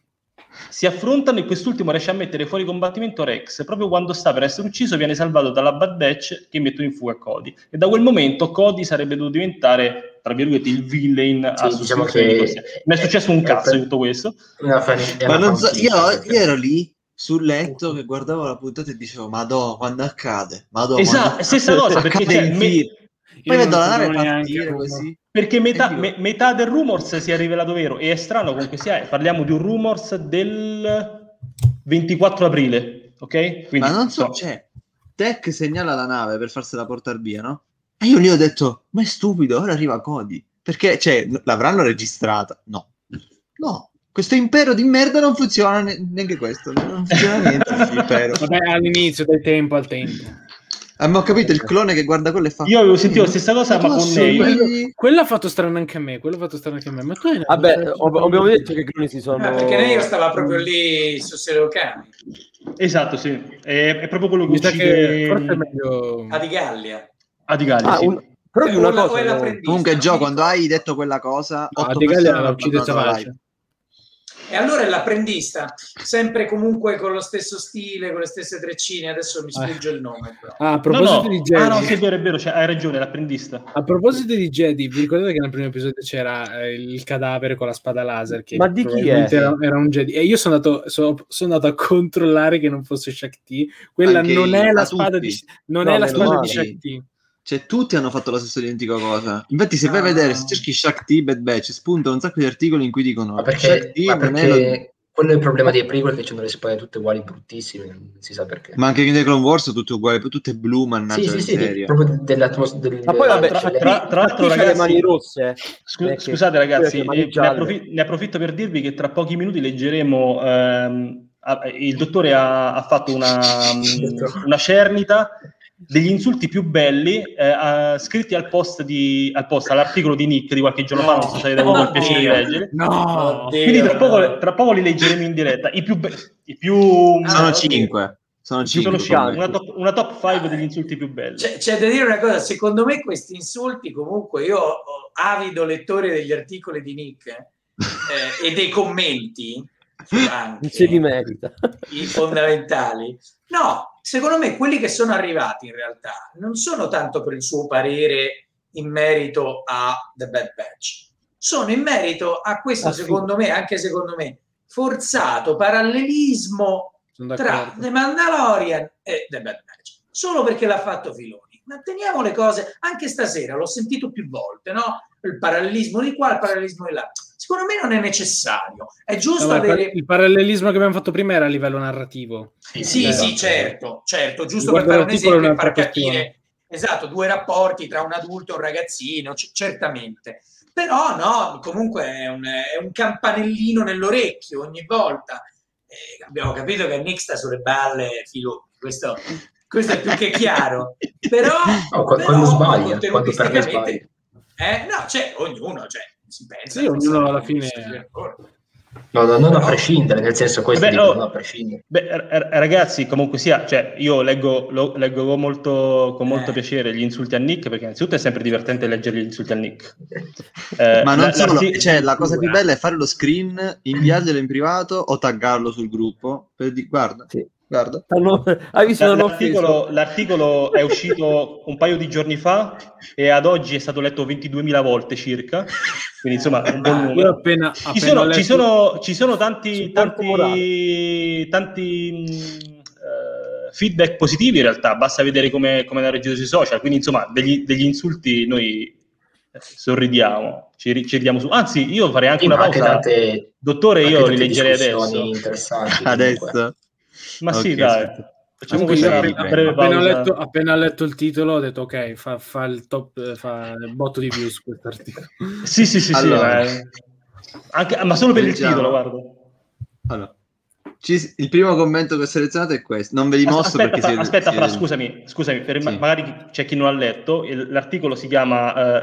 si affrontano e quest'ultimo riesce a mettere fuori combattimento Rex. Proprio quando sta per essere ucciso viene salvato dalla Bad Batch che mette in fuga Cody. E da quel momento Cody sarebbe dovuto diventare, tra virgolette, il villain. Sì, diciamo che mi è successo un cazzo di tutto questo. Ma non so, io ero lì sul letto che guardavo la puntata e dicevo Madò, quando accade? Madò, esatto, stessa cosa, perché poi vedo la nave partire così. Perché metà del rumors si è rivelato vero, e è strano comunque sia, parliamo di un rumors del 24 aprile, ok? Quindi, ma non so, Tech segnala la nave per farsela portare via, no? E io lì ho detto, ma è stupido, ora arriva Cody. Perché, l'avranno registrata? No. Questo impero di merda non funziona neanche questo, non funziona niente l'impero. Vabbè, all'inizio, del tempo al tempo. Ma ho capito, il clone che guarda quello e fa... Io avevo sentito la stessa cosa, ma con lei. Quello ha fatto strano anche a me, Ma tu hai... Vabbè, abbiamo detto che i cloni si sono... perché Neio stava proprio lì su Seleucami. Esatto, sì. È proprio quello che uccide... Forse è meglio... Adigallia, sì. Proprio una cosa... Comunque, Gio, quando hai detto quella cosa... Adigallia la uccide Savage. E allora è l'apprendista, sempre comunque con lo stesso stile, con le stesse treccine. Adesso mi sfugge il nome. Però. A proposito di Jedi, no, sì, è vero, hai ragione, l'apprendista. A proposito di Jedi, vi ricordate che nel primo episodio c'era il cadavere con la spada laser? Che ma di chi è? Era un Jedi. E io sono andato a controllare che non fosse Shakti. Quella anche non è la spada di Shakti. Cioè, tutti hanno fatto la stessa identica cosa. Infatti, se vai a vedere, se cerchi Shakti Bad Batch, spuntano un sacco di articoli in cui dicono perché quello è il problema dei prequel, che c'hanno le spade tutte uguali, bruttissime, non si sa perché. Ma anche in The Clone Wars tutte uguali, tutte blu, mannaggia. Sì, proprio dell'atmosfera. Ma poi vabbè, tra l'altro, ragazzi, le mani rosse. Scusate ragazzi, ne approfitto per dirvi che tra pochi minuti leggeremo il dottore ha fatto una cernita degli insulti più belli scritti al post all'articolo di Nick di qualche giorno fa, non so se avete avuto il piacere di leggere. Quindi tra poco li leggeremo in diretta. I più sono 5. Sono 5. Una top 5 degli insulti più belli. C'è da dire una cosa, secondo me questi insulti, comunque, io avido lettore degli articoli di Nick e dei commenti anche, se li merita, i fondamentali. No, secondo me quelli che sono arrivati in realtà non sono tanto per il suo parere in merito a The Bad Batch, sono in merito a questo, secondo me, forzato parallelismo tra The Mandalorian e The Bad Batch, solo perché l'ha fatto Filoni. Ma teniamo le cose, anche stasera l'ho sentito più volte, no? Il parallelismo di qua, il parallelismo di là. Secondo me non è necessario, è giusto avere... Il parallelismo che abbiamo fatto prima era a livello narrativo. Sì, certo, giusto per fare un esempio e far capire, esatto, due rapporti tra un adulto e un ragazzino, certamente. Però no, comunque è un campanellino nell'orecchio ogni volta. Abbiamo capito che Nick sta sulle balle Filoni, questo è più che chiaro. Però quando sbaglia, quando perde sbaglia. Ognuno, si pensa. Sì, ognuno alla fine... No, non a prescindere, nel senso questo non a prescindere. Ragazzi, comunque sia, non leggo con molto piacere gli insulti a Nick, perché innanzitutto è sempre divertente leggere gli insulti a Nick. Ma non solo, la cosa più bella è fare lo screen, inviarglielo in privato o taggarlo sul gruppo per dire guarda. Sì. Guarda. L'articolo è uscito un paio di giorni fa e ad oggi è stato letto 22.000 volte circa, quindi insomma un buon numero. Ci sono tanti feedback positivi in realtà, basta vedere come hanno reagito sui social, quindi insomma degli insulti noi sorridiamo, ci ridiamo su. Anzi, io farei anche una pausa. Dottore, io li leggerei adesso. Ma okay, sì, dai. Facciamo questa breve pausa. Appena letto il titolo ho detto ok, fa il top, fa il botto di views questo articolo. Sì, allora, ma solo per il titolo, guarda. Allora, il primo commento che ho selezionato è questo. Non ve li mostro aspetta, scusami, magari c'è chi non ha letto. L'articolo si chiama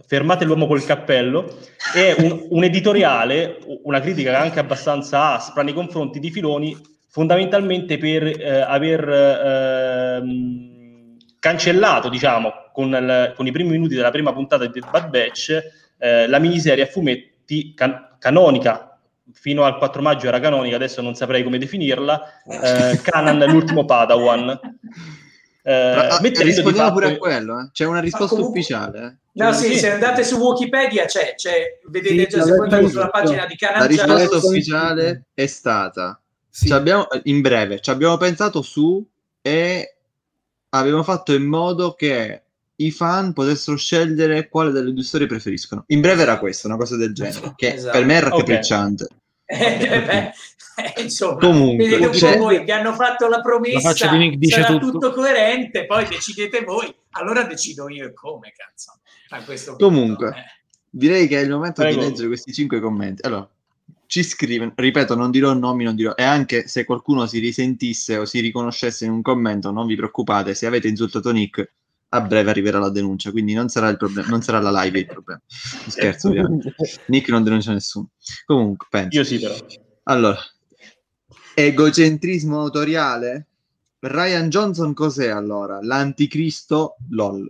fermate l'uomo col cappello, è un editoriale, una critica anche abbastanza aspra nei confronti di Filoni, fondamentalmente per aver cancellato, diciamo, con i primi minuti della prima puntata di Bad Batch, la miniserie a fumetti canonica. Fino al 4 maggio era canonica, adesso non saprei come definirla. Kanan, l'ultimo Padawan. Rispondiamo pure a quello, c'è una risposta ufficiale. No, sì, se andate su Wikipedia vedete già, se andate sulla pagina di Kanan. La risposta ufficiale è stata: in breve, ci abbiamo pensato su e abbiamo fatto in modo che i fan potessero scegliere quale delle due storie preferiscono. In breve era questo, una cosa del genere, che per me è raccapricciante. Insomma, comunque voi vi hanno fatto la promessa, sarà tutto coerente, poi decidete voi, allora decido io e come, cazzo. A questo punto, comunque direi che è il momento di leggere questi 5 commenti. Allora, ci scrivono, ripeto, non dirò nomi, e anche se qualcuno si risentisse o si riconoscesse in un commento, non vi preoccupate, se avete insultato Nick, a breve arriverà la denuncia, quindi non sarà il problema, non sarà la live il problema. Scherzo, ovviamente. Nick non denuncia nessuno. Comunque, penso. Io sì, però. Allora, egocentrismo autoriale? Rian Johnson cos'è allora? L'anticristo LOL.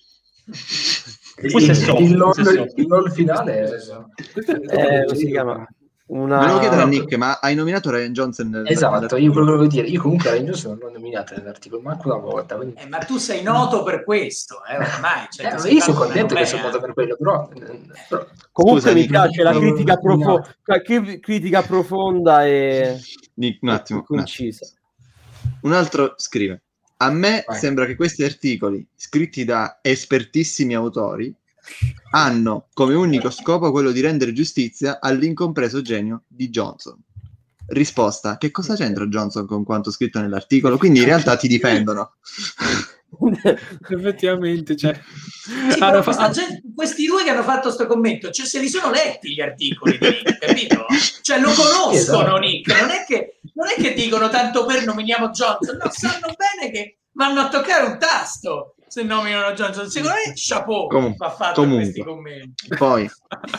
Il LOL finale si chiama. Volevo chiedere a Nick, ma hai nominato Rian Johnson? Esatto, io quello volevo dire. Io comunque Rian Johnson non l'ho nominato nell'articolo, manco una volta. Quindi... ma tu sei noto per questo, ormai. Io sono contento che sono noto per quello, però... Comunque scusa, mi piace la critica profonda e un attimo, concisa. Un altro scrive: a me sembra che questi articoli, scritti da espertissimi autori, hanno come unico scopo quello di rendere giustizia all'incompreso genio di Johnson. Risposta: che cosa c'entra Johnson con quanto scritto nell'articolo? Quindi in realtà ti difendono. Effettivamente, cioè, questi due che hanno fatto sto commento, cioè, se li sono letti gli articoli di Nick, capito? Cioè lo conoscono, esatto. Nick, non è che dicono tanto per nominiamo Johnson, no, sanno bene che vanno a toccare un tasto se nominano Johnson. Secondo me chapeau va fatto questi commenti. Poi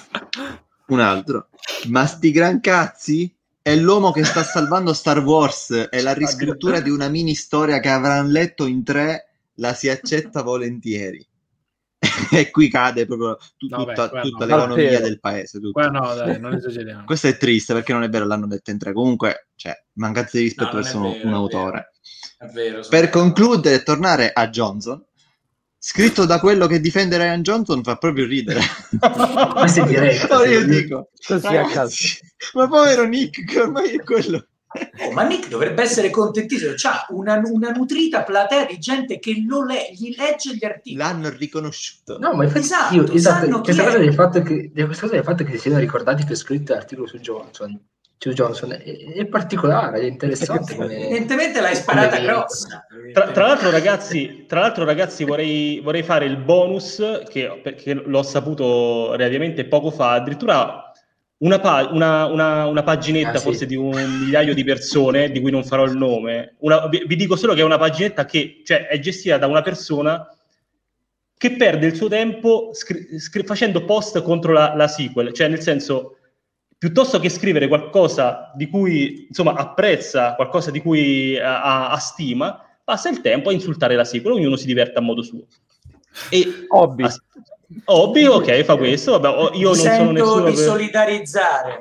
un altro: ma sti gran cazzi, è l'uomo che sta salvando Star Wars, è la riscrittura di una mini storia che avranno letto in 3, la si accetta volentieri. E qui cade proprio tutta l'economia del paese. No, dai, non esageriamo. Questo è triste perché non è vero, l'hanno detto in 3. Comunque, mancanza di rispetto verso un autore. È vero, per concludere e tornare a Johnson, scritto da quello che difende Rian Johnson, fa proprio ridere. Questo è diretto. Io dico, ragazzi, ma povero Nick, che ormai è quello. Ma Nick dovrebbe essere contentissimo, c'ha una nutrita platea di gente che gli legge gli articoli. L'hanno riconosciuto. No, ma infatti questa cosa del fatto che si siano ricordati che ho scritto l'articolo su Johnson è particolare, è interessante. Evidentemente l'hai sparata grossa. Tra l'altro ragazzi vorrei fare il bonus perché l'ho saputo relativamente poco fa, addirittura una paginetta forse di un migliaio di persone di cui non farò il nome. Vi dico solo che è una paginetta che è gestita da una persona che perde il suo tempo facendo post contro la sequel, cioè nel senso, piuttosto che scrivere qualcosa di cui insomma apprezza, qualcosa di cui ha stima, passa il tempo a insultare la sequel. Ognuno si diverte a modo suo. E Hobby, ok, fa questo. Vabbè, io non sono nessuno di solidarizzare.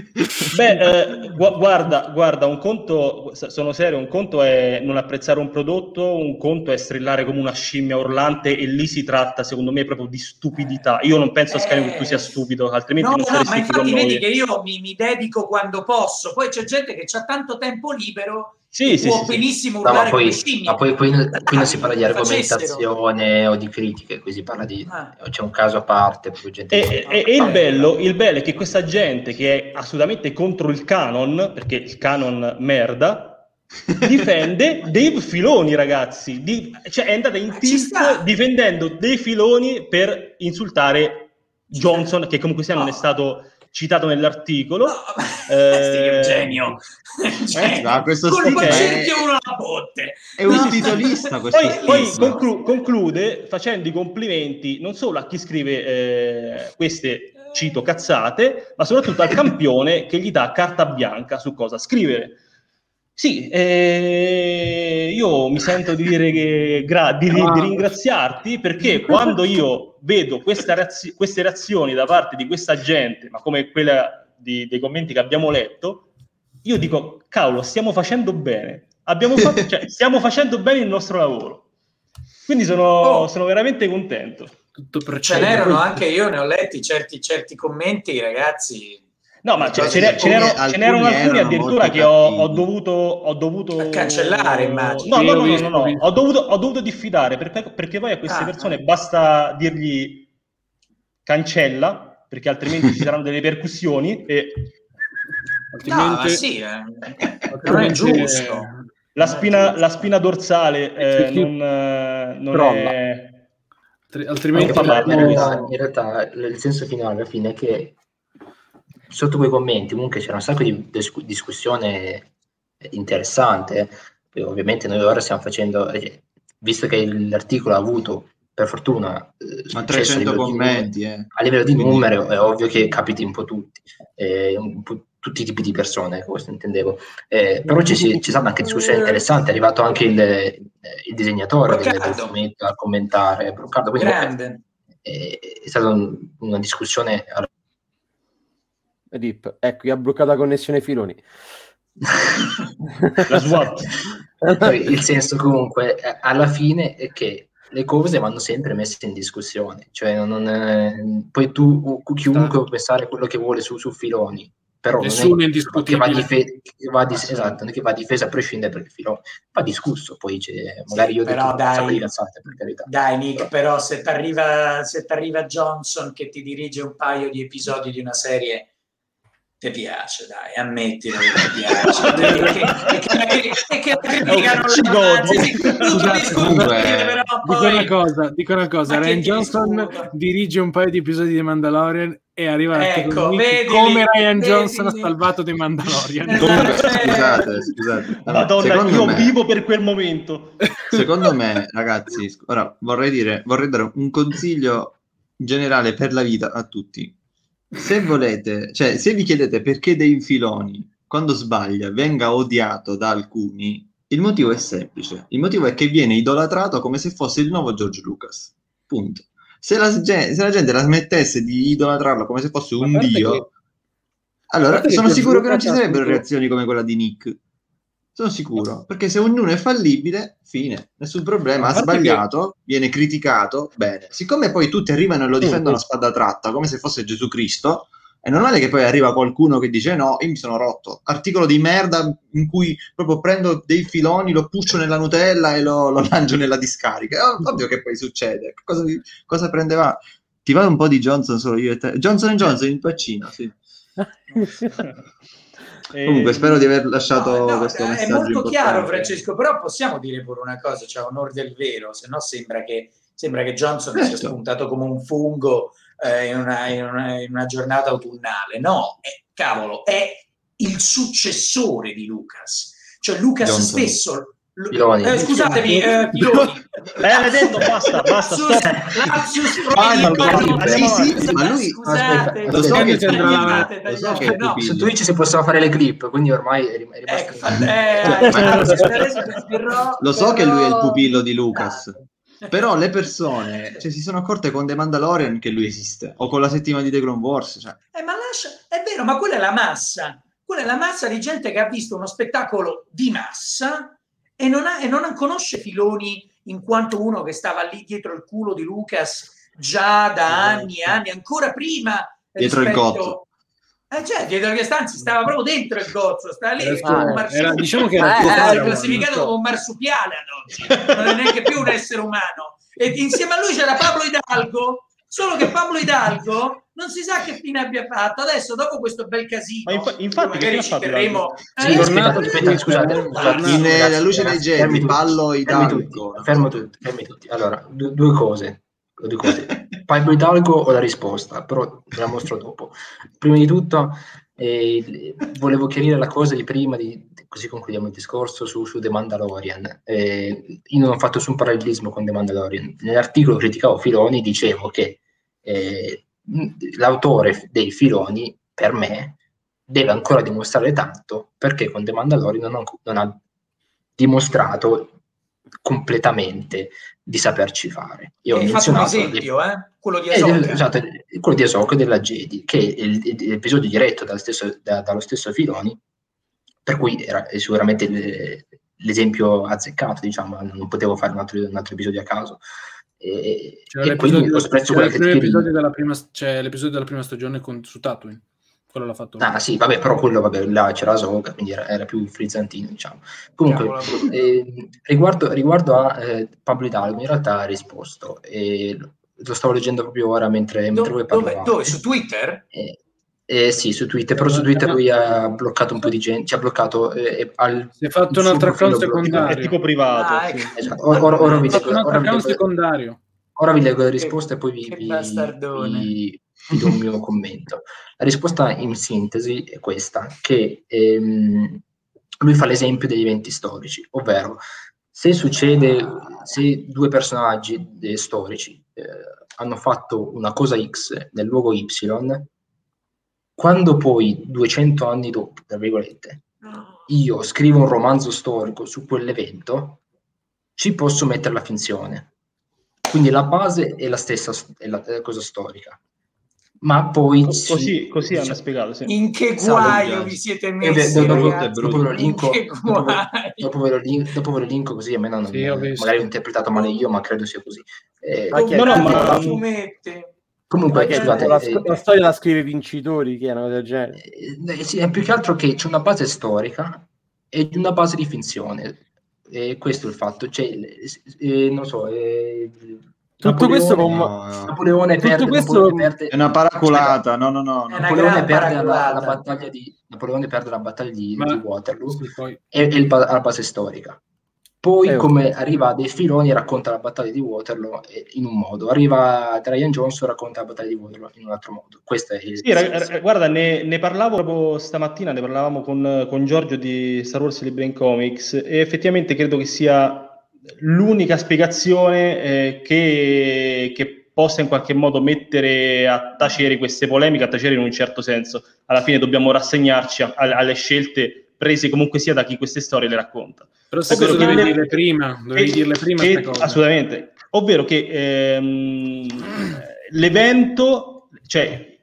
Guarda, un conto, sono serio, un conto è non apprezzare un prodotto, un conto è strillare come una scimmia urlante, e lì si tratta, secondo me, proprio di stupidità. Io non penso a Sky che tu sia stupido, altrimenti non saresti ma infatti con noi. Vedi che io mi dedico quando posso, poi c'è gente che ha tanto tempo libero. Può benissimo urlare come scimmie. Ma poi qui non si parla di argomentazione o di critiche, qui si parla di c'è un caso a parte. Il bello è che questa gente che è assolutamente contro il canon, perché il canon merda, difende Dave Filoni, ragazzi. È andata in tilt difendendo Dave Filoni per insultare Johnson, che comunque sia non è stato citato nell'articolo. È un genio. Questo colpa cerchio uno la botte. È un titolista questo. Poi conclude facendo i complimenti non solo a chi scrive queste, cito, cazzate, ma soprattutto al campione che gli dà carta bianca su cosa scrivere. Sì, io mi sento di dire di ringraziarti, perché quando io vedo queste reazioni da parte di questa gente, ma come quella dei commenti che abbiamo letto, io dico, cavolo, stiamo facendo bene, stiamo facendo bene il nostro lavoro. Quindi sono veramente contento. Ce n'erano anche, io ne ho letti certi commenti, ragazzi. No, ma ce n'erano alcuni addirittura che ho dovuto cancellare, immagino. No. Ho dovuto diffidare, perché poi a queste persone basta dirgli cancella, perché altrimenti ci saranno delle ripercussioni e altrimenti non è giusto. La spina dorsale non è... Altrimenti in realtà il senso finale alla fine è che sotto quei commenti comunque c'era un sacco di discussione interessante. Poi, ovviamente noi ora stiamo facendo, visto che l'articolo ha avuto per fortuna 300 commenti a livello di numero, è ovvio che capiti un po' tutti, tutti i tipi di persone, questo intendevo, però c'è stata anche discussione interessante, è arrivato anche il disegnatore del fumetto a commentare, Broccardo, quindi grande. È stata una discussione Rip, ecco, gli ha bloccato la connessione Filoni. La SWAT. Il senso comunque alla fine è che le cose vanno sempre messe in discussione, cioè poi chiunque può pensare quello che vuole su Filoni, però nessuno non è indiscutibile esatto, non è che va a difesa a prescindere, perché Filoni va discusso, poi magari io ho detto un sacco di cazzate, per carità. Dai Nick, però se t'arriva Johnson che ti dirige un paio di episodi di una serie, ti piace, dai, ammettilo che ti piace. e che la critica non la dico una cosa, Ryan Johnson dirige un paio di episodi di Mandalorian e arriva come Ryan Johnson ha salvato The Mandalorian. Scusate. Allora, Madonna, io vivo per quel momento. Secondo me, ragazzi, ora vorrei dare un consiglio generale per la vita a tutti. Se volete, cioè se vi chiedete perché Dave Filoni quando sbaglia venga odiato da alcuni, il motivo è semplice. Il motivo è che viene idolatrato come se fosse il nuovo George Lucas. Punto. Se la gente la smettesse di idolatrarlo come se fosse un dio, allora sono sicuro che non ci sarebbero reazioni come quella di Nick. Sono sicuro, perché se ognuno è fallibile, fine, nessun problema, ha sbagliato, viene criticato, bene. Siccome poi tutti arrivano e lo difendono a spada tratta, come se fosse Gesù Cristo, è normale che poi arriva qualcuno che dice no, io mi sono rotto. Articolo di merda in cui proprio prendo dei filoni, lo puscio nella Nutella e lo lancio nella discarica. È ovvio che poi succede. Cosa prendeva? Ti va un po' di Johnson solo io e te? Johnson & Johnson, il vaccino, sì. Comunque spero di aver lasciato questo messaggio. È molto importante. chiaro, Francesco, però possiamo dire pure una cosa, cioè onor del vero, se no sembra che Johnson sia spuntato come un fungo in una giornata autunnale. No, cavolo, è il successore di Lucas, cioè Lucas Johnson. Stesso. Scusatemi, Filoni. L'hai detto, basta, stop. Ma lui, scusate, lo so che su Twitch si possono fare le clip, quindi ormai è rimasto. Lo so che lui è il pupillo di Lucas, però le persone si sono accorte con The Mandalorian che lui esiste, o con la settima di The Clone Wars. Cioè. È vero, ma quella è la massa. Quella è la massa di gente che ha visto uno spettacolo di massa e non conosce Filoni in quanto uno che stava lì dietro il culo di Lucas già da anni e anni, ancora prima dietro il gozzo. Dietro che stanzi stava proprio dentro il gozzo, stava lì diciamo che era classificato come un marsupiale ad oggi, non è neanche più un essere umano, e insieme a lui c'era Pablo Hidalgo, solo che Pablo Hidalgo non si sa che fine abbia fatto adesso dopo questo bel casino. Infatti magari ci terremo scusate, la luce dei geni, ballo Hidalgo. Fermo tutti. Allora, due cose. lo dico così. Pablo Hidalgo o la risposta, però ve la mostro dopo. Prima di tutto volevo chiarire la cosa di prima, così concludiamo il discorso su The Mandalorian. Io non ho fatto nessun parallelismo con The Mandalorian. Nell'articolo criticavo Filoni, dicevo che l'autore dei Filoni, per me, deve ancora dimostrare tanto, perché con The Mandalorian non ha dimostrato completamente di saperci fare. Io ho menzionato fatto un esempio, quello di Ahsoka. Esatto, quello di Ahsoka e della Jedi, che è l'episodio diretto dallo stesso Filoni, per cui era sicuramente l'esempio azzeccato, diciamo, non potevo fare un altro episodio a caso. E quindi ho espresso quella l'episodio della prima stagione su Tatooine. Quello l'ha fatto. Ah sì, vabbè, però quello, là c'era Ahsoka, quindi era più frizzantino, diciamo. Comunque, riguardo a Pablo Hidalgo, in realtà ha risposto, lo stavo leggendo proprio ora mentre voi parlavate. Dove? Su Twitter? Sì, su Twitter, però su Twitter lui ha bloccato un po' di gente, ci ha bloccato si è fatto un altro account secondario. È tipo privato. Sì. Esatto. Ora vi leggo secondario. Ora vi leggo la risposta e poi vi do un mio commento. La risposta in sintesi è questa, che lui fa l'esempio degli eventi storici, ovvero se due personaggi storici hanno fatto una cosa X nel luogo Y, quando poi 200 anni dopo, tra virgolette, io scrivo un romanzo storico su quell'evento, ci posso mettere la finzione. Quindi la base è la stessa, è la cosa storica. Ma poi così hanno spiegato. Sì. In che guaio vi siete messi? Dopo ve lo linko così, almeno magari ho interpretato male io, ma credo sia così. Comunque, la storia la scrive Vincitori, che è una cosa del genere. Sì, è più che altro che c'è una base storica e una base di finzione. E questo è il fatto. Cioè, non so. Tutto questo Napoleone perde è una paraculata. No. Napoleone perde la battaglia di Waterloo, sì, poi è la base storica. Poi come arriva De Filoni racconta la battaglia di Waterloo in un modo, arriva Ryan Johnson racconta la battaglia di Waterloo in un altro modo. Questo è guarda, ne parlavo proprio stamattina, ne parlavamo con Giorgio di Star Wars Libre in Comics e effettivamente credo che sia l'unica spiegazione che possa in qualche modo mettere a tacere queste polemiche, a tacere in un certo senso. Alla fine dobbiamo rassegnarci alle scelte prese comunque sia da chi queste storie le racconta. Però se dovevi dirle prima queste cose. Assolutamente. Ovvero che l'evento, cioè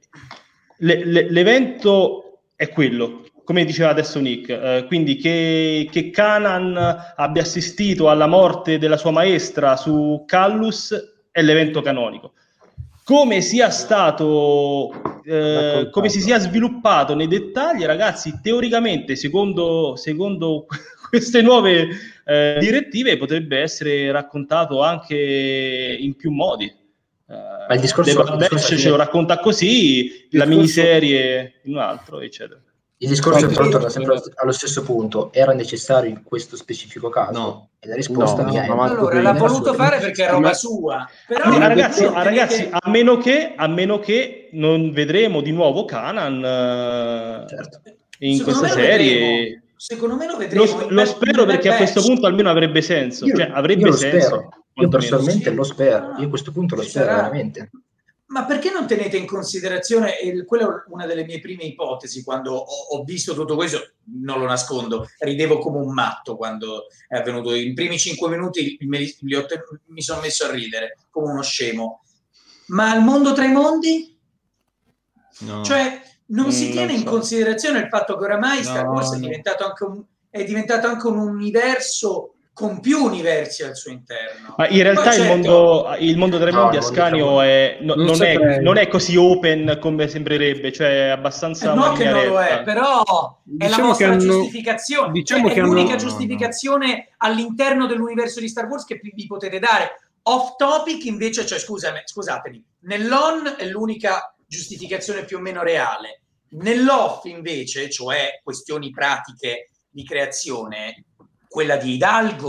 l'evento è quello, come diceva adesso Nick, quindi che Kanan abbia assistito alla morte della sua maestra su Kallus è l'evento canonico. Come sia stato, come si sia sviluppato nei dettagli, ragazzi, teoricamente, secondo queste nuove direttive, potrebbe essere raccontato anche in più modi. Ma il discorso ce lo racconta così, la miniserie in un altro, eccetera. Il discorso però torna sempre allo stesso punto. Era necessario in questo specifico caso? No. E la risposta mia è allora l'ha voluto fare perché è roba sua. Però ragazzi, a meno che non vedremo di nuovo Kanan in questa serie. Secondo me lo vedremo. Lo spero perché a questo punto almeno avrebbe senso. Avrebbe senso. Io personalmente lo spero. Io a questo punto lo spero veramente. Ma perché non tenete in considerazione, e quella è una delle mie prime ipotesi, quando ho visto tutto questo, non lo nascondo, ridevo come un matto quando è avvenuto. In primi 5 minuti mi sono messo a ridere, come uno scemo. Ma il mondo tra i mondi? No. Cioè, non si tiene in considerazione il fatto che oramai Star Wars è diventato anche un universo con più universi al suo interno. Ma in realtà il mondo tra i mondi Ascanio non è così open come sembrerebbe, cioè è abbastanza no che non lo è, però è la vostra giustificazione, è l'unica giustificazione all'interno dell'universo di Star Wars che vi potete dare. Off topic invece, cioè scusatemi, nell'on è l'unica giustificazione più o meno reale. Nell'off invece, cioè questioni pratiche di creazione, quella di Hidalgo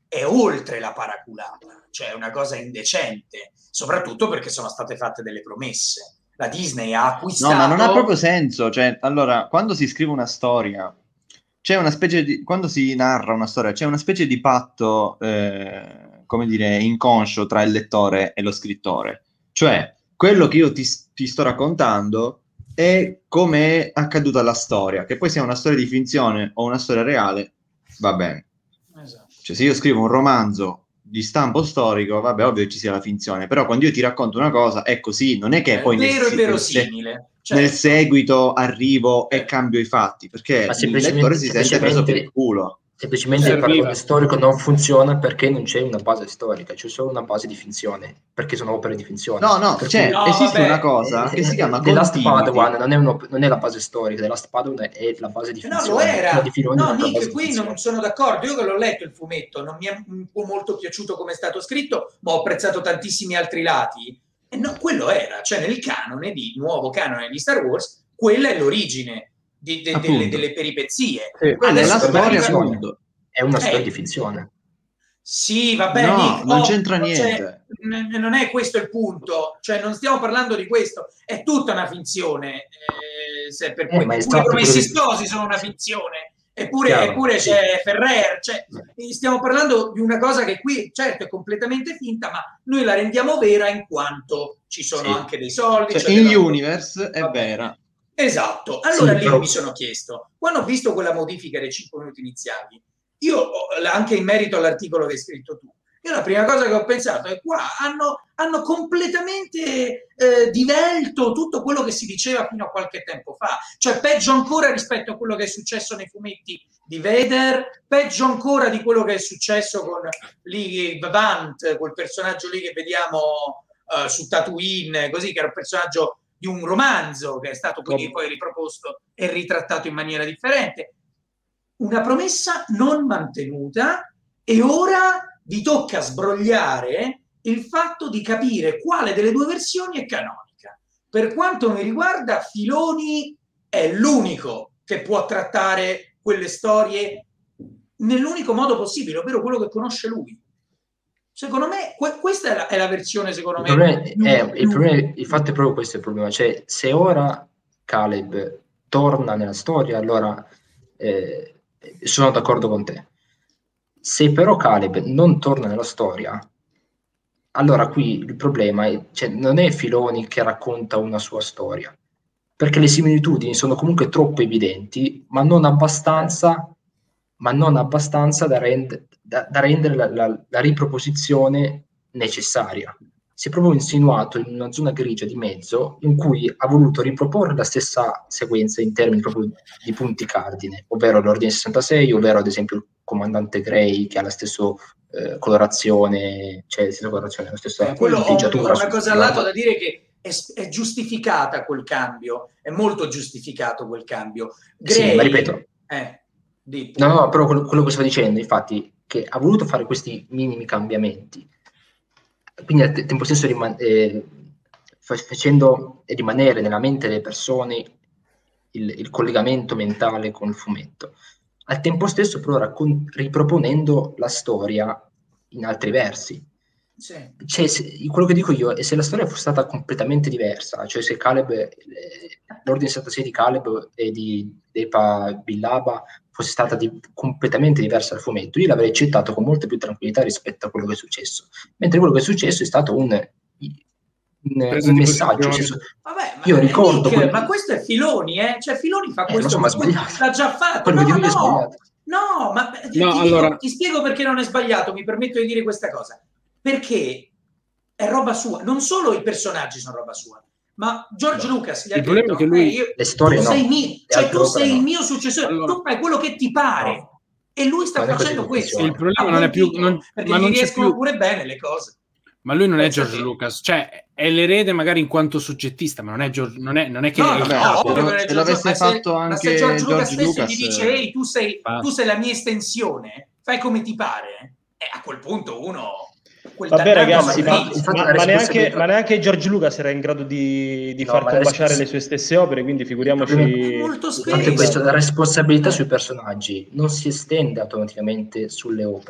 è oltre la paraculata, cioè è una cosa indecente, soprattutto perché sono state fatte delle promesse. La Disney ha acquistato... No, ma non ha proprio senso, cioè, allora, quando si scrive una storia, c'è una specie di... quando si narra una storia, c'è una specie di patto, come dire, inconscio tra il lettore e lo scrittore. Cioè, quello che io ti sto raccontando è come è accaduta la storia, che poi sia una storia di finzione o una storia reale, va bene. Esatto. Cioè, se io scrivo un romanzo di stampo storico, vabbè, ovvio che ci sia la finzione, però quando io ti racconto una cosa è così, non è che poi verosimile. Nel seguito arrivo e cambio i fatti, perché il lettore si sente preso per il culo. Semplicemente il paragone storico non funziona perché non c'è una base storica, c'è solo una base di finzione, perché sono opere di finzione. Esiste una cosa che si chiama The Last Padawan non è la base storica, The Last Padawan è la base di finzione. No, lo era. No, Nick, qui non sono d'accordo. Io che l'ho letto il fumetto, non mi è molto piaciuto come è stato scritto, ma ho apprezzato tantissimi altri lati. E no, quello era, cioè nel nuovo canone di Star Wars, quella è l'origine delle peripezie. Quella è la storia, appunto. È una storia di finzione. Sì, va bene. No, non c'entra niente. Non è questo il punto. Cioè, non stiamo parlando di questo. È tutta una finzione. I Promessi Sposi sono una finzione. Eppure c'è Ferrer. Cioè, stiamo parlando di una cosa che qui, certo, è completamente finta, ma noi la rendiamo vera in quanto ci sono anche dei soldi. Cioè, in universe è vera. Esatto. Allora lì mi sono chiesto, quando ho visto quella modifica dei 5 minuti iniziali, io anche in merito all'articolo che hai scritto tu, io la prima cosa che ho pensato è qua hanno completamente divelto tutto quello che si diceva fino a qualche tempo fa, cioè peggio ancora rispetto a quello che è successo nei fumetti di Vader, peggio ancora di quello che è successo con Vavant, quel personaggio lì che vediamo su Tatooine, così, che era un personaggio di un romanzo che è stato quindi poi riproposto e ritrattato in maniera differente. Una promessa non mantenuta, e ora vi tocca sbrogliare il fatto di capire quale delle due versioni è canonica. Per quanto mi riguarda, Filoni è l'unico che può trattare quelle storie nell'unico modo possibile, ovvero quello che conosce lui. Secondo me questa è la versione, secondo me. Il fatto è proprio questo il problema. Cioè, se ora Caleb torna nella storia, allora sono d'accordo con te. Se però Caleb non torna nella storia, allora qui il problema è, cioè, non è Filoni che racconta una sua storia, perché le similitudini sono comunque troppo evidenti, ma non abbastanza da rendere la riproposizione necessaria. Si è proprio insinuato in una zona grigia di mezzo in cui ha voluto riproporre la stessa sequenza in termini proprio di punti cardine, ovvero l'Ordine 66, ovvero ad esempio il comandante Grey che ha la stessa colorazione, cioè la stessa colorazione, la stessa tingiatura. Ho una cosa al lato da dire che è giustificata quel cambio, è molto giustificato quel cambio. Grey, sì, ma ripeto, no, però quello che stavo dicendo, infatti, che ha voluto fare questi minimi cambiamenti, quindi al tempo stesso facendo rimanere nella mente delle persone il collegamento mentale con il fumetto, al tempo stesso però riproponendo la storia in altri versi. Sì. Cioè, quello che dico io è, se la storia fosse stata completamente diversa, cioè se Caleb, l'ordine 76 di Caleb e di Depa Billaba fosse stata completamente diversa dal fumetto, io l'avrei accettato con molta più tranquillità rispetto a quello che è successo, mentre quello che è successo è stato un messaggio. Vabbè, io ricordo ma questo è Filoni, cioè Filoni fa questo, ma sbagliato. L'ha già fatto. Ti spiego perché non è sbagliato, mi permetto di dire questa cosa, perché è roba sua, non solo i personaggi sono roba sua, ma George Lucas gli ha detto che lui, le storie tu sei il mio successore, tu fai quello che ti pare, e lui sta facendo questo. Il problema non è più, perché ma non riescono pure bene le cose. Ma lui non è George Lucas, cioè è l'erede magari in quanto soggettista, ma non è George, non è che se l'avesse fatto anche George Lucas stesso Lucas gli dice ehi, tu sei la mia estensione, fai come ti pare, e a quel punto uno vabbè ragazzi, ma neanche George Lucas era in grado di far combaciare le sue stesse opere, quindi figuriamoci. Molto spesso questo, la responsabilità sui personaggi non si estende automaticamente sulle opere,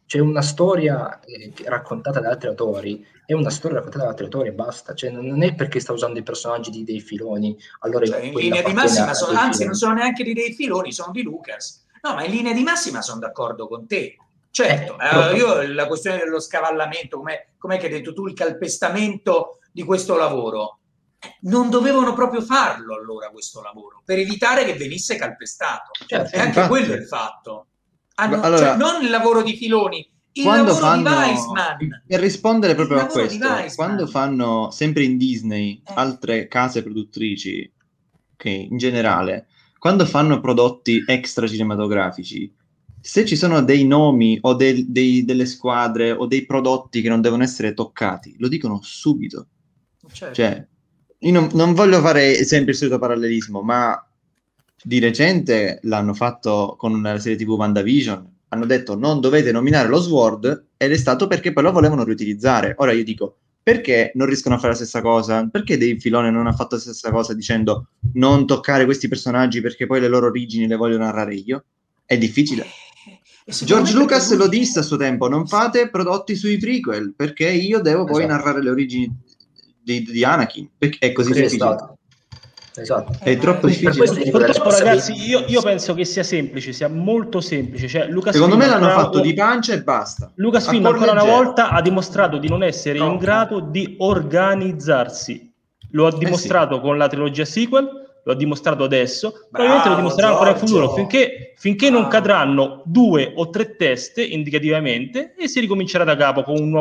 c'è una storia raccontata da altri autori, è una storia raccontata da altri autori e basta, cioè non è perché sta usando i personaggi dei Filoni, allora cioè, in linea di massima anzi non sono neanche di Dave Filoni, sono di Lucas. No, ma in linea di massima sono d'accordo con te. Certo, io la questione dello scavallamento, com'è che hai detto tu, il calpestamento di questo lavoro, non dovevano proprio farlo allora questo lavoro, per evitare che venisse calpestato. Certo, e anche quello è il fatto. Allora, cioè, non il lavoro di Filoni, il lavoro di Weisman. Per rispondere proprio a questo, quando fanno, sempre in Disney, altre case produttrici, che in generale, quando fanno prodotti extra cinematografici, se ci sono dei nomi o delle squadre o dei prodotti che non devono essere toccati, lo dicono subito. Certo. Cioè, io non voglio fare sempre il solito parallelismo, ma di recente l'hanno fatto con la serie TV WandaVision, hanno detto non dovete nominare lo Sword, ed è stato perché poi lo volevano riutilizzare. Ora io dico, perché non riescono a fare la stessa cosa? Perché Dave Filoni non ha fatto la stessa cosa dicendo non toccare questi personaggi perché poi le loro origini le voglio narrare io? È difficile. George Lucas lo disse a suo tempo, non fate prodotti sui prequel perché io devo poi narrare le origini di Anakin, perché è così difficile. Esatto. È troppo difficile. Purtroppo, ragazzi, io penso che sia semplice, sia molto semplice. Cioè, secondo me l'hanno fatto di pancia e basta. Lucasfilm ancora una volta ha dimostrato di non essere in grado di organizzarsi. Lo ha dimostrato con la trilogia sequel, lo ha dimostrato adesso, probabilmente lo dimostrerà ancora in futuro, finché non cadranno 2 o 3 teste indicativamente e si ricomincerà da capo con una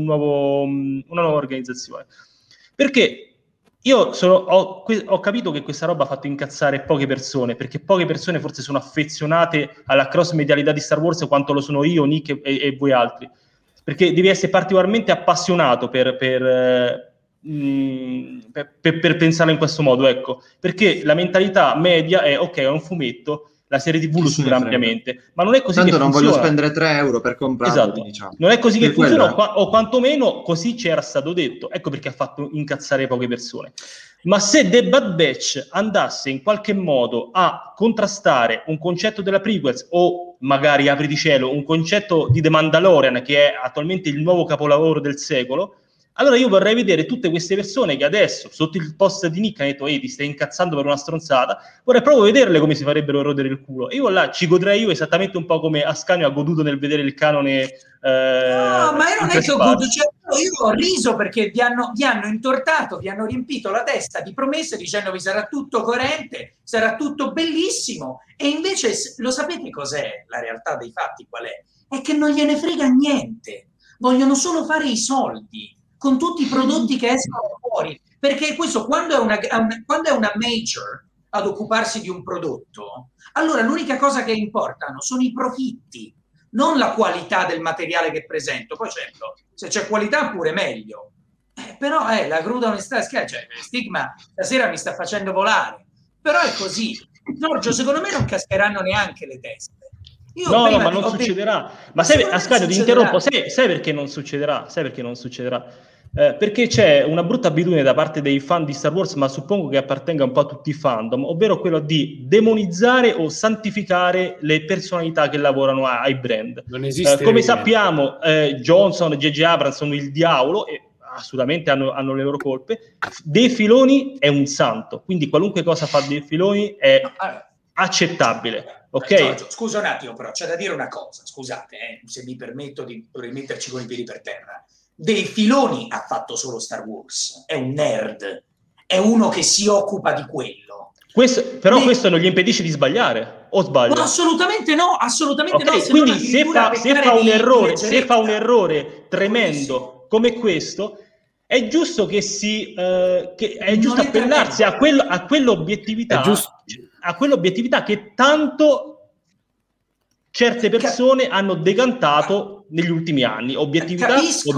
nuova organizzazione. Perché io ho capito che questa roba ha fatto incazzare poche persone, perché poche persone forse sono affezionate alla cross-medialità di Star Wars quanto lo sono io, Nick e voi altri, perché devi essere particolarmente appassionato per pensarlo in questo modo, ecco, perché la mentalità media è ok, è un fumetto, la serie TV lo supera ampiamente, ma non è così. Tanto che non funziona. Voglio spendere 3 euro per comprarlo, esatto. Diciamo. Non è così per che funziona, o quantomeno così c'era stato detto. Ecco perché ha fatto incazzare poche persone. Ma se The Bad Batch andasse in qualche modo a contrastare un concetto della prequels o magari, apri di cielo, un concetto di The Mandalorian, che è attualmente il nuovo capolavoro del secolo, allora io vorrei vedere tutte queste persone che adesso, sotto il post di Nick, hanno detto ti stai incazzando per una stronzata, vorrei proprio vederle come si farebbero rodere il culo. E io là ci godrei io esattamente un po' come Ascanio ha goduto nel vedere il canone. No, ma io non è che ho goduto, cioè, io ho riso perché vi hanno intortato, vi hanno riempito la testa di promesse dicendovi sarà tutto coerente, sarà tutto bellissimo, e invece lo sapete cos'è la realtà dei fatti, qual è? È che non gliene frega niente, vogliono solo fare i soldi con tutti i prodotti che escono fuori, perché questo quando è una major ad occuparsi di un prodotto, allora l'unica cosa che importano sono i profitti, non la qualità del materiale che presento. Poi certo, se c'è qualità pure meglio, però la cruda onestà, cioè Stigma stasera mi sta facendo volare, però è così. Giorgio, secondo me non cascheranno neanche le teste. No, ma non succederà. Ma sai, Ascanio, ti interrompo, sai perché non succederà? Sai perché non succederà? Perché c'è una brutta abitudine da parte dei fan di Star Wars, ma suppongo che appartenga un po' a tutti i fandom, ovvero quello di demonizzare o santificare le personalità che lavorano ai brand. Non esiste come sappiamo, Johnson e J.J. Abrams sono il diavolo e assolutamente hanno le loro colpe. Dave Filoni è un santo, quindi qualunque cosa fa Dave Filoni è accettabile. Ok? Giorgio, scusa un attimo, però c'è da dire una cosa, scusate, se mi permetto di rimetterci con i piedi per terra. Dei Filoni ha fatto solo Star Wars, è un nerd, è uno che si occupa di quello. Questo non gli impedisce di sbagliare, o sbaglio? No, assolutamente no, assolutamente okay, no. Quindi se fa un errore tremendo come questo, è giusto che è giusto appellarsi a quell'obiettività, a quell'obiettività che tanto certe persone hanno decantato negli ultimi anni. Obiettività,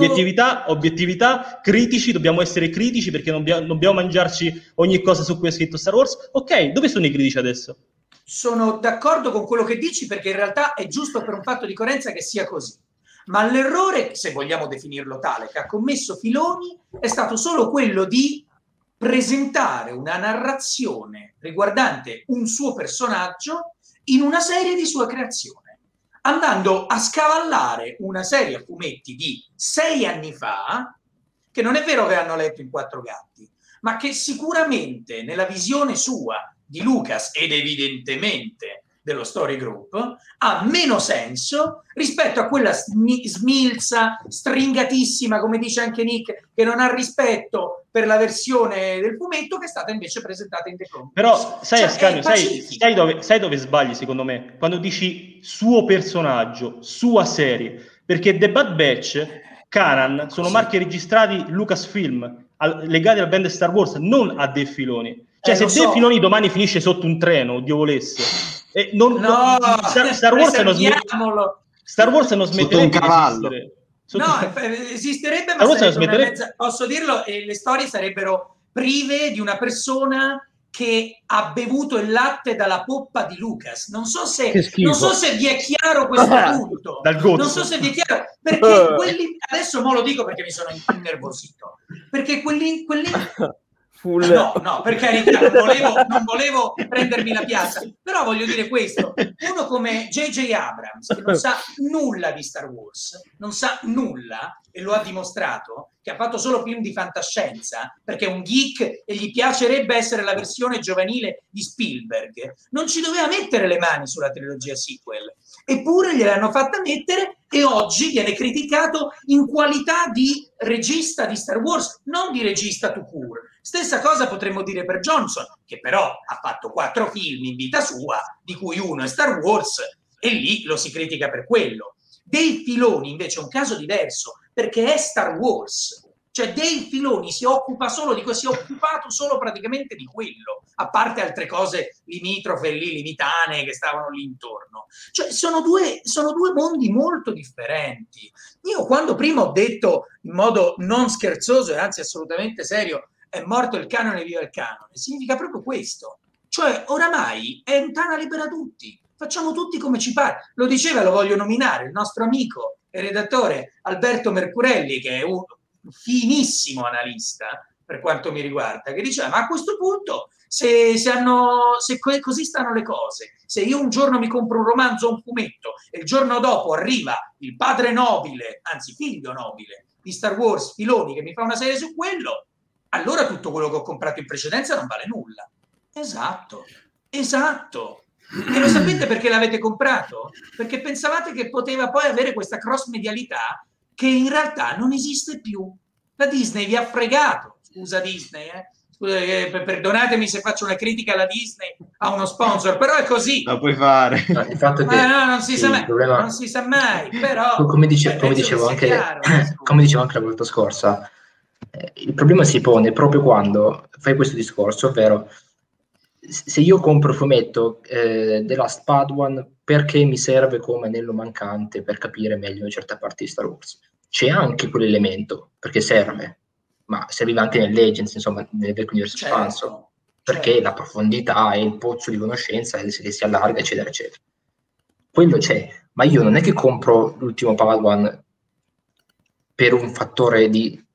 critici, dobbiamo essere critici perché non dobbiamo mangiarci ogni cosa su cui è scritto Star Wars. Ok, dove sono i critici adesso? Sono d'accordo con quello che dici, perché in realtà è giusto per un fatto di coerenza che sia così. Ma l'errore, se vogliamo definirlo tale, che ha commesso Filoni è stato solo quello di presentare una narrazione riguardante un suo personaggio in una serie di sua creazione. andando a scavallare una serie a fumetti di 6 anni fa, che non è vero che hanno letto in Quattro Gatti, ma che sicuramente nella visione sua di Lucas ed evidentemente dello Story Group ha meno senso rispetto a quella smilza, stringatissima, come dice anche Nick, che non ha rispetto per la versione del fumetto che è stata invece presentata in The Clone Wars. Però sai, Ascanio, sai dove sbagli secondo me? Quando dici suo personaggio, sua serie, perché The Bad Batch, Kanan, sono marchi registrati Lucasfilm, legati al brand Star Wars, non a Dave Filoni. Cioè, se Dave Filoni domani finisce sotto un treno, Dio volesse, Star Wars non smetterebbe di esistere. Esisterebbe, ma sarebbe una mezza, posso dirlo, e le storie sarebbero prive di una persona che ha bevuto il latte dalla poppa di Lucas. Non so se vi è chiaro questo punto. Non so se vi è chiaro, perché quelli, adesso mo lo dico perché mi sono innervosito, perché quelli no, per carità, non volevo prendermi la piazza, però voglio dire questo: uno come J.J. Abrams, che non sa nulla di Star Wars, non sa nulla, e lo ha dimostrato, che ha fatto solo film di fantascienza perché è un geek e gli piacerebbe essere la versione giovanile di Spielberg, non ci doveva mettere le mani sulla trilogia sequel, eppure gliel'hanno fatta mettere, e oggi viene criticato in qualità di regista di Star Wars, non di regista tout court. Stessa cosa potremmo dire per Johnson, che però ha fatto 4 film in vita sua, di cui uno è Star Wars, e lì lo si critica per quello. Dave Filoni invece è un caso diverso, perché è Star Wars. Cioè Dave Filoni si occupa solo di questo, si è occupato solo praticamente di quello, a parte altre cose limitrofe lì, limitanee, che stavano lì intorno. Cioè sono due mondi molto differenti. Io quando prima ho detto in modo non scherzoso e anzi assolutamente serio, è morto il canone, viva il canone, significa proprio questo. Cioè oramai è un tana libera tutti, facciamo tutti come ci pare. Lo diceva, lo voglio nominare, il nostro amico e redattore Alberto Mercurelli, che è un finissimo analista per quanto mi riguarda, che diceva: ma a questo punto se così stanno le cose, se io un giorno mi compro un romanzo o un fumetto e il giorno dopo arriva il padre nobile, anzi figlio nobile di Star Wars, Filoni, che mi fa una serie su quello, allora tutto quello che ho comprato in precedenza non vale nulla. Esatto. E lo sapete perché l'avete comprato? Perché pensavate che poteva poi avere questa cross-medialità che in realtà non esiste più. La Disney vi ha fregato. Scusa Disney, perdonatemi se faccio una critica alla Disney, a uno sponsor, però è così. La puoi fare. No, il fatto è che non si sa mai, non si sa mai, però come dicevo anche la volta scorsa, il problema si pone proprio quando fai questo discorso, ovvero se io compro il fumetto The Last Padawan perché mi serve come anello mancante per capire meglio una certa parte di Star Wars, c'è anche quell'elemento perché serve, ma serviva anche nel Legends, insomma nel vecchio universo espanso, perché la profondità e il pozzo di conoscenza che si allarga, eccetera eccetera, quello c'è. Ma io non è che compro l'ultimo Padawan per un fattore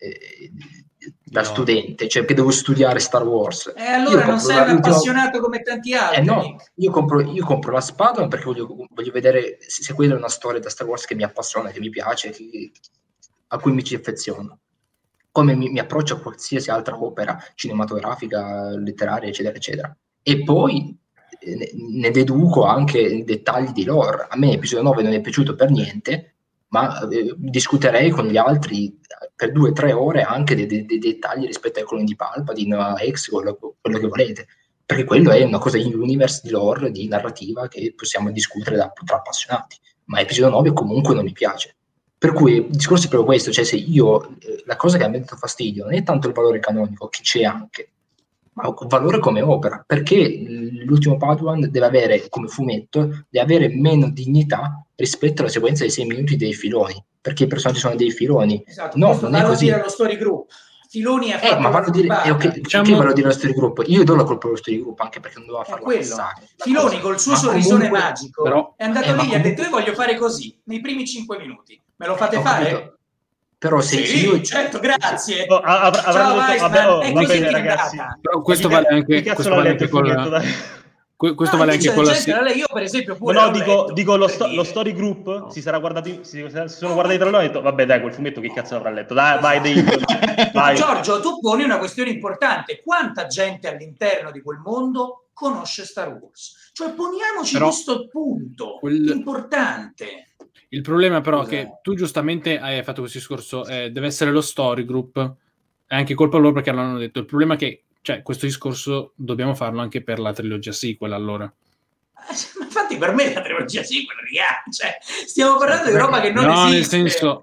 da studente, cioè che devo studiare Star Wars. Allora non sei un appassionato come tanti altri. No, io compro la spada perché voglio vedere se quella è una storia da Star Wars che mi appassiona, che mi piace, a cui mi ci affeziono. Come mi approccio a qualsiasi altra opera cinematografica, letteraria, eccetera, eccetera. E poi ne deduco anche i dettagli di lore. A me episodio 9 non è piaciuto per niente, ma discuterei con gli altri per 2 o 3 ore anche dei dettagli rispetto ai cloni di Palpatine, X, quello che volete, perché quello è una cosa in universe di lore, di narrativa che possiamo discutere tra appassionati, ma episodio 9 comunque non mi piace. Per cui il discorso è proprio questo, cioè se io, la cosa che mi ha dato fastidio non è tanto il valore canonico, che c'è anche, ma il valore come opera, perché l'ultimo Padawan deve avere, come fumetto, deve avere meno dignità rispetto alla sequenza dei 6 minuti dei filoni, perché i personaggi sono dei filoni. Esatto, no, non è così. Dire allo story group. Filoni ha fatto ma vanno a dire, che vanno a dire allo story group? Io do la colpa allo story group, anche perché non doveva farlo passare. Filoni col suo sorrisone magico però, è andato lì e ha detto: io voglio fare così, nei primi 5 minuti. Me lo fate fare? Capito. Però se io certo, grazie. Ciao Weissman, è così che è ragazzi. andata. Però questo vale anche questo vale anche con la io per esempio pure dico lo story group si sono guardati tra loro e hanno detto vabbè dai, quel fumetto che cazzo avrà letto, dai, vai. Giorgio, tu poni una questione importante: quanta gente all'interno di quel mondo conosce Star Wars? Cioè poniamoci questo punto importante. Il problema però è che tu giustamente hai fatto questo discorso, deve essere lo story group, è anche colpa loro perché l'hanno detto. Il problema è che questo discorso dobbiamo farlo anche per la trilogia sequel, allora. Ma infatti per me la trilogia sequel, stiamo parlando di roba che non esiste.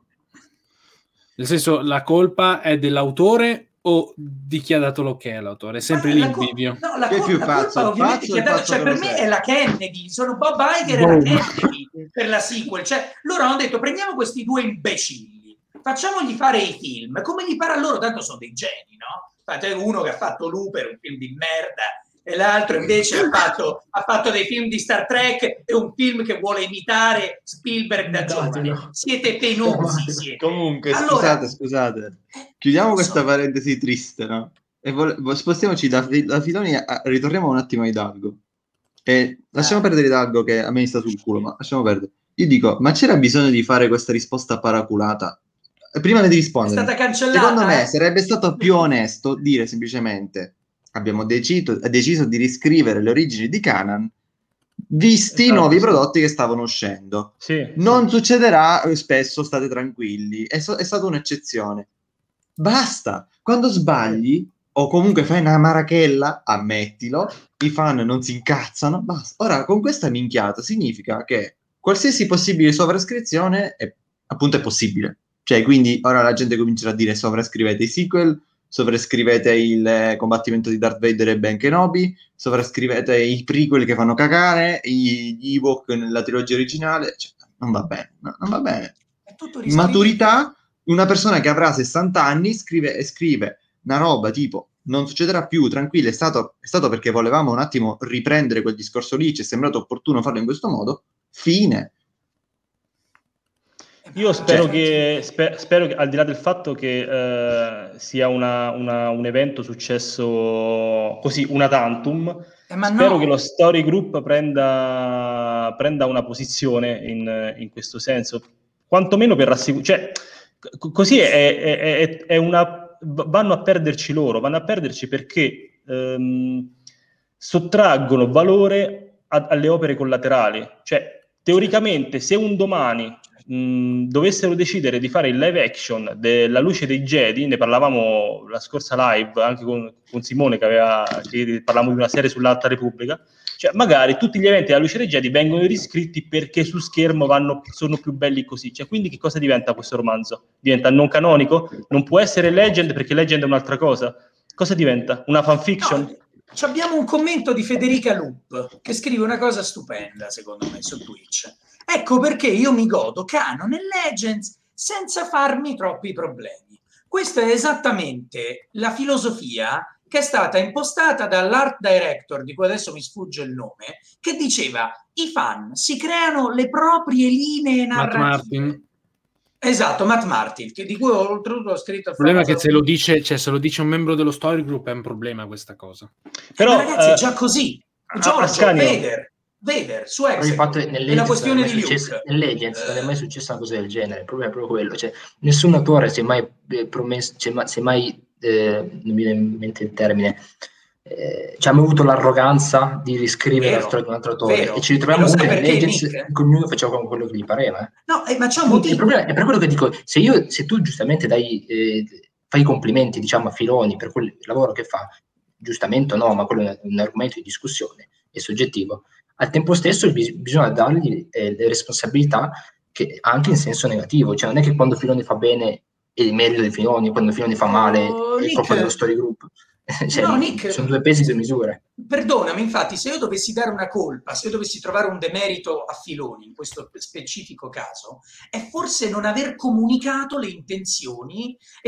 Nel senso, la colpa è dell'autore o di chi ha dato l'ok all'autore? È sempre lì il bivio. No, la colpa ovviamente chi ha dato, per me è la Kennedy, sono Bob Iger e la Kennedy per la sequel. Loro hanno detto prendiamo questi due imbecilli, facciamogli fare i film come gli pare a loro, tanto sono dei geni, no? Fate uno che ha fatto Looper, un film di merda, e l'altro invece ha fatto dei film di Star Trek e un film che vuole imitare Spielberg da giovane. No. Siete penosi, siete. Comunque, scusate. Chiudiamo questa parentesi triste, no? E spostiamoci da Filoni ritorniamo un attimo a Hidalgo. E lasciamo perdere Hidalgo, che a me mi sta sul culo, ma lasciamo perdere. Io dico, ma c'era bisogno di fare questa risposta paraculata? Prima di rispondere, è stata cancellata. Secondo me sarebbe stato più onesto dire semplicemente abbiamo deciso di riscrivere le origini di Kanan visti i nuovi prodotti che stavano uscendo. Non succederà spesso, state tranquilli, è stata un'eccezione. Basta, quando sbagli o comunque fai una marachella, ammettilo, i fan non si incazzano, basta. Ora, con questa minchiata significa che qualsiasi possibile sovrascrizione è possibile. Cioè, quindi ora la gente comincerà a dire sovrascrivete i sequel, sovrascrivete il combattimento di Darth Vader e Ben Kenobi, sovrascrivete i prequel che fanno cagare, gli Ewok nella trilogia originale. Non va bene. Maturità, una persona che avrà 60 anni scrive una roba tipo non succederà più, tranquillo, è stato perché volevamo un attimo riprendere quel discorso lì, ci è sembrato opportuno farlo in questo modo, fine. Io spero che al di là del fatto che sia un evento successo così una tantum, spero che lo story group prenda una posizione in questo senso, quantomeno per rassicurare, così è una, vanno a perderci perché sottraggono valore alle opere collaterali. Teoricamente, se un domani dovessero decidere di fare il live action della Luce dei Jedi, ne parlavamo la scorsa live anche con Simone che parlavamo di una serie sull'Alta Repubblica, magari tutti gli eventi della Luce dei Jedi vengono riscritti perché su schermo sono più belli così, quindi che cosa diventa questo romanzo? Diventa non canonico? Non può essere Legend perché Legend è un'altra cosa. Cosa diventa? Una fanfiction? No. Abbiamo un commento di Federica Loop che scrive una cosa stupenda secondo me su Twitch. Ecco perché io mi godo Canon e Legends senza farmi troppi problemi. Questa è esattamente la filosofia che è stata impostata dall'art director, di cui adesso mi sfugge il nome, che diceva i fan si creano le proprie linee narrative. Matt Martin. Esatto, Matt Martin, di cui oltretutto ho scritto. Il problema è che se lo dice un membro dello story group è un problema questa cosa. Però ragazzi, è già così. Giorgio, Vader su Exegol è la questione di Luke. Nel Legends non è mai successa una cosa del genere, il problema è proprio quello, nessun attore si è mai promesso, non mi viene in mente il termine, abbiamo avuto l'arroganza di riscrivere la storia di un altro attore e ci ritroviamo anche nel Legends in cui ognuno faceva quello che gli pareva. No, ma c'è un motivo. Il problema è per quello che dico, se tu giustamente fai i complimenti a Filoni per quel lavoro che fa, giustamente o no, ma quello è un argomento di discussione, è soggettivo. Al tempo stesso bisogna dargli le responsabilità che anche in senso negativo, non è che quando Filoni fa bene è il merito di Filoni, quando Filoni fa male è colpa dello story group. Nick, sono due pesi e due misure. Perdonami, infatti, se io dovessi dare una colpa, se io dovessi trovare un demerito a Filoni in questo specifico caso, è forse non aver comunicato le intenzioni e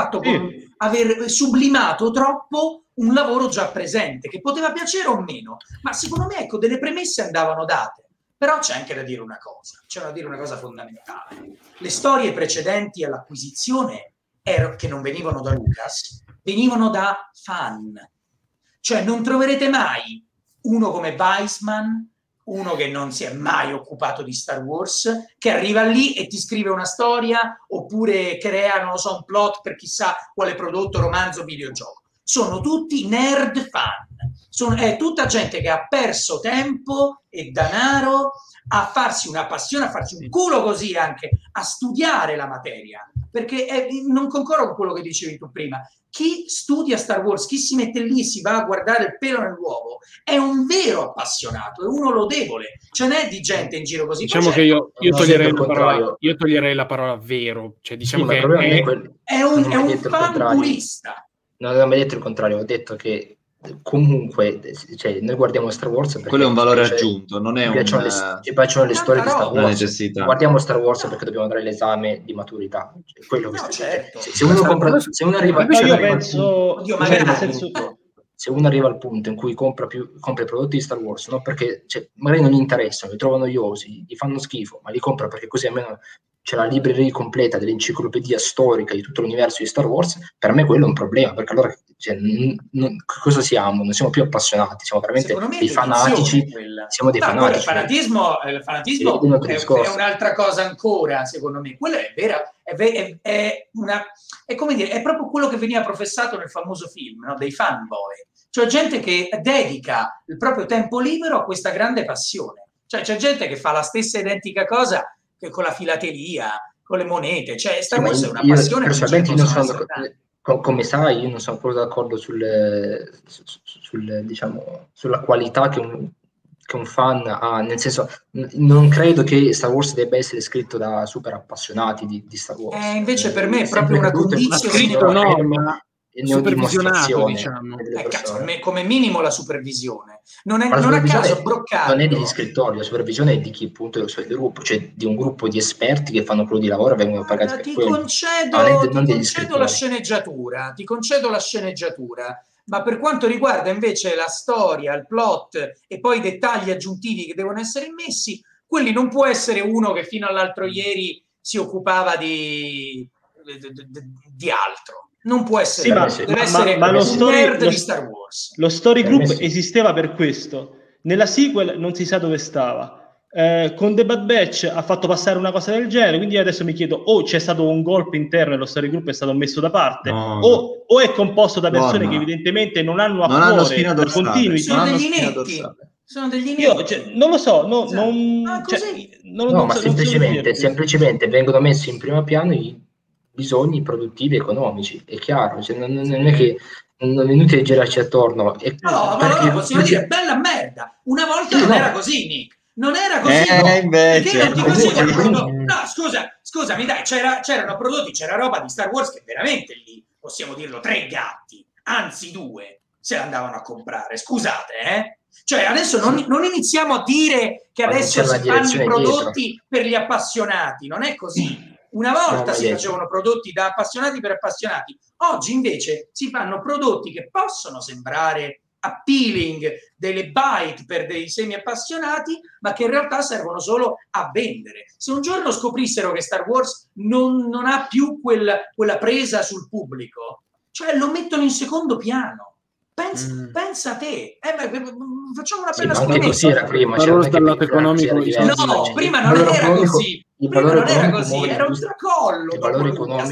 aver sublimato troppo un lavoro già presente, che poteva piacere o meno, ma secondo me delle premesse andavano date. Però c'è anche da dire una cosa, fondamentale. Le storie precedenti all'acquisizione che non venivano da Lucas, venivano da fan. Non troverete mai uno come Weissman, uno che non si è mai occupato di Star Wars, che arriva lì e ti scrive una storia oppure crea, non lo so, un plot per chissà quale prodotto, romanzo, videogioco. Sono tutti nerd fan, è tutta gente che ha perso tempo e denaro a farsi una passione, a farsi un culo così anche, a studiare la materia, perché non concordo con quello che dicevi tu prima. Chi studia Star Wars, chi si mette lì, si va a guardare il pelo nell'uovo, è un vero appassionato, è uno lodevole. Ce n'è di gente in giro così. Diciamo che io toglierei la parola vero, cioè diciamo che è un fan purista. Non avevo mai detto il contrario, ho detto che comunque, cioè, noi guardiamo Star Wars perché quello è un valore aggiunto, non è ci piacciono le storie di Star Wars. Necessità. Guardiamo Star Wars perché dobbiamo dare l'esame di maturità, quello che certo. Se uno arriva al punto in cui compra i prodotti di Star Wars, non perché magari non gli interessano, li trova noiosi, gli fanno schifo, ma li compra perché così almeno c'è la libreria completa dell'enciclopedia storica di tutto l'universo di Star Wars. Per me quello è un problema, perché allora cosa siamo? Non siamo più appassionati, siamo veramente dei fanatici. Siamo dei fanatici. Il fanatismo è un'altra cosa ancora, secondo me. Quello è vera, è come dire, è proprio quello che veniva professato nel famoso film, no? Dei fanboy. Cioè gente che dedica il proprio tempo libero a questa grande passione. Cioè c'è gente che fa la stessa identica cosa che con la filatelia, con le monete. Cioè Star Wars è una passione. Personalmente come sai, io non sono proprio d'accordo sulla qualità che un fan ha, nel senso, non credo che Star Wars debba essere scritto da super appassionati di Star Wars. Invece per me è proprio una condizione. Supervisionato, diciamo. Come minimo la supervisione non è a caso broccato. Non è degli scrittori, la supervisione è di chi appunto del gruppo, cioè di un gruppo di esperti che fanno quello di lavoro e vengono pagati per quello. Ti concedo la sceneggiatura, ma per quanto riguarda invece la storia, il plot e poi i dettagli aggiuntivi che devono essere immessi, quelli non può essere uno che fino all'altro ieri si occupava di altro. Non può essere, deve essere un nerd di Star Wars. Lo story group esisteva per questo. Nella sequel non si sa dove stava. Con The Bad Batch ha fatto passare una cosa del genere, quindi io adesso mi chiedo c'è stato un golpe interno e lo story group è stato messo da parte, o è composto da persone che evidentemente non hanno cuore la continuità. Sono degli inetti. Non lo so, ma semplicemente vengono messi in primo piano i bisogni produttivi economici, è chiaro, cioè, non è che non è inutile girarci attorno. Possiamo dire bella merda, una volta non era così, Nick. Non era così, invece. Scusami, dai, c'erano prodotti, c'era roba di Star Wars che veramente lì, possiamo dirlo, 3 gatti, anzi 2, se la andavano a comprare. Scusate, Cioè, adesso non iniziamo a dire che adesso si fanno i prodotti per gli appassionati, non è così. Una volta si facevano prodotti da appassionati per appassionati, oggi invece si fanno prodotti che possono sembrare appealing, delle bite per dei semi appassionati, ma che in realtà servono solo a vendere. Se un giorno scoprissero che Star Wars non ha più quella presa sul pubblico, cioè lo mettono in secondo piano. Pensa a te, facciamo una bella scommessa. Così era prima, dal lato economico. No, prima non era così. Prima non era così, era un tracollo. Il valore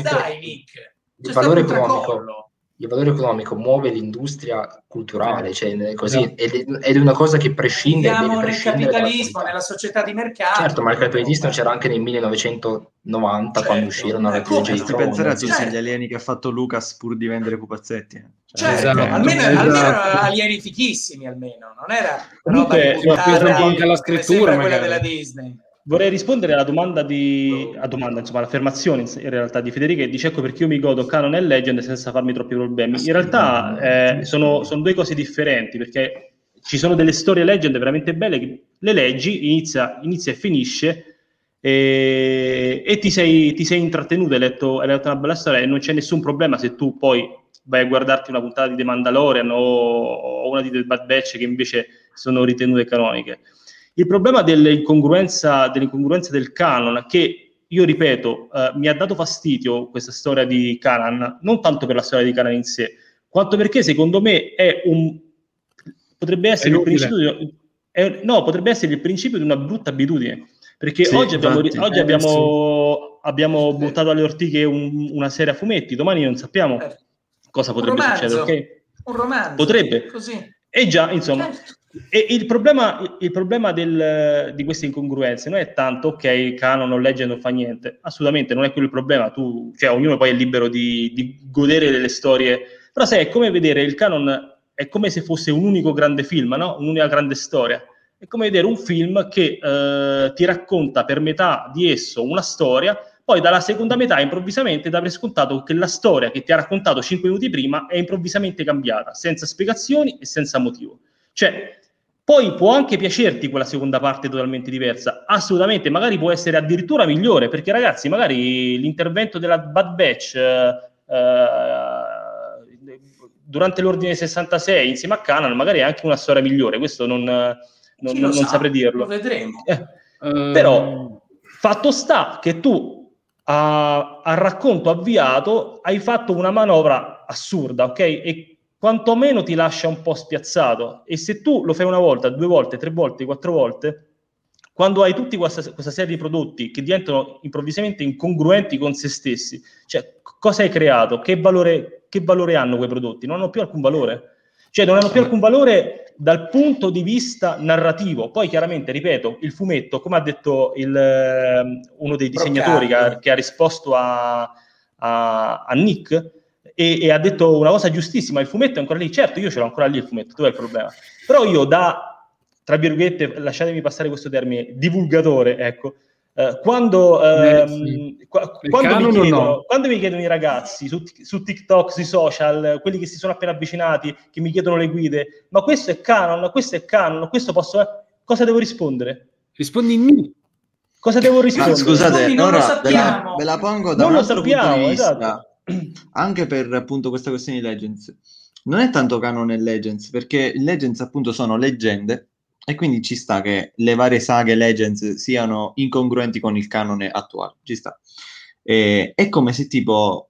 economico muove l'industria culturale, cioè così, ed è una cosa che prescinde. Viviamo nel capitalismo, nella società di mercato. Certo, ma il capitalismo c'era anche nel 1990, quando uscirono la trilogia di Tron. Pensare a tutti gli alieni che ha fatto Lucas pur di vendere pupazzetti. Almeno alieni fichissimi, almeno non era roba anche la scrittura quella della Disney. Vorrei rispondere alla domanda all'affermazione in realtà di Federica, che dice ecco perché io mi godo Canon e Legend senza farmi troppi problemi. In realtà sono 2 cose differenti, perché ci sono delle storie Legend veramente belle che le leggi, inizia e finisce e ti sei intrattenuto, hai letto una bella storia e non c'è nessun problema se tu poi vai a guardarti una puntata di The Mandalorian o una di The Bad Batch che invece sono ritenute canoniche. Il problema dell'incongruenza del canon, che io ripeto, mi ha dato fastidio questa storia di Kanan, non tanto per la storia di Kanan in sé, quanto perché secondo me è potrebbe essere il principio potrebbe essere il principio di una brutta abitudine, perché sì, oggi abbiamo buttato alle ortiche una serie a fumetti, domani non sappiamo cosa potrebbe succedere, ok? Un romanzo, potrebbe, così. E già, insomma, e il problema di queste incongruenze non è tanto, ok, canon o legend non fa niente, assolutamente non è quello il problema, ognuno poi è libero di godere delle storie, però sai, è come vedere il canon, è come se fosse un unico grande film, no? Un'unica grande storia, è come vedere un film che ti racconta per metà di esso una storia, poi dalla seconda metà improvvisamente dà per scontato che la storia che ti ha raccontato 5 minuti prima è improvvisamente cambiata, senza spiegazioni e senza motivo. Cioè, poi può anche piacerti quella seconda parte totalmente diversa, assolutamente, magari può essere addirittura migliore, perché ragazzi, magari l'intervento della Bad Batch durante l'Ordine 66 insieme a Kanan magari è anche una storia migliore, questo non saprei dirlo. Lo vedremo. Però, fatto sta che tu a racconto avviato hai fatto una manovra assurda, ok? E quantomeno ti lascia un po' spiazzato, e se tu lo fai una volta, 2 volte, 3 volte, 4 volte, quando hai tutti questa serie di prodotti che diventano improvvisamente incongruenti con se stessi, cioè cosa hai creato? Che valore hanno quei prodotti? Non hanno più alcun valore. Cioè non hanno più alcun valore dal punto di vista narrativo. Poi chiaramente, ripeto, il fumetto, come ha detto uno dei disegnatori che ha risposto a Nick, e ha detto una cosa giustissima, il fumetto è ancora lì. Certo, io ce l'ho ancora lì il fumetto, dov'è il problema? Però io tra virgolette, lasciatemi passare questo termine, divulgatore, ecco, quando mi chiedono i ragazzi su TikTok, sui social, quelli che si sono appena avvicinati, che mi chiedono le guide, ma questo è canon, questo posso... Cosa devo rispondere? Rispondi in me. Cosa devo rispondere? Scusate, non ora lo sappiamo. ve la pongo da un altro punto di vista, anche per appunto questa questione di Legends. Non è tanto canon e Legends, perché Legends appunto sono leggende, e quindi ci sta che le varie saghe Legends siano incongruenti con il canone attuale, ci sta. È come se tipo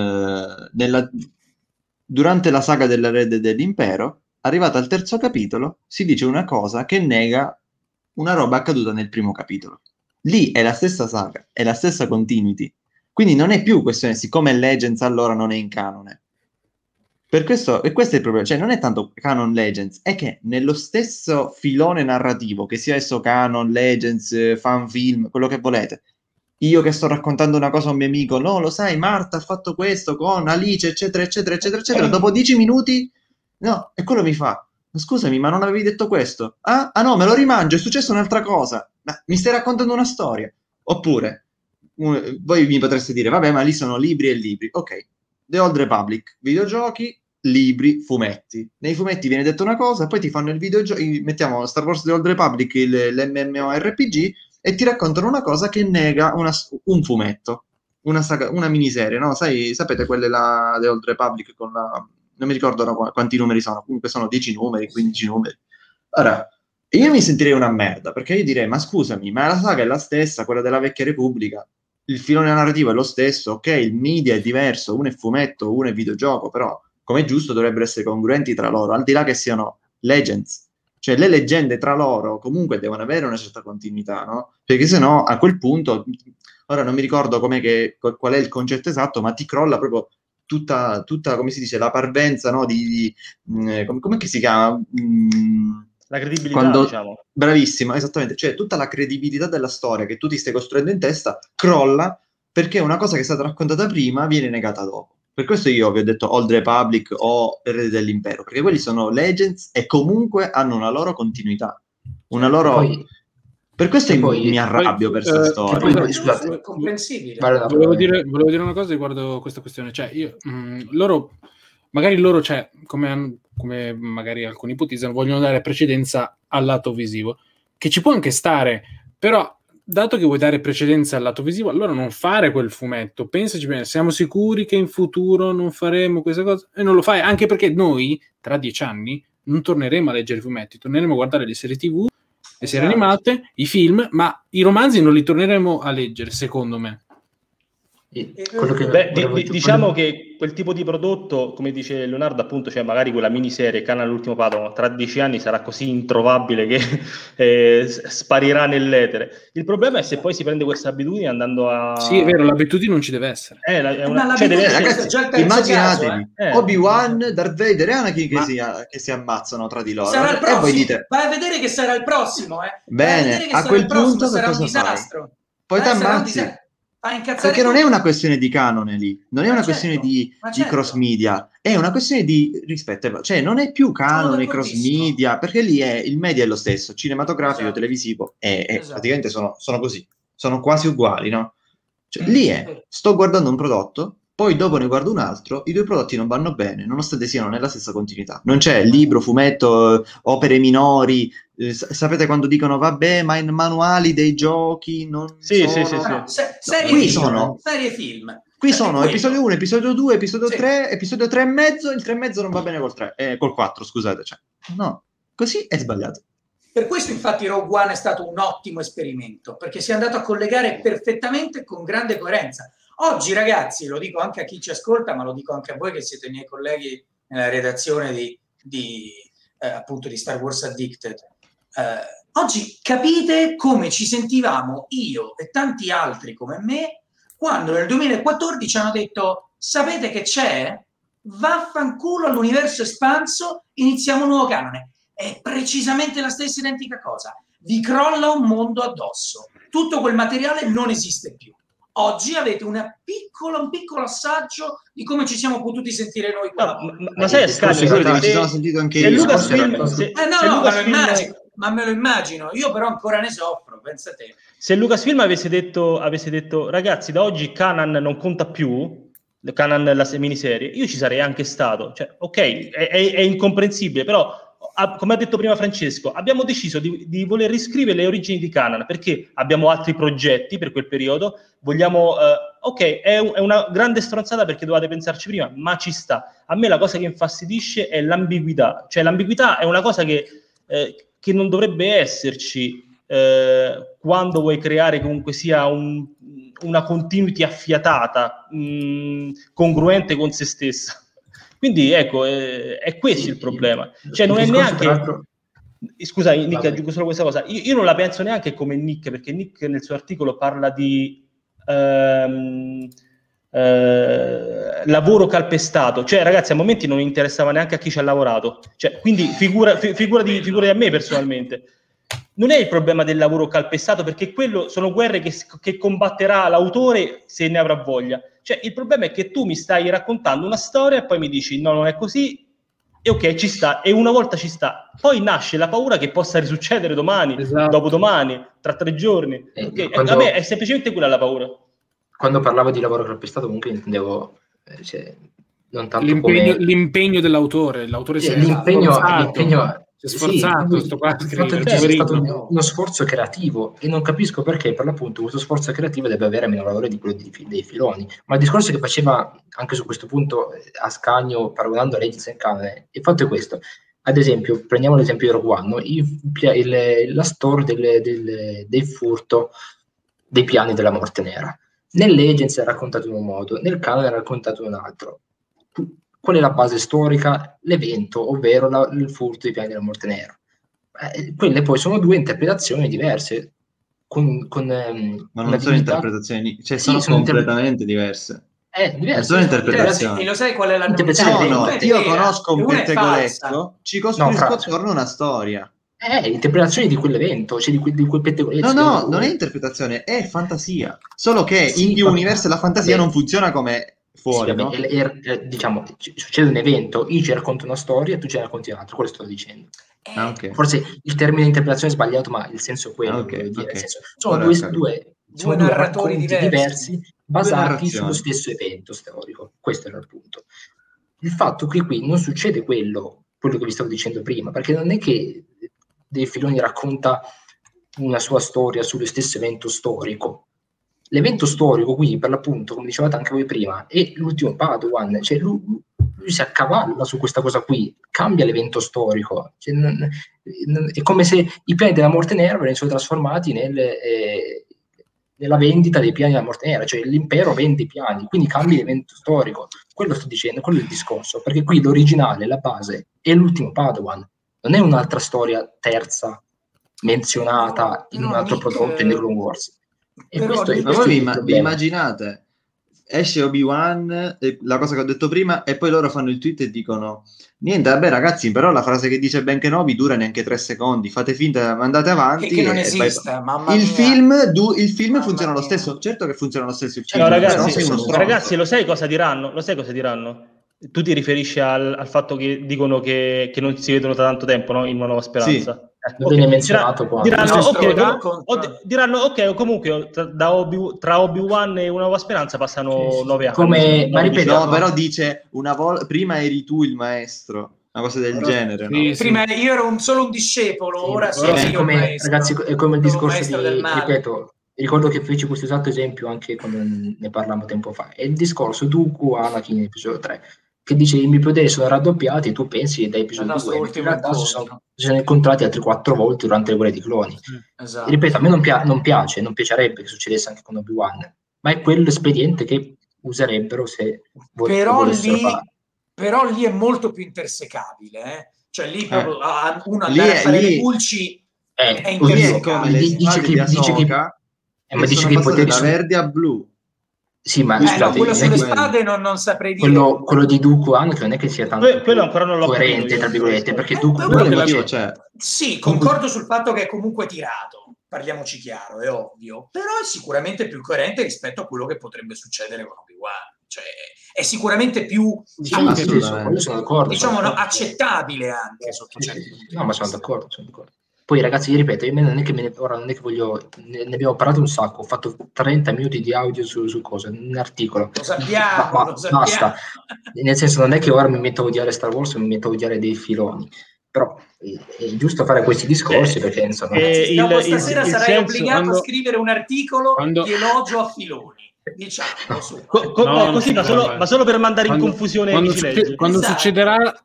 durante la saga dell'Erede dell'Impero, arrivata al 3° capitolo, si dice una cosa che nega una roba accaduta nel 1° capitolo. Lì è la stessa saga, è la stessa continuity, quindi non è più questione, siccome è Legends allora non è in canone. Per questo, e questo è il problema, cioè non è tanto canon Legends, è che nello stesso filone narrativo, che sia esso canon, Legends, fan film, quello che volete, io che sto raccontando una cosa a un mio amico, no, lo sai, Marta ha fatto questo con Alice, eccetera, eccetera, eccetera, eccetera, dopo 10 minuti, no, e quello mi fa, scusami, ma non avevi detto questo? Ah no, me lo rimangio, è successa un'altra cosa, ma mi stai raccontando una storia? Oppure, voi mi potreste dire, vabbè, ma lì sono libri e libri, ok, The Old Republic, videogiochi, libri, fumetti. Nei fumetti viene detto una cosa, poi ti fanno il videogioco, mettiamo Star Wars The Old Republic, l'MMORPG, e ti raccontano una cosa che nega un fumetto, una miniserie, no? Sapete quelle là The Old Republic con la... non mi ricordo quanti numeri sono, comunque sono 10 numeri, 15 numeri. Ora, io mi sentirei una merda, perché io direi, ma scusami, ma la saga è la stessa, quella della Vecchia Repubblica, il filone narrativo è lo stesso, ok, il media è diverso, uno è fumetto, uno è videogioco, però come è giusto dovrebbero essere congruenti tra loro, al di là che siano Legends. Cioè le leggende tra loro comunque devono avere una certa continuità, no? Perché sennò a quel punto, ora non mi ricordo qual è il concetto esatto, ma ti crolla proprio tutta come si dice, la parvenza, no? Come che si chiama? La credibilità, diciamo. Bravissimo, esattamente. Cioè tutta la credibilità della storia che tu ti stai costruendo in testa crolla perché una cosa che è stata raccontata prima viene negata dopo. Per questo io vi ho detto Old Republic o Erede dell'Impero, perché quelli sono Legends e comunque hanno una loro continuità, una loro... per questo mi arrabbio per questa storia. Scusate, comprensibile. Volevo dire una cosa riguardo questa questione. Cioè, loro, cioè, come magari alcuni ipotizzano, vogliono dare precedenza al lato visivo, che ci può anche stare, però... dato che vuoi dare precedenza al lato visivo, allora non fare quel fumetto, pensaci bene, siamo sicuri che in futuro non faremo questa cosa? E non lo fai, anche perché noi, tra 10 anni, non torneremo a leggere i fumetti, torneremo a guardare le serie TV, le serie animate, i film, ma i romanzi non li torneremo a leggere, secondo me. Diciamo che quel tipo di prodotto, come dice Leonardo, appunto, cioè magari quella miniserie Canon l'ultimo Padawan tra 10 anni sarà così introvabile che sparirà nell'etere. Il problema è se poi si prende questa abitudine andando a... Sì, è vero, l'abitudine non ci deve essere. Cioè deve essere... Ragazzi, immaginatevi Obi-Wan, Darth Vader e Anakin che si ammazzano tra di loro. Sarà il prossimo. E voi dite... Vai a vedere che sarà il prossimo, Bene, a quel punto che cosa fai? Poi ti ammazzi. Perché non è una questione di canone lì, non è una questione di cross media, è una questione di rispetto, cioè non è più canone cross media, perché lì il media è lo stesso, cinematografico, televisivo, praticamente sono così, sono quasi uguali, no? Cioè, lì sto guardando un prodotto, poi dopo ne guardo un altro, i due prodotti non vanno bene, nonostante siano nella stessa continuità. Non c'è libro, fumetto, opere minori. Sapete quando dicono vabbè, ma in manuali dei giochi non serie film. Qui sono episodio 1, episodio 2, episodio 3, episodio 3 e mezzo, il 3 e mezzo non va bene col 4, scusate. Cioè, no, così è sbagliato. Per questo infatti Rogue One è stato un ottimo esperimento, perché si è andato a collegare perfettamente con grande coerenza. Oggi ragazzi, lo dico anche a chi ci ascolta, ma lo dico anche a voi che siete i miei colleghi nella redazione appunto di Star Wars Addicted, oggi capite come ci sentivamo io e tanti altri come me quando nel 2014 hanno detto sapete che c'è? Vaffanculo all'universo espanso, iniziamo un nuovo canone. È precisamente la stessa identica cosa, vi crolla un mondo addosso, tutto quel materiale non esiste più. Oggi avete un piccolo assaggio di come ci siamo potuti sentire noi qua. Ma sai, ci sono sentito anche io. Ma me lo immagino, io però ancora ne soffro, pensa te. Se Lucasfilm avesse detto ragazzi, da oggi Kanan non conta più, Kanan la miniserie, io ci sarei anche stato. Cioè, ok, è incomprensibile, però come ha detto prima Francesco, abbiamo deciso di voler riscrivere le origini di Kanan perché abbiamo altri progetti per quel periodo, vogliamo ok, è una grande stronzata perché dovevate pensarci prima, ma ci sta. A me la cosa che infastidisce è l'ambiguità, cioè l'ambiguità è una cosa che non dovrebbe esserci quando vuoi creare comunque sia una continuity affiatata, congruente con se stessa. Quindi ecco, è questo il problema. Cioè non è neanche... Scusa Nick, dico solo questa cosa. Io non la penso neanche come Nick, perché Nick nel suo articolo parla di lavoro calpestato. Cioè ragazzi, a momenti non interessava neanche a chi ci ha lavorato. Cioè, quindi figurati a me personalmente. Non è il problema del lavoro calpestato, perché quello sono guerre che combatterà l'autore se ne avrà voglia. Cioè, il problema è che tu mi stai raccontando una storia e poi mi dici no, non è così, e ok, ci sta, e una volta ci sta. Poi nasce la paura che possa risuccedere domani, dopodomani, tra 3 giorni. Okay? A me è semplicemente quella la paura. Quando parlavo di lavoro calpestato comunque intendevo non tanto l'impegno dell'autore. L'autore l'impegno si è sforzato, c'è stato uno sforzo creativo, e non capisco perché per l'appunto questo sforzo creativo deve avere meno valore di quello dei filoni. Ma il discorso che faceva anche su questo punto Ascanio paragonando a Legends and Canon, il fatto è questo. Ad esempio, prendiamo l'esempio di Rogue One, la storia del furto dei piani della Morte Nera. Nel Legends è raccontato in un modo, nel Canon è raccontato in un altro. Qual è la base storica? L'evento, ovvero il furto dei piani della Morte Nera. Quelle poi sono 2 interpretazioni diverse. Ma non sono interpretazioni, cioè sono completamente diverse. Non sono interpretazioni. E lo sai qual è la io conosco un pettegolezzo, ci costruisco attorno una storia. Interpretazione di quell'evento, cioè di quel pettegolezzo. No, non è interpretazione, è fantasia. Solo che in The Universe la fantasia non funziona come fuori, sì, no? Diciamo, succede un evento, io ci racconto una storia e tu ci racconti un'altra, quello sto dicendo. Okay. Forse il termine interpretazione è sbagliato, ma il senso è quello. Okay. Nel senso, sono due narratori diversi basati sullo stesso evento storico. Questo era il punto. Il fatto che qui non succede quello che vi stavo dicendo prima, perché non è che De Filoni racconta una sua storia sullo stesso evento storico. L'evento storico qui, per l'appunto, come dicevate anche voi prima, è l'ultimo Padawan, cioè lui si accavalla su questa cosa qui, cambia l'evento storico, cioè, è come se i piani della Morte Nera venissero trasformati nella vendita dei piani della Morte Nera, cioè l'impero vende i piani, quindi cambi l'evento storico. Quello sto dicendo, quello è il discorso, perché qui l'originale, la base, è l'ultimo Padawan, non è un'altra storia terza menzionata in un altro prodotto in The Clone Wars. E questo è vi immaginate? Esce Obi-Wan, la cosa che ho detto prima, e poi loro fanno il tweet e dicono niente, vabbè ragazzi, però la frase che dice Ben Kenobi dura neanche 3 secondi, fate finta, andate avanti. Che non esista, mamma il mia. film funziona lo stesso, certo che funziona lo stesso il film. No, ragazzi, lo sai cosa diranno? Tu ti riferisci al fatto che dicono che non si vedono da tanto tempo, no? In Una Nuova Speranza. Sì. Viene menzionato qua. Diranno ok, comunque tra Obi-Wan e Una Nuova Speranza passano 9 anni. Ma ripeto, no, però dice prima eri tu il maestro, una cosa del genere. Sì, no? Prima io ero solo un discepolo, ora sono io il maestro. Ragazzi, è come il discorso di, ripeto, ricordo che feci questo esatto esempio anche quando ne parlavamo tempo fa. È il discorso Dooku Anakin in episodio 3. Che dice i miei poteri sono raddoppiati e tu pensi da episodio 2 in realtà si sono incontrati altre 4 volte durante le guerre di cloni. Esatto. Ripeto, a me non piacerebbe che succedesse anche con Obi-Wan, ma è quell'espediente che userebbero se volessero fare. Però lì è molto più intersecabile, cioè lì proprio uno andare a fare le pulci è intersecabile. Dice che ma dice che i poteri da verde a blu. Sì, ma scusate, quello sulle spade non saprei dire. Quello di Dooku anche non è che sia tanto quello ancora non l'ho coerente, tra virgolette, perché Dooku sì, concordo sul fatto che è comunque tirato, parliamoci chiaro, è ovvio, però è sicuramente più coerente rispetto a quello che potrebbe succedere con Obi-Wan, cioè è sicuramente più sono d'accordo, diciamo accettabile anche sotto certi punti. No, ma sono d'accordo. Poi ragazzi, vi ripeto, io non è che voglio, ne abbiamo parlato un sacco, ho fatto 30 minuti di audio su cosa, un articolo. Lo sappiamo. Basta, nel senso non è che ora mi metto a odiare Star Wars, mi metto a odiare dei filoni, però è giusto fare questi discorsi perché insomma... Stasera sarai obbligato a scrivere un articolo di elogio a filoni. Diciamo su. Così, ma solo per mandare in confusione quando succederà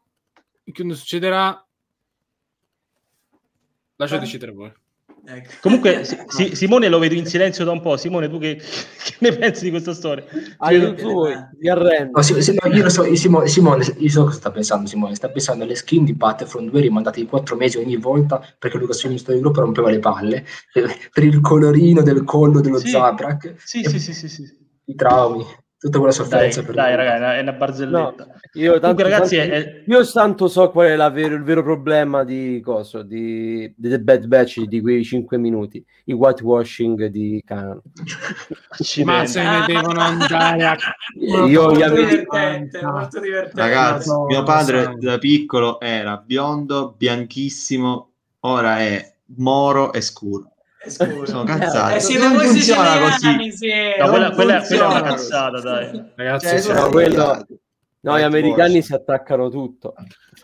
lascia decidere voi. Ecco. Comunque Simone lo vedo in silenzio da un po'. Simone, tu che ne pensi di questa storia? Mi arrendo. Io lo so, Simone, io so cosa sta pensando Simone. Sta pensando alle skin di Battlefront 2 rimandate di 4 mesi ogni volta perché Lucasfilm Story Group rompeva le palle per il colorino del collo dello Zabrak. Sì. I traumi. Tutta quella sofferenza dai ragazzi, è una barzelletta. No, ragazzi, io tanto so qual è il vero problema di The Bad Batch di quei 5 minuti, i whitewashing di Canon. Ma se ne devono andare molto divertente. Ragazzi, mio padre da piccolo era biondo, bianchissimo, ora è moro e scuro. Sono cazzati. Non funziona così. Quella è una cazzata, dai. Ragazzi, gli americani si attaccano tutto.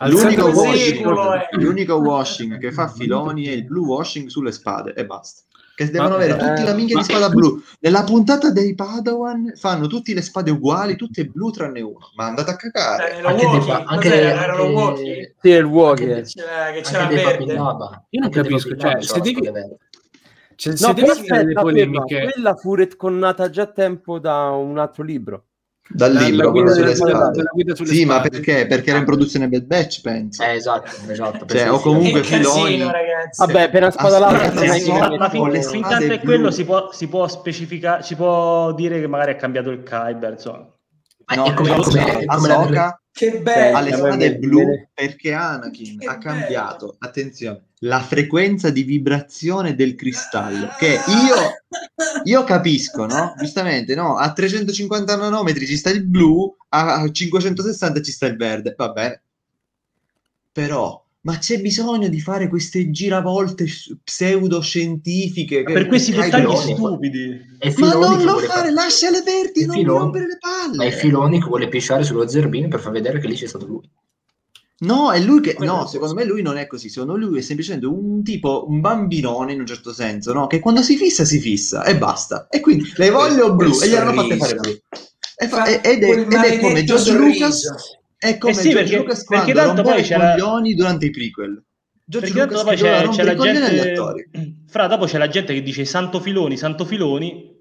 L'unico washing che fa filoni è il blue washing sulle spade e basta. Che devono avere tutti la minchia di spada blu. Nella puntata dei Padawan fanno tutte le spade uguali, tutte blu tranne uno. Ma andate a cagare. Era lo Wookiee? Sì, il Wookiee. Che c'era verde. Io non capisco, cioè, se devi fare le polemiche, quella fu retconnata già a tempo da un altro libro. Dal libro, quello sulle spade. Sì, ma perché? Perché era in produzione Bad Batch, penso. Esatto. Cioè, o comunque filoni. Vabbè, per una spada ma fin tanto è quello si può specificare, si può dire che magari ha cambiato il Kyber, insomma. No, come che bello, alle spade blu perché Anakin ha cambiato, attenzione, la frequenza di vibrazione del cristallo, che io capisco, no? Giustamente, no? A 350 nanometri ci sta il blu, a 560 ci sta il verde, va bene. Però ma c'è bisogno di fare queste giravolte pseudoscientifiche per questi dettagli stupidi? Ma non lo fare, lasciale verdi e non mi rompere le palle. Ma è Filoni che vuole pisciare sullo zerbino per far vedere che lì c'è stato lui. No, è lui che secondo me lui non è così. Secondo lui è semplicemente un bambinone in un certo senso, no? Che quando si fissa e basta. E quindi le voglio blu e gli hanno fatte fare blu. Ed è come George Lucas. È come George Lucas quando rompeva i coglioni durante i prequel. George Lucas poi c'è la gente. Dopo c'è la gente che dice santo filoni.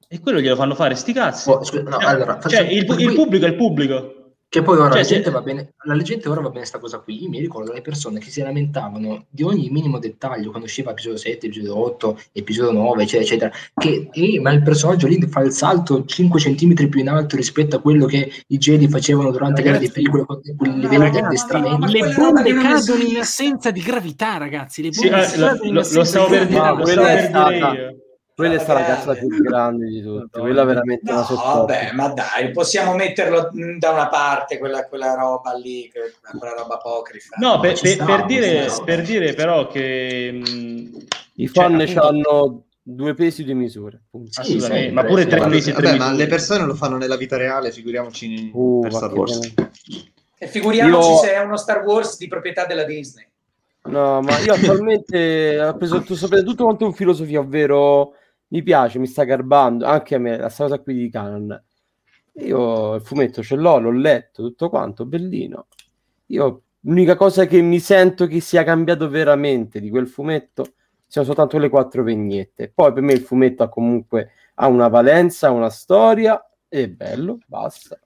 E quello glielo fanno fare, sti cazzi. Allora, il pubblico è il pubblico. Che poi ora la gente ora va bene sta cosa qui. Io mi ricordo le persone che si lamentavano di ogni minimo dettaglio quando usciva episodio 7, episodio 8, episodio 9, eccetera, ma il personaggio lì fa il salto 5 centimetri più in alto rispetto a quello che i Jedi facevano durante le gare di pellicola con quel livello di addestramento. Le bombe cadono in assenza di gravità, ragazzi. Le bombe lo stavo per dire io. Quella è stata la cazzata più grande di tutte, quella veramente una sofferenza. Vabbè, ma dai, possiamo metterlo da una parte quella roba lì, quella roba apocrifa. No, per dire però che i fan hanno 2 pesi e 2 misure. Assolutamente, ma pure 3 pesi e 3 misure. Ma le persone lo fanno nella vita reale, figuriamoci per Star Wars. E figuriamoci se è uno Star Wars di proprietà della Disney. No, ma io attualmente ho preso tutto quanto in filosofia, ovvero mi piace, mi sta garbando, anche a me, la cosa qui di Canon. Io il fumetto ce l'ho letto, tutto quanto, bellino. Io l'unica cosa che mi sento che sia cambiato veramente di quel fumetto sono soltanto le 4 vignette. Poi per me il fumetto ha una valenza, una storia, è bello, basta.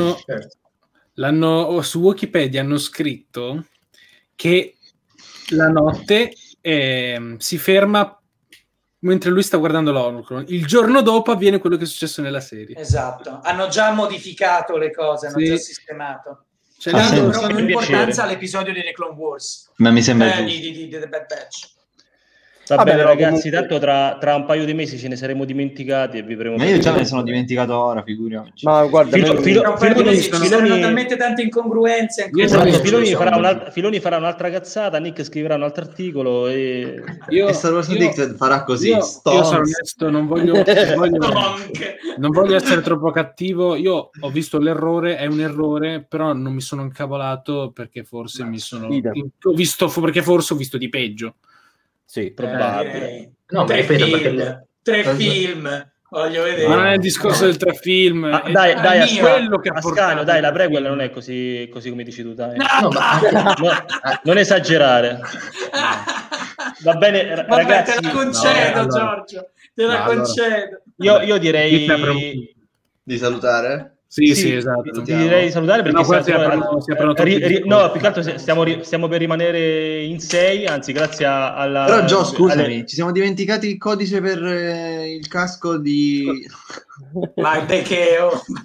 Su Wikipedia hanno scritto che la notte si ferma mentre lui sta guardando l'Orcron. Il giorno dopo avviene quello che è successo nella serie. Esatto, hanno già modificato le cose, hanno già sistemato. Dando però più importanza all'episodio di The Clone Wars. Ma mi sembra di The Bad Batch. Va bene, ragazzi, tanto tra un paio di mesi ce ne saremo dimenticati e vivremo. Ma io già me ne sono dimenticato ora, figuriamoci. Ma guarda, saranno talmente tante incongruenze. Filoni farà un'altra cazzata, Nick scriverà un altro articolo e Star Wars Addicted farà così. Io sono onesto, non voglio essere troppo cattivo. Io ho visto l'errore, è un errore, però non mi sono incavolato perché forse ho visto di peggio. Sì, probabile. No, tre film, voglio vedere. Ma non è il discorso del 3 film. Dai, quello che ha portato. Dai, la prequel non è così come dici tu, dai. Non esagerare. Va bene, ragazzi. Te la concedo, Giorgio. Te la concedo. Io direi di salutare. Sì, esatto. Ti direi di salutare perché più che altro stiamo per rimanere in 6, anzi grazie alla... Però Gio, scusami, ci siamo dimenticati il codice per il casco di... Ma perché...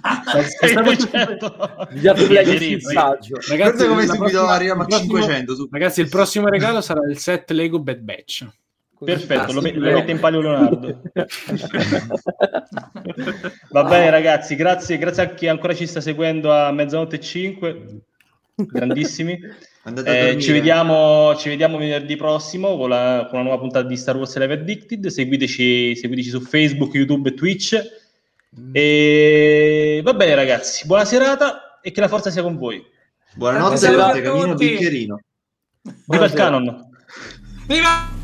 Ragazzi, come subito arriviamo a 500. Ragazzi, il prossimo regalo sarà il set Lego Bad Batch. Perfetto, lo mette in palio Leonardo. Va bene ragazzi, grazie a chi ancora ci sta seguendo a 00:05, grandissimi. Ci vediamo venerdì prossimo con una nuova puntata di Star Wars Live Addicted. Seguiteci su Facebook, YouTube e Twitch. E va bene ragazzi, buona serata e che la forza sia con voi. Buonanotte, camino bicchierino. Viva il canon. Viva!